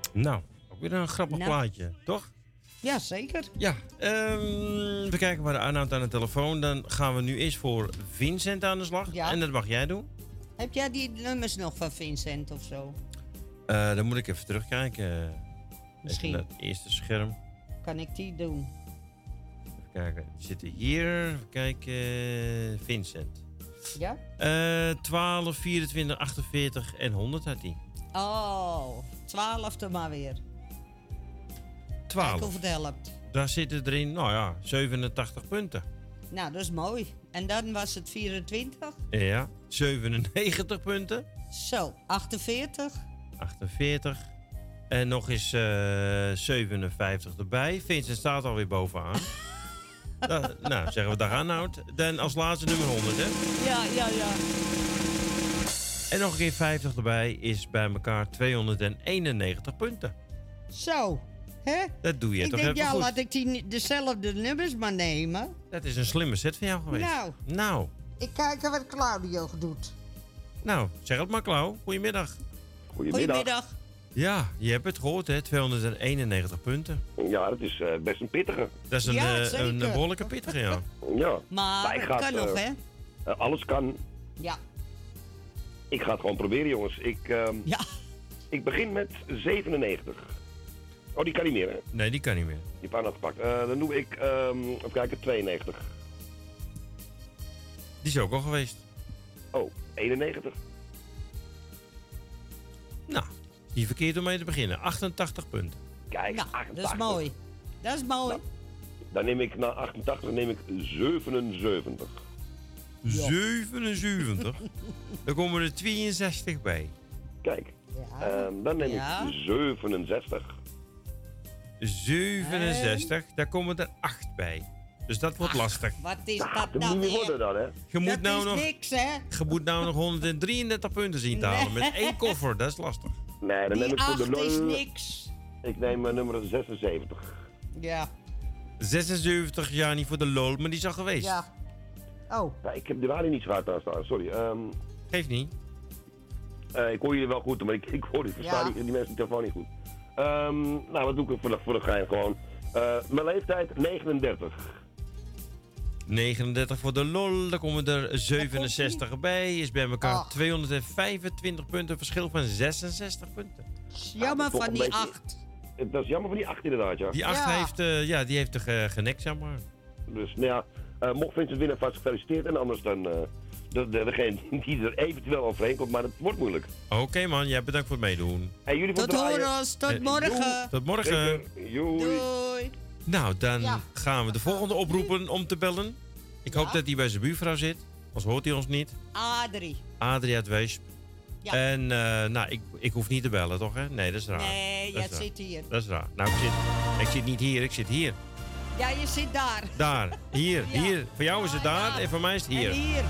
Nou, ook weer een grappig Nou. plaatje, toch? Ja, zeker. Ja, um, we kijken bij de Arnoud aan de telefoon. Dan gaan we nu eerst voor Vincent aan de slag. Ja. En dat mag jij doen. Heb jij die nummers nog van Vincent of zo? Uh, dan moet ik even terugkijken. Misschien. Even naar het eerste scherm. Kan ik die doen? Even kijken. Die zitten hier. Even kijken. Vincent. Ja? Uh, twaalf, vierentwintig, achtenveertig en honderd had hij. Oh, twaalfde maar weer. twaalf. Kijk of het helpt. Daar zitten erin, nou ja, zevenentachtig punten. Nou, dat is mooi. En dan was het vierentwintig. Ja, zevenennegentig punten. Zo, achtenveertig. achtenveertig. En nog eens uh, zevenenvijftig erbij. Vincent staat alweer bovenaan. da, nou, zeggen we dag Arnoud. Dan als laatste nummer honderd, hè? Ja, ja, ja. En nog een keer vijftig erbij is bij elkaar tweehonderdeenennegentig punten. Zo, hè? Dat doe je ik toch denk, even ja, goed. laat ik die, dezelfde nummers maar nemen. Dat is een slimme set van jou geweest. Nou. Nou. Ik kijk wat Claudio doet. Nou, zeg het maar, Klauw. Goedemiddag. Goedemiddag. Goedemiddag. Ja, je hebt het gehoord, hè? tweehonderdeenennegentig punten. Ja, dat is uh, best een pittige. Dat is een, Ja, uh, zeker. een behoorlijke pittige, ja. Ja. Maar ik het ga kan uh, nog, hè? Uh, alles kan. Ja. Ik ga het gewoon proberen, jongens. Ik, uh, ja. ik begin met zevenennegentig. Oh, die kan niet meer, hè? Nee, die kan niet meer. Die heb ik nog gepakt. Uh, dan doe ik, um, even kijken, tweeënnegentig. Die is ook al geweest. Oh, eenennegentig. Nou, die verkeerd om mee te beginnen. achtentachtig punten. Kijk, nou, achtentachtig. dat is mooi. Dat is mooi. Nou, dan neem ik na achtentachtig neem ik zevenenzeventig. Ja. zevenenzeventig? Dan komen er tweeënzestig bij. Kijk, ja. um, dan neem ja. ik zevenenzestig. zevenenzestig, en... daar komen er acht bij. Dus dat wordt Ach, lastig. Wat is ja, dat dat nou moet weer? worden dan, hè? Je moet dat nou is nog, niks, hè? Je moet nou nog honderddrieëndertig punten zien te halen. Met één koffer, dat is lastig. Nee, dan Die neem ik voor de acht is lol... niks. Ik neem uh, nummer zesenzeventig. Ja. zesenzeventig, ja, niet voor de lol, maar die is al geweest. Ja. Oh. Ja, ik heb de radio niet zo hard aan staan, sorry. Um, Geeft niet. Uh, ik hoor jullie wel goed, maar ik, ik hoor die, ja. die, die mensen telefoon niet goed. Um, nou, wat doe ik voor de, voor de gein gewoon? Uh, mijn leeftijd negenendertig. negenendertig voor de lol, dan komen er zevenenzestig bij. Is bij elkaar oh. tweehonderdvijfentwintig punten, verschil van zesenzestig punten. Jammer ja, van die beetje, acht. Dat is jammer van die acht inderdaad, ja. Die acht ja. heeft, uh, ja, die heeft er uh, genekt, zeg maar. Dus, nou ja, uh, mocht Vincent winnen, vast gefeliciteerd. En anders dan uh, de, de, degene die er eventueel overheen komt, maar het wordt moeilijk. Oké okay, man, jij bedankt voor het meedoen. Hey, jullie tot horen, tot uh, morgen. Tot morgen. Doei. Doei. Nou, dan ja. gaan we de volgende oproepen om te bellen. Ik hoop ja. dat hij bij zijn buurvrouw zit, anders hoort hij ons niet. Adrie. Adrie uit Weesp. Ja. En uh, nou, ik, ik hoef niet te bellen, toch? Hè? Nee, dat is raar. Nee, jij zit hier. Dat is raar. Nou, ik zit, ik zit niet hier, ik zit hier. Ja, je zit daar. Daar, hier, ja. hier. Voor jou is het daar ja. en voor mij is het hier. En hier.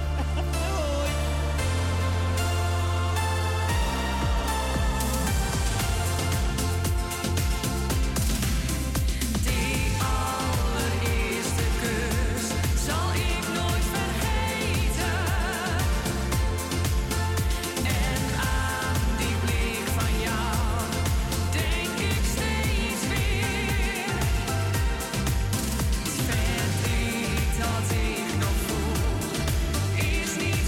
Verdriet dat ik nog voel is niet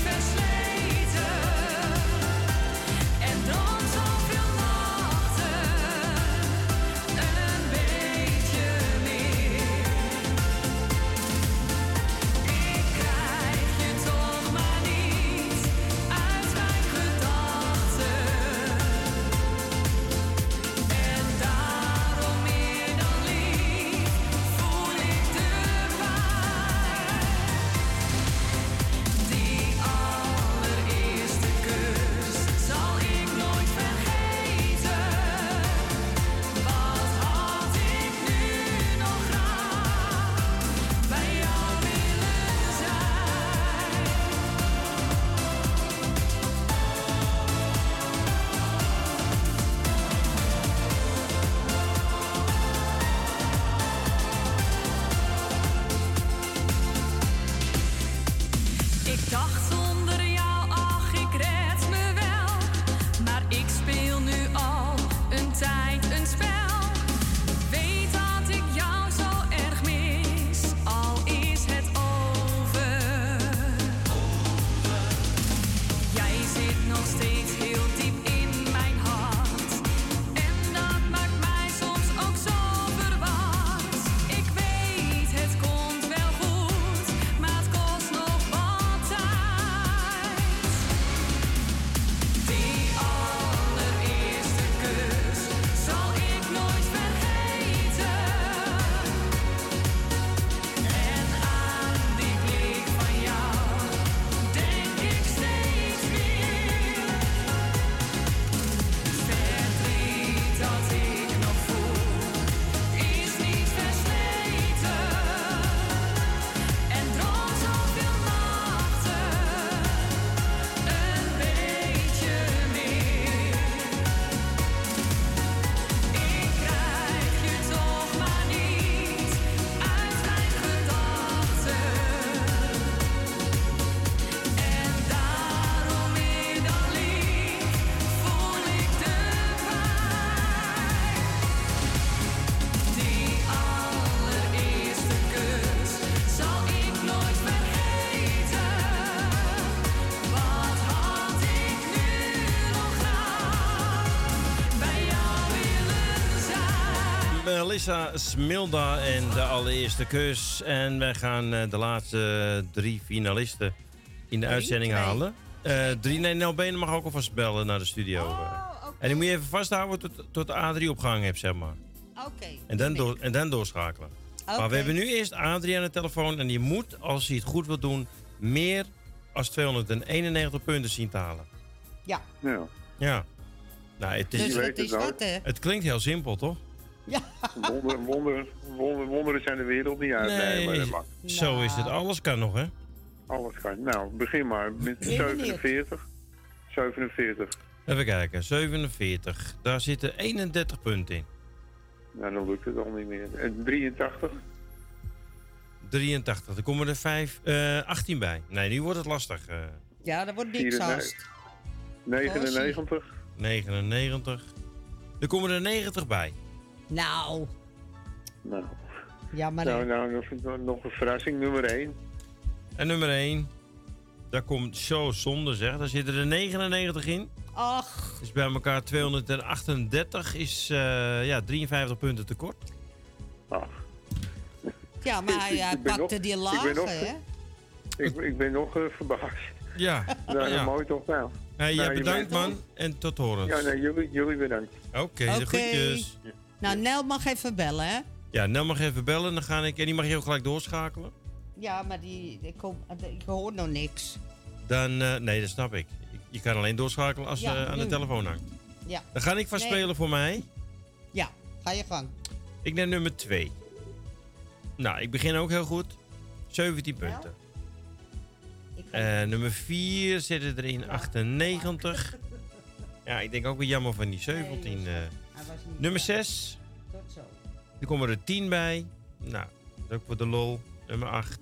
Melissa Smilda en de allereerste kus. En wij gaan uh, de laatste drie finalisten in de drie, uitzending twee. halen. Uh, drie, nee, Nel Benen mag ook alvast bellen naar de studio. Oh, okay. En die moet je even vasthouden tot, tot de A drie opgehangen hebt, zeg maar. Oké. Okay, en, dan door, en dan doorschakelen. Okay. Maar we hebben nu eerst Adrie aan de telefoon. En die moet, als hij het goed wil doen, meer dan tweehonderdeenennegentig punten zien te halen. Ja. Ja. Ja. Nou, het, is, dus het, is wat, hè? Het klinkt heel simpel, toch? Ja. Wonder, wonder, wonder, wonderen zijn de wereld niet uit. Nee, nee maar zo Nou. is het. Alles kan nog, hè? alles kan. Nou, begin maar met zevenenveertig. zevenenveertig. Even kijken, zevenenveertig. Daar zitten eenendertig punten in. Nou, dan lukt het al niet meer. En drieëntachtig. drieëntachtig. Er komen er vijf, uh, achttien bij. Nee, nu wordt het lastig. Uh. Ja, dat wordt niks haast. negenennegentig. negenennegentig. Er komen er negentig bij. Nou. Nou. Ja, maar nou, nou nog, nog een verrassing, nummer één. En nummer één. Daar komt zo zonde, zeg. Daar zitten er negenennegentig in. Ach. Dus bij elkaar tweehonderdachtendertig is uh, ja, drieënvijftig punten tekort. Ach. Ja, maar hij, hij pakte nog, die lage, nog, hè? Ik, ik ben nog uh, verbaasd. Ja. Nou, ja. Mooi toch nou. Hey, nou ja, bedankt man. En tot horens. Ja, nee, jullie, jullie bedankt. Oké, okay, okay. de groetjes. Nou, Nel mag even bellen, hè? Ja, Nel mag even bellen. Dan ga ik, en die mag je ook gelijk doorschakelen. Ja, maar die, ik, kom, ik hoor nog niks. Dan, uh, nee, dat snap ik. Je kan alleen doorschakelen als je ja, uh, aan de telefoon hangt. Ja. Dan ga ik vast nee. spelen voor mij. Ja, ga je gang. Ik neem nummer twee. Nou, ik begin ook heel goed. zeventien punten. Uh, nummer vier zit er in achtennegentig. Ja, ik denk ook weer jammer van die zeventien. Uh. Nummer zes. Tot zo. Er komen er tien bij. Nou, dat is ook voor de lol. Nummer acht.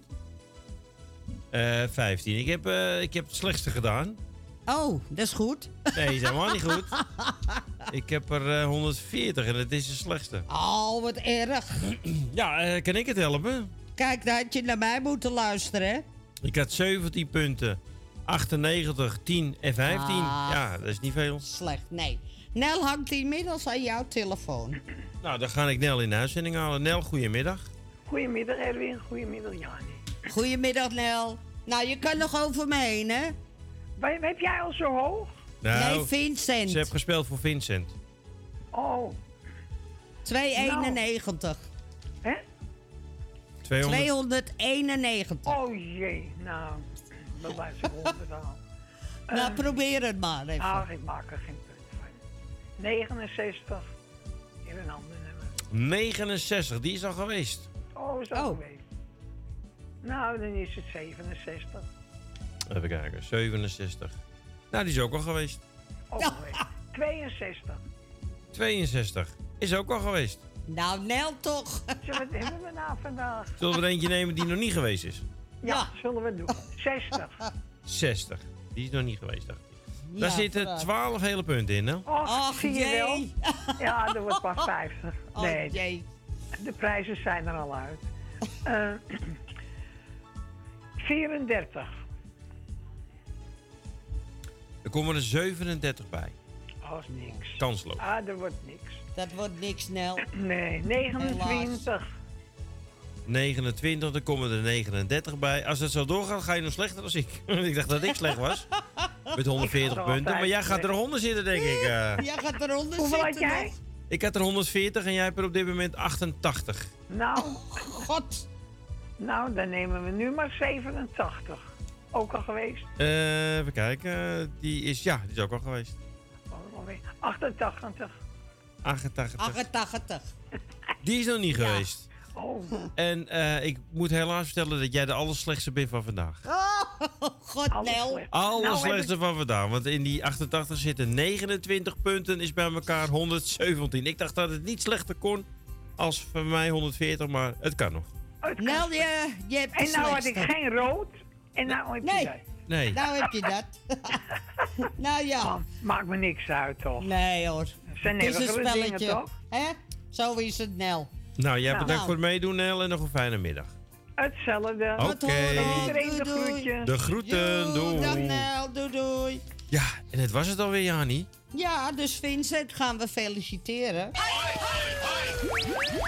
Uh, vijftien. Ik heb, uh, ik heb het slechtste gedaan. Oh, dat is goed. Nee, dat is helemaal niet goed. Ik heb er uh, honderdveertig en dat is de slechtste. Oh, wat erg. Ja, uh, kan ik het helpen? Kijk, dan had je naar mij moeten luisteren, hè? Ik had zeventien punten. achtennegentig, tien en vijftien. Ah, ja, dat is niet veel. Slecht, nee. Nel hangt inmiddels aan jouw telefoon. Nou, dan ga ik Nel in de uitzending halen. Nel, goedemiddag. Goedemiddag Erwin, goedemiddag Jani. Goedemiddag Nel. Nou, je kan nog over me heen, hè? Waar, heb jij al zo hoog? Nou, nee, Vincent. Ze heeft gespeeld voor Vincent. Oh. tweehonderdeenennegentig. Hè? tweehonderd... tweehonderdeenennegentig. Oh jee, nou, dat blijft ze honderd aan. Nou, uh, probeer het maar even. Ah, ik maak er geen punt van. negenenzestig. In een ander nummer. negenenzestig, die is al geweest. Oh, is dat oh. geweest? Nou, dan is het zevenenzestig. Even kijken, zevenenzestig. Nou, die is ook al geweest. Ook al geweest. tweeënzestig. tweeënzestig. Is ook al geweest. Nou, Nel toch. Wat hebben we nou vandaag? Zullen we er eentje nemen die nog niet geweest is? Ja, ja. Zullen we doen. zestig. zestig. Die is nog niet geweest, dacht ik. Ja, daar zitten vooruit. twaalf hele punten in, hè? Och, Och zie je wel? jee. Ja, dat wordt pas vijftig. Oh, nee, jee. de prijzen zijn er al uit. Uh, vierendertig. Er komen er zevenendertig bij. Oh, is niks. Kansloos. Ah, er wordt niks. Dat wordt niks, Nel. Nee, negenentwintig. negenentwintig, er komen er negenendertig bij. Als het zo doorgaat, ga je nog slechter dan ik. Ik dacht dat ik slecht was. Met honderdveertig punten. Maar jij gaat er onder zitten, denk ik. Uh. Jij gaat er onder Hoeveel zitten. had jij? Nog? Ik had er honderdveertig en jij hebt er op dit moment achtentachtig. Nou, oh, god. Nou, dan nemen we nu maar zevenentachtig. Ook al geweest? Uh, even kijken. Die is, ja, die is ook al geweest. achtentachtig. achtentachtig. achtentachtig. Die is nog niet ja. geweest. Oh. En uh, ik moet helaas vertellen dat jij de allerslechtste bent van vandaag. Oh, god, Nel. Allerslechtste nou, van vandaag. Want in die achtentachtig zitten negenentwintig punten, is bij elkaar honderdzeventien. Ik dacht dat het niet slechter kon als voor mij honderdveertig, maar het kan nog. Nel, je, je hebt En nou had ik geen rood. En nou heb je nee. dat. Nee. Nou heb je dat. Nou ja. Man, maakt me niks uit, toch? Nee, hoor. Het zijn het is een spelletje. Dingen, toch? Hè? Zo is het, Nel. Nou, jij nou, bedankt nou. voor het meedoen, Nel. En nog een fijne middag. Hetzelfde. Oké. Okay. Iedereen de groetjes. De groeten, doei. Dag, Nel. Doei, doei. Ja, en het was het alweer, Jani. Ja, dus Vincent gaan we feliciteren.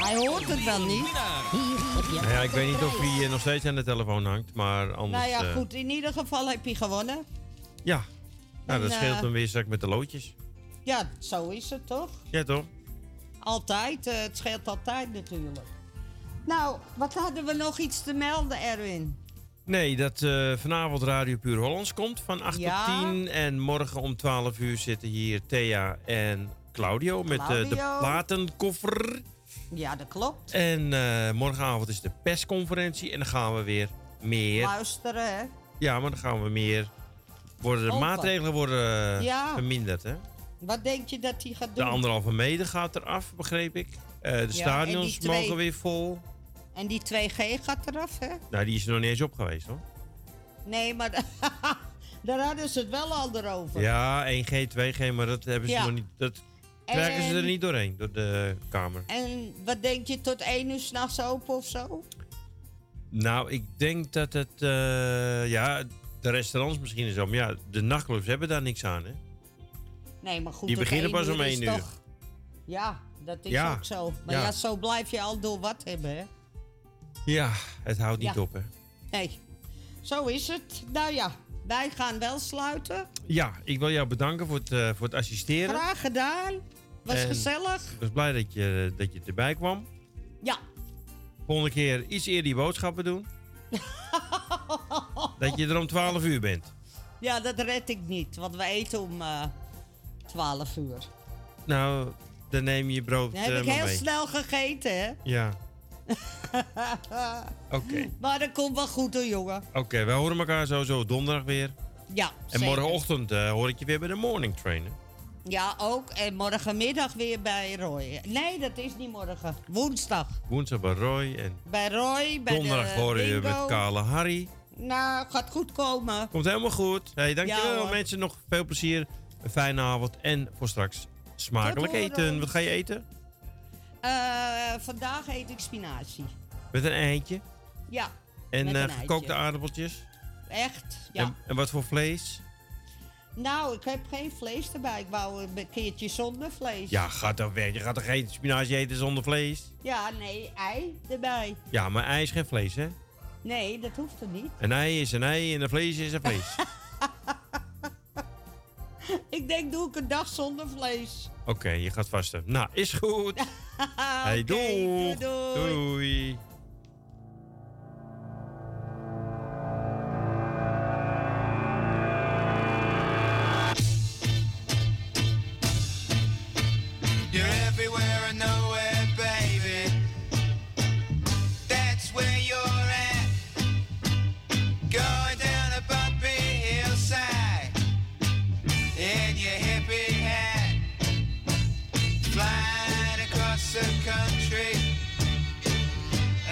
Hij hoort het wel niet. Nou ja, ik weet niet of hij uh, nog steeds aan de telefoon hangt, maar anders... Nou ja, uh, goed. In ieder geval heb je gewonnen. Ja, nou, En, dat scheelt uh, hem weer straks met de loodjes. Ja, zo is het toch? Ja, toch? Altijd. Uh, het scheelt altijd natuurlijk. Nou, wat hadden we nog iets te melden, Erwin? Nee, dat uh, vanavond Radio Puur Hollands komt van acht Ja. tot tien. En morgen om twaalf uur zitten hier Thea en Claudio met uh, de Claudio. platenkoffer. Ja, dat klopt. En uh, morgenavond is de persconferentie en dan gaan we weer meer... Luisteren, hè? Ja, maar dan gaan we meer... Worden de Open. maatregelen worden uh, Ja. verminderd, hè? Wat denk je dat hij gaat De doen? anderhalve meter gaat eraf, begreep ik. Uh, de Ja, stadions en die twee- mogen weer vol. En die twee G gaat eraf, hè? Nou, die is er nog niet eens op geweest, hoor. Nee, maar daar hadden ze het wel al over. Ja, één G, twee G, maar dat hebben ze Ja. nog niet... Dat krijgen ze er En- niet doorheen, door de Kamer. En wat denk je, tot één uur s'nachts open of zo? Nou, ik denk dat het... uh, ja, de restaurants misschien is zo. Maar ja, de nachtclubs hebben daar niks aan, hè? Nee, maar goed, Die tot beginnen één pas om is één uur. toch- Ja, dat is Ja. ook zo. Maar Ja. ja. zo blijf je al door wat hebben, hè? Ja, het houdt niet Ja. op, hè? Nee, zo is het. Nou ja, wij gaan wel sluiten. Ja, ik wil jou bedanken voor het, uh, voor het assisteren. Graag gedaan. Was En gezellig. Ik was blij dat je, dat je erbij kwam. Ja. Volgende keer iets eerder die boodschappen doen. Dat je er om twaalf uur bent. Ja, dat red ik niet, want we eten om uh, twaalf uur. Nou, dan neem je je brood Dan heb uh, ik maar heel mee. snel gegeten, hè? Ja, oké. Maar dat komt wel goed hoor, jongen. Oké, okay, wij horen elkaar sowieso donderdag weer. Ja, En zeker. morgenochtend uh, hoor ik je weer bij de morning train. Hè? Ja, ook. En morgenmiddag weer bij Roy. Nee, dat is niet morgen. Woensdag. Woensdag bij Roy en Bij Roy, bij donderdag de horen je bingo. met Kale Harry. Nou, gaat goed komen. Komt helemaal goed. Hey, dankjewel Ja, hoor. mensen. Nog veel plezier. Een fijne avond. En voor straks smakelijk Tot horen. eten. Wat ga je eten? Eh, vandaag eet ik spinazie. Met een eitje. Ja. En met uh, een gekookte eitje. aardappeltjes. Echt? Ja. En, en wat voor vlees? Nou, ik heb geen vlees erbij. Ik wou een keertje zonder vlees. Ja, gaat toch weg. Je gaat toch geen spinazie eten zonder vlees? Ja, nee, ei erbij. Ja, maar ei is geen vlees, hè? Nee, dat hoeft er niet. Een ei is een ei en een vlees is een vlees. Ik denk, doe ik een dag zonder vlees. Oké, okay, je gaat vasten. Nou, is goed. Hey, Oké, doei. doei, doei. Doei. You're everywhere and nowhere, baby. That's where you're at. Going down a bumpy hillside in your hippie hat, flying across the country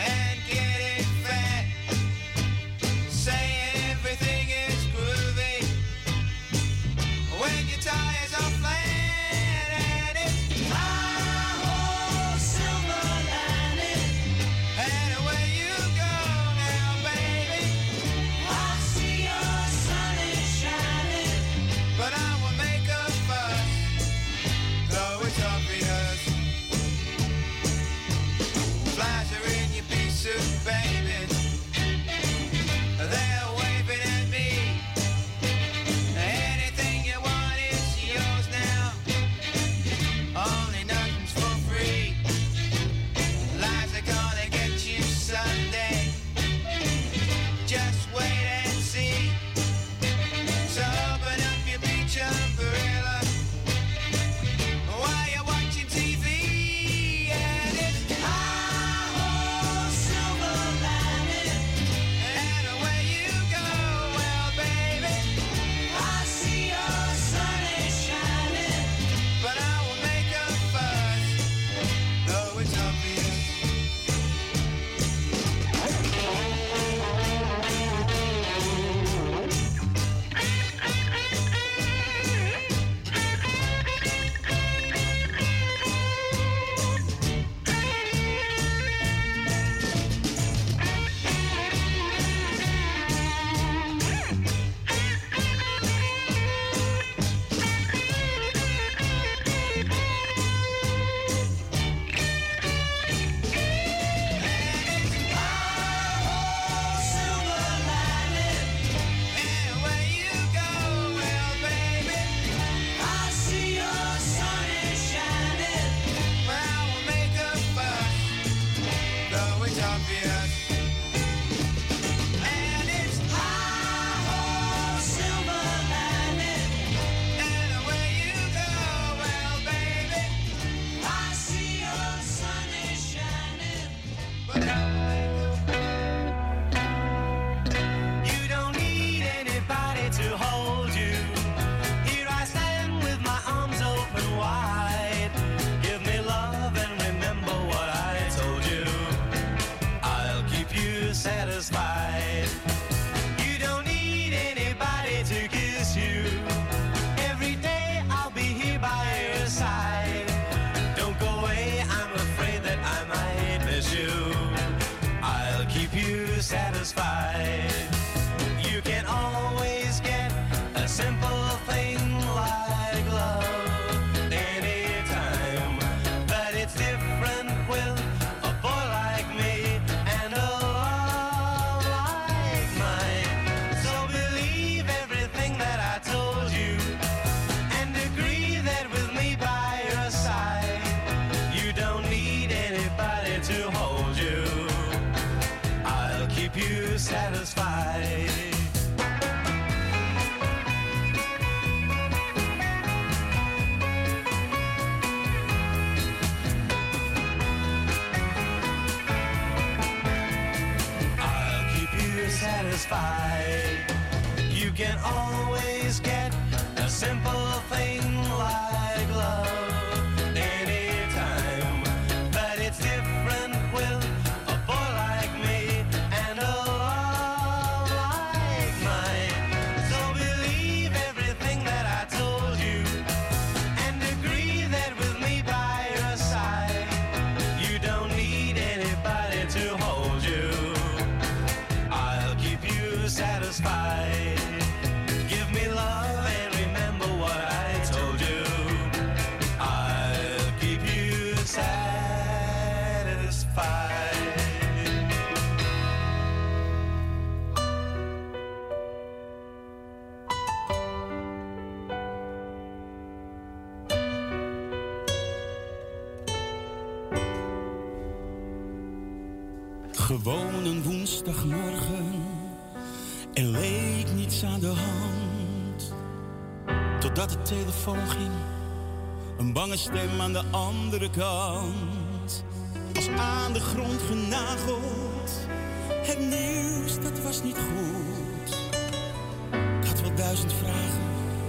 Gewoon een woensdagmorgen, er leek niets aan de hand. Totdat de telefoon ging, een bange stem aan de andere kant. Als aan de grond genageld, het nieuws dat was niet goed. Ik had wel duizend vragen,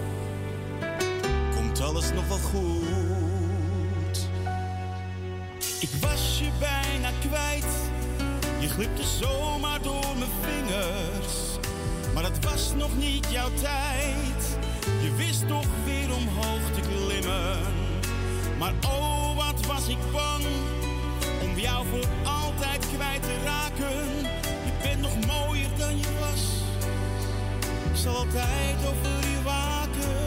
komt alles nog wel goed? Ik was je bijna kwijt, je glipte zomaar door mijn vingers. Maar het was nog niet jouw tijd, je wist toch weer omhoog te klimmen. Maar oh, wat was ik bang om jou voor altijd kwijt te raken. Je bent nog mooier dan je was, ik zal altijd over je waken.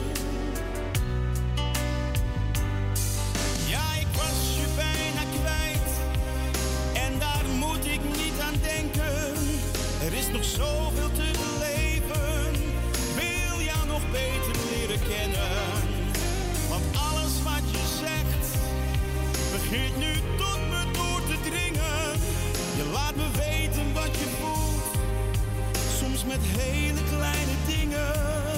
Ja, ik was je bijna kwijt en daar moet ik niet aan denken. Er is nog zoveel te beleven, wil jou nog beter leren kennen. Want alles wat je zegt, begint nu tot me door te dringen. Je laat me weten wat je voelt, soms met hele kleine dingen.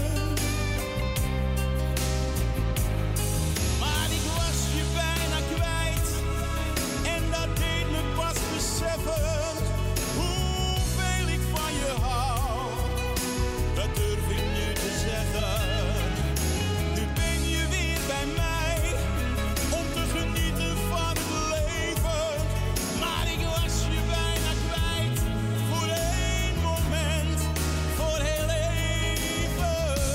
Maar ik was je bijna kwijt en dat deed me pas beseffen hoeveel ik van je hou. Dat durf ik nu te zeggen. Nu ben je weer bij mij om te genieten van het leven. Maar ik was je bijna kwijt voor één moment, voor heel even.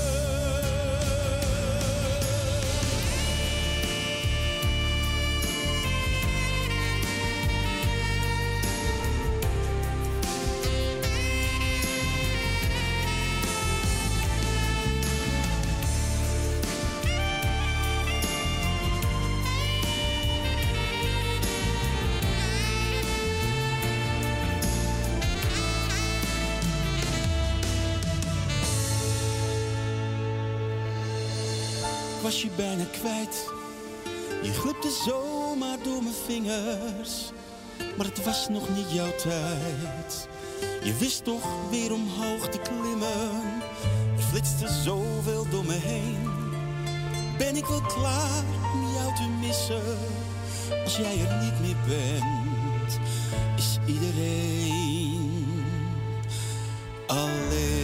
Ik was je bijna kwijt, je glipte zomaar door mijn vingers. Maar het was nog niet jouw tijd, je wist toch weer omhoog te klimmen. Er flitste zoveel door me heen, ben ik wel klaar om jou te missen. Als jij er niet meer bent, is iedereen alleen.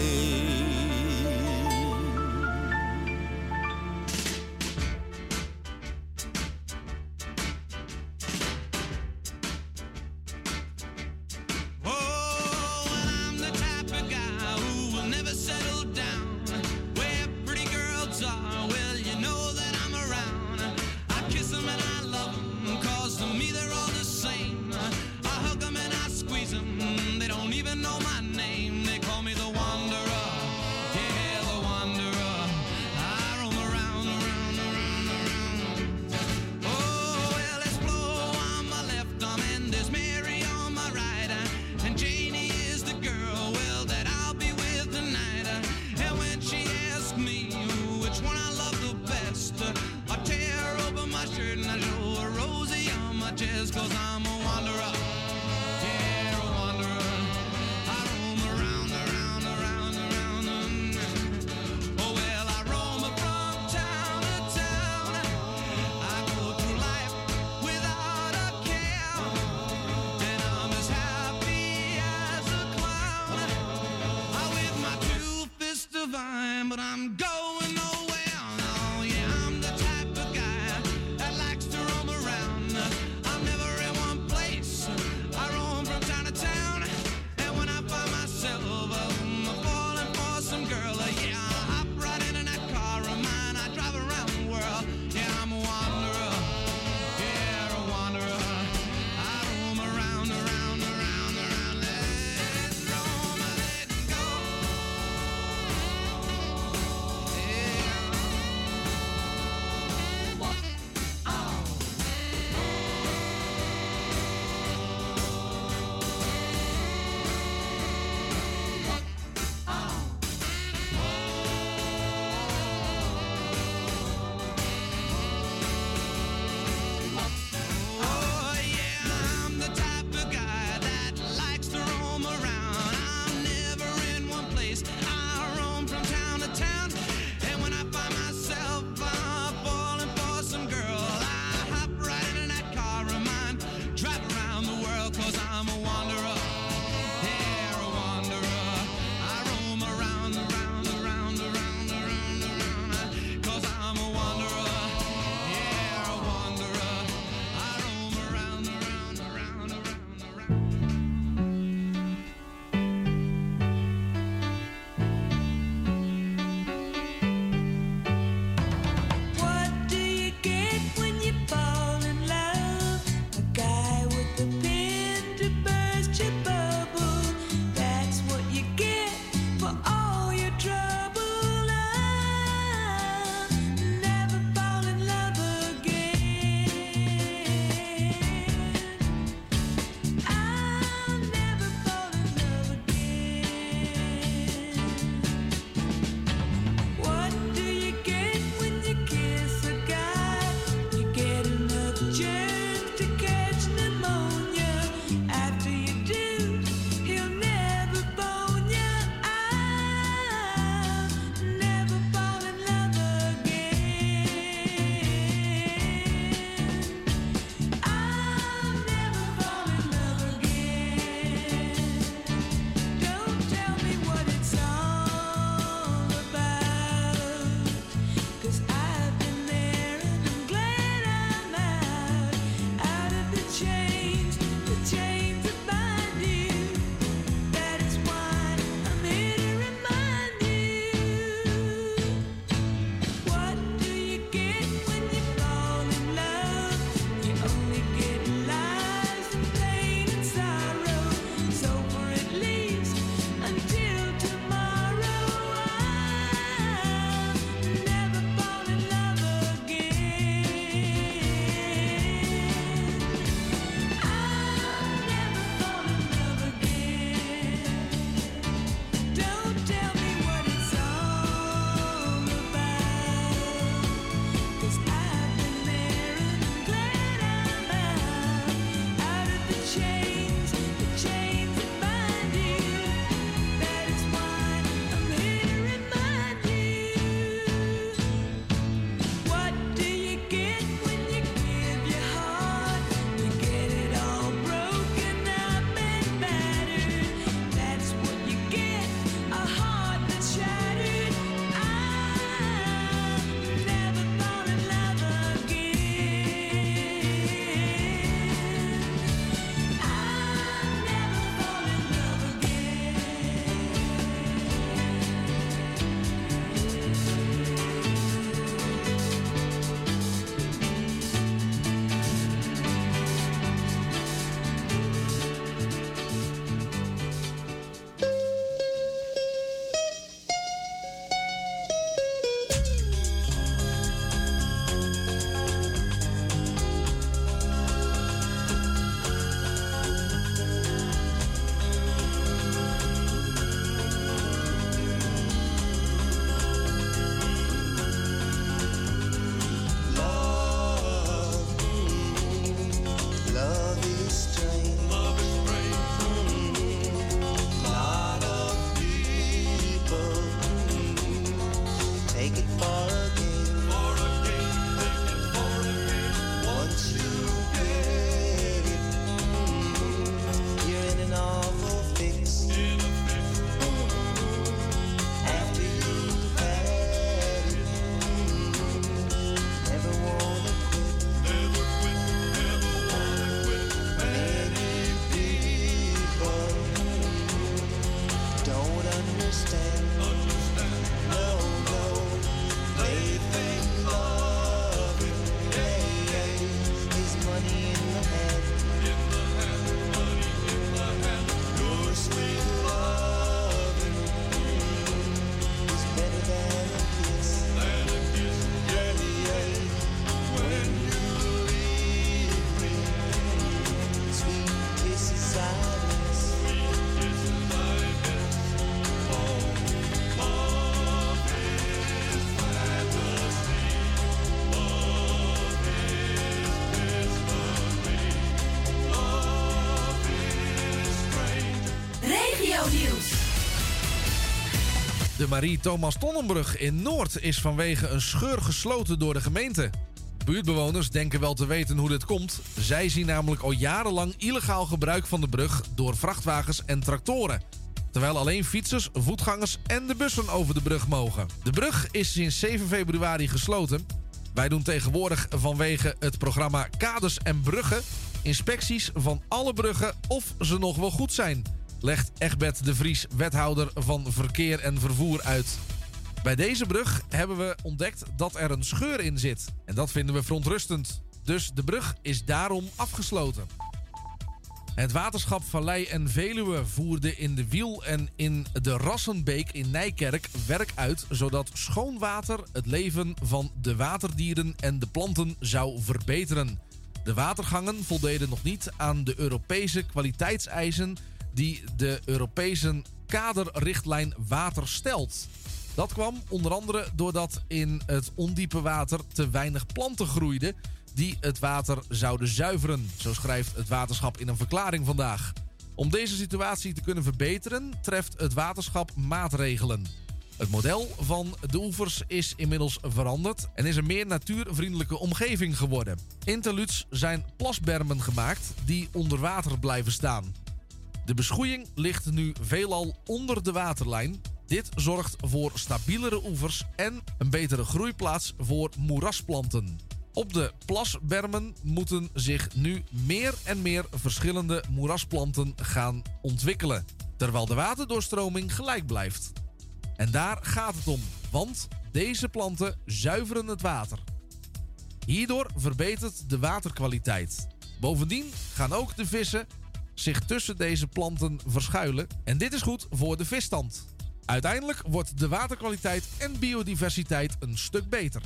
Everyone for a game. For a game, take it for a game. Once you get it, mm, you're in an awful fix. In a fix. Mm, after you've had it, mm, never wanna quit. Never quit, never wanna quit. Many people don't understand. Understand. No, no. They think loving, hey, hey, is money in the hand. In the hand, money in the hand. Your sweet loving mm, is better than a kiss. Than a kiss, yeah, yeah. When you leave me, sweet kisses I miss. Sweet kisses I miss. Oh, love is fantasy. Love is mystery. Love is strange. Regio-nieuws. De Marie Thomas Tonnenbrug in Noord is vanwege een scheur gesloten door de gemeente. Buurtbewoners denken wel te weten hoe dit komt. Zij zien namelijk al jarenlang illegaal gebruik van de brug door vrachtwagens en tractoren. Terwijl alleen fietsers, voetgangers en de bussen over de brug mogen. De brug is sinds zeven februari gesloten. Wij doen tegenwoordig vanwege het programma Kaders en Bruggen inspecties van alle bruggen of ze nog wel goed zijn, legt Egbert de Vries, wethouder van Verkeer en Vervoer, uit. Bij deze brug hebben we ontdekt dat er een scheur in zit. En dat vinden we verontrustend. Dus de brug is daarom afgesloten. Het waterschap Vallei en Veluwe voerde in de Wiel en in de Rassenbeek in Nijkerk werk uit, zodat schoon water het leven van de waterdieren en de planten zou verbeteren. De watergangen voldeden nog niet aan de Europese kwaliteitseisen die de Europese kaderrichtlijn water stelt. Dat kwam onder andere doordat in het ondiepe water te weinig planten groeiden die het water zouden zuiveren. Zo schrijft het waterschap in een verklaring vandaag. Om deze situatie te kunnen verbeteren, treft het waterschap maatregelen. Het model van de oevers is inmiddels veranderd en is een meer natuurvriendelijke omgeving geworden. In Terluts zijn plasbermen gemaakt die onder water blijven staan. De beschoeiing ligt nu veelal onder de waterlijn. Dit zorgt voor stabielere oevers en een betere groeiplaats voor moerasplanten. Op de plasbermen moeten zich nu meer en meer verschillende moerasplanten gaan ontwikkelen, terwijl de waterdoorstroming gelijk blijft. En daar gaat het om, want deze planten zuiveren het water. Hierdoor verbetert de waterkwaliteit. Bovendien gaan ook de vissen zich tussen deze planten verschuilen en dit is goed voor de visstand. Uiteindelijk wordt de waterkwaliteit en biodiversiteit een stuk beter.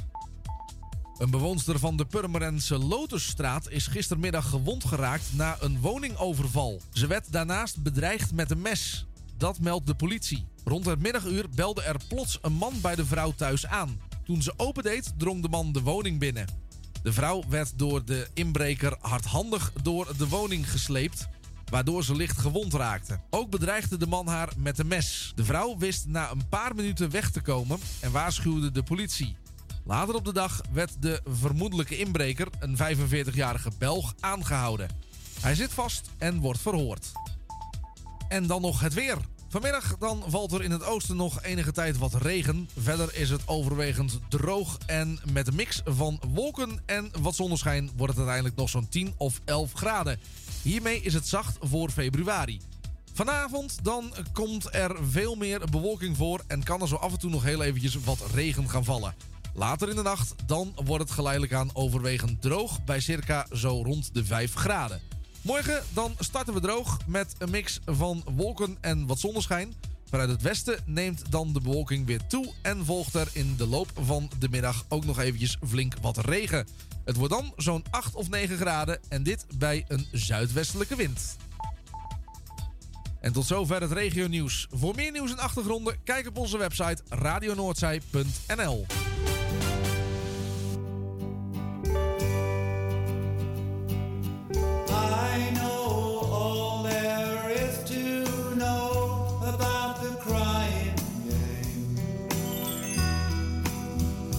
Een bewoonster van de Purmerense Lotusstraat is gistermiddag gewond geraakt na een woningoverval. Ze werd daarnaast bedreigd met een mes. Dat meldt de politie. Rond het middaguur belde er plots een man bij de vrouw thuis aan. Toen ze opendeed, drong de man de woning binnen. De vrouw werd door de inbreker hardhandig door de woning gesleept, waardoor ze licht gewond raakte. Ook bedreigde de man haar met een mes. De vrouw wist na een paar minuten weg te komen en waarschuwde de politie. Later op de dag werd de vermoedelijke inbreker, een vijfenveertigjarige Belg, aangehouden. Hij zit vast en wordt verhoord. En dan nog het weer. Vanmiddag dan valt er in het oosten nog enige tijd wat regen. Verder is het overwegend droog en met een mix van wolken en wat zonneschijn wordt het uiteindelijk nog zo'n tien of elf graden. Hiermee is het zacht voor februari. Vanavond dan komt er veel meer bewolking voor en kan er zo af en toe nog heel eventjes wat regen gaan vallen. Later in de nacht dan wordt het geleidelijk aan overwegend droog bij circa zo rond de vijf graden. Morgen dan starten we droog met een mix van wolken en wat zonneschijn. Vanuit het westen neemt dan de bewolking weer toe en volgt er in de loop van de middag ook nog eventjes flink wat regen. Het wordt dan zo'n acht of negen graden en dit bij een zuidwestelijke wind. En tot zover het regionieuws. Voor meer nieuws en achtergronden kijk op onze website radio noordzij punt n l. I know all there is to know about the crying game.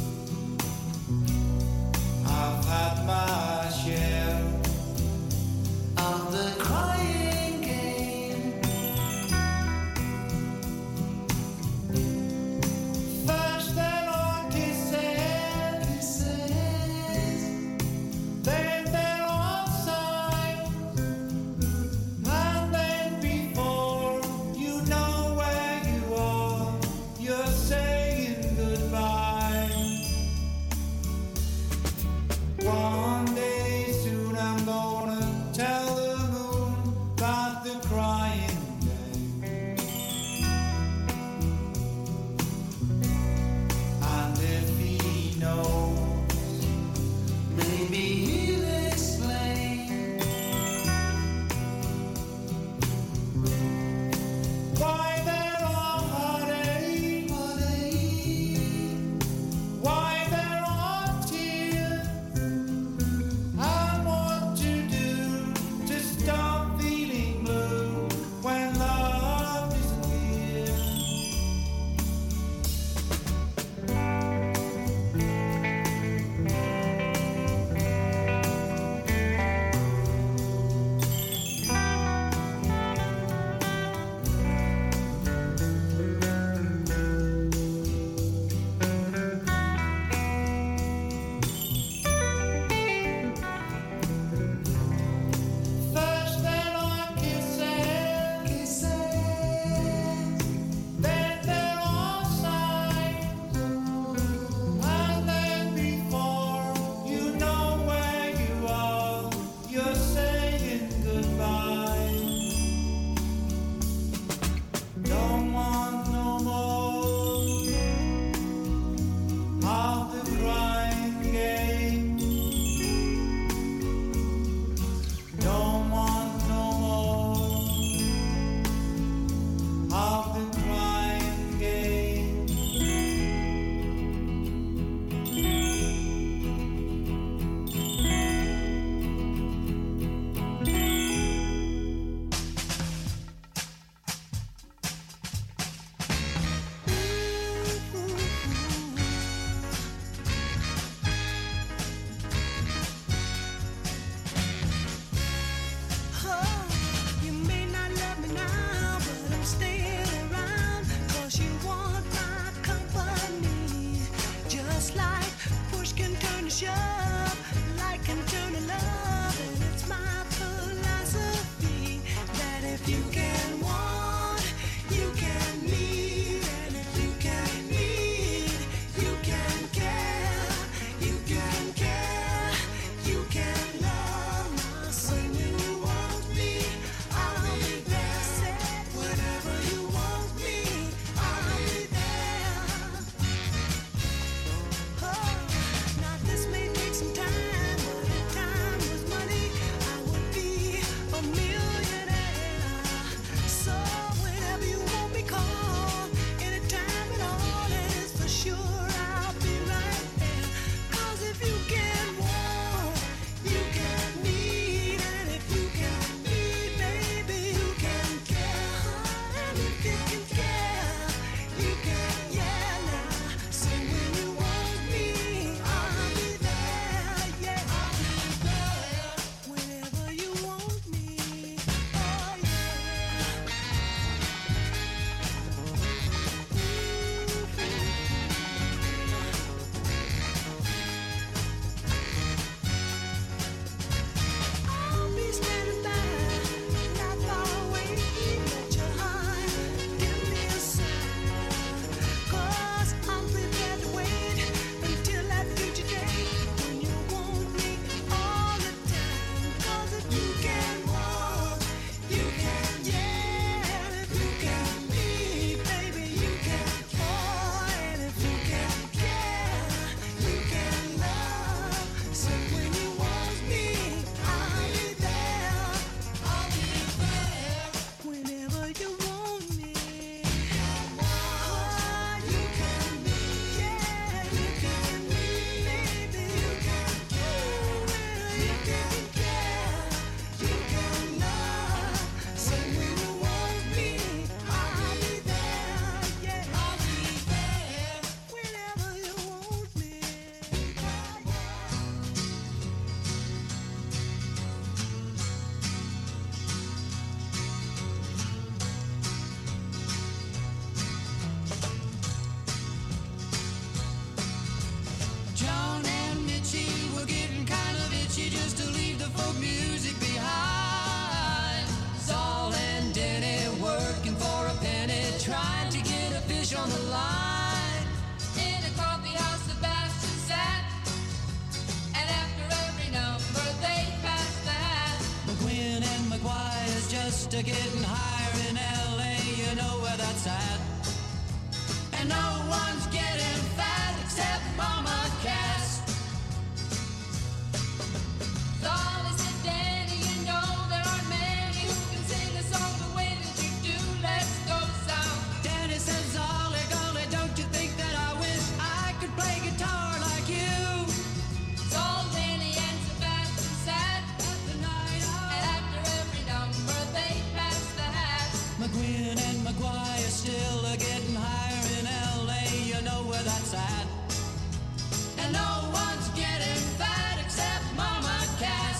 Push can turn to shove, light can turn to love, and it's my philosophy that if you can want, you can need, and if you can need, you can care, you can care, you can love. So when you want me, I'll be there. Whenever you want me, I'll be there. Oh, now this may take some time, but if time was money, I would be a millionaire. So whenever you want me, call. Anytime at all, and it's for sure I'll be right there. 'Cause if you can want, you can need, and if you can need, baby, you can care. And if you can care, you can, yeah, now. So when you want me, I'll be there, yeah. I'll be there whenever you want me, oh I'll be standing by, not far away. Let your heart give me a sign. 'Cause I'm prepared to wait until that future day when you want me all the time. 'Cause if you can walk, you can, yeah. And if you can need, baby, you can fall. And if you can care, you can love. So when you want me, I'll be there. I'll be there whenever you want me. Oh, you can be, yeah, you can be, baby, you can care, you can care, you can love. So when you want me, I'll be there, yeah, I'll be there whenever you want me. John and Mitchie were getting kind of itchy just to leave the folk music behind. Saul and Denny working for a penny, trying to get a fish on the line. In a coffee house, Sebastian sat, and after every number they passed the hat. McGuinn and McGuire's just a getting higher in L A, you know where that's at. And no one's getting fat except Mama Cass. Saul said, Danny, you know there aren't many who can sing a song the way that you do. Let's go south. Danny says, Ollie, golly, don't you think that I wish I could play guitar like you? Saul, Danny, and Sebastian sat at the night out, and after every number they passed the hat. McGuinn and McGuire still are getting higher in L A, you know where that's at. And no one's getting fat except Mama Cass.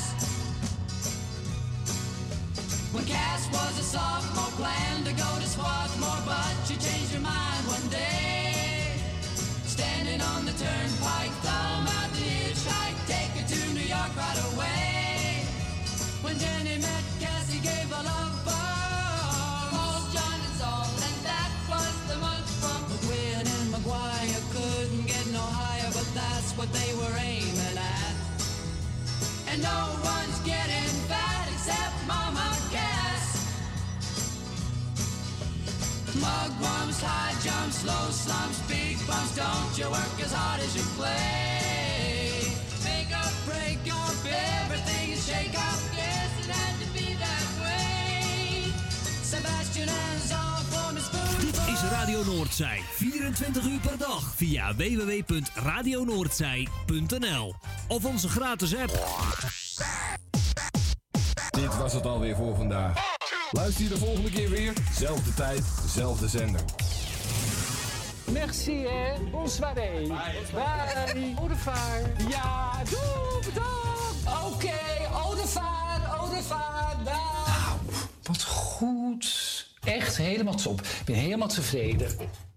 When Cass was a sophomore, planned to go to Swarthmore, but she changed her mind one day. Standing on the turnpike, thumb out the hitchhike, take her to New York right away. When Jenny met Cass, he gave a love bomb. Old John and Saul, and that was the month from McGuinn and McGuire couldn't get no higher, but that's what they were aiming at. And no one's getting fat except Mama Cass. Mugwumps, high jumps, low slumps, big bumps, don't you work as hard as you play. Make up, break up, everything is shake up, yes, it had to be that way. Sebastian and Saul for Miss Spoon. Dit is Radio Noordzij, vierentwintig uur per dag via w w w punt radio noordzij punt n l of onze gratis app. Dit was het alweer voor vandaag. Luister je de volgende keer weer. Zelfde tijd, zelfde zender. Merci, hè. Bonsoir. Bye. Au revoir. Ja, doe, bedankt. Oké, okay, au revoir, au revoir. Dag. Nou, wat goed. Echt helemaal top. Ik ben helemaal tevreden.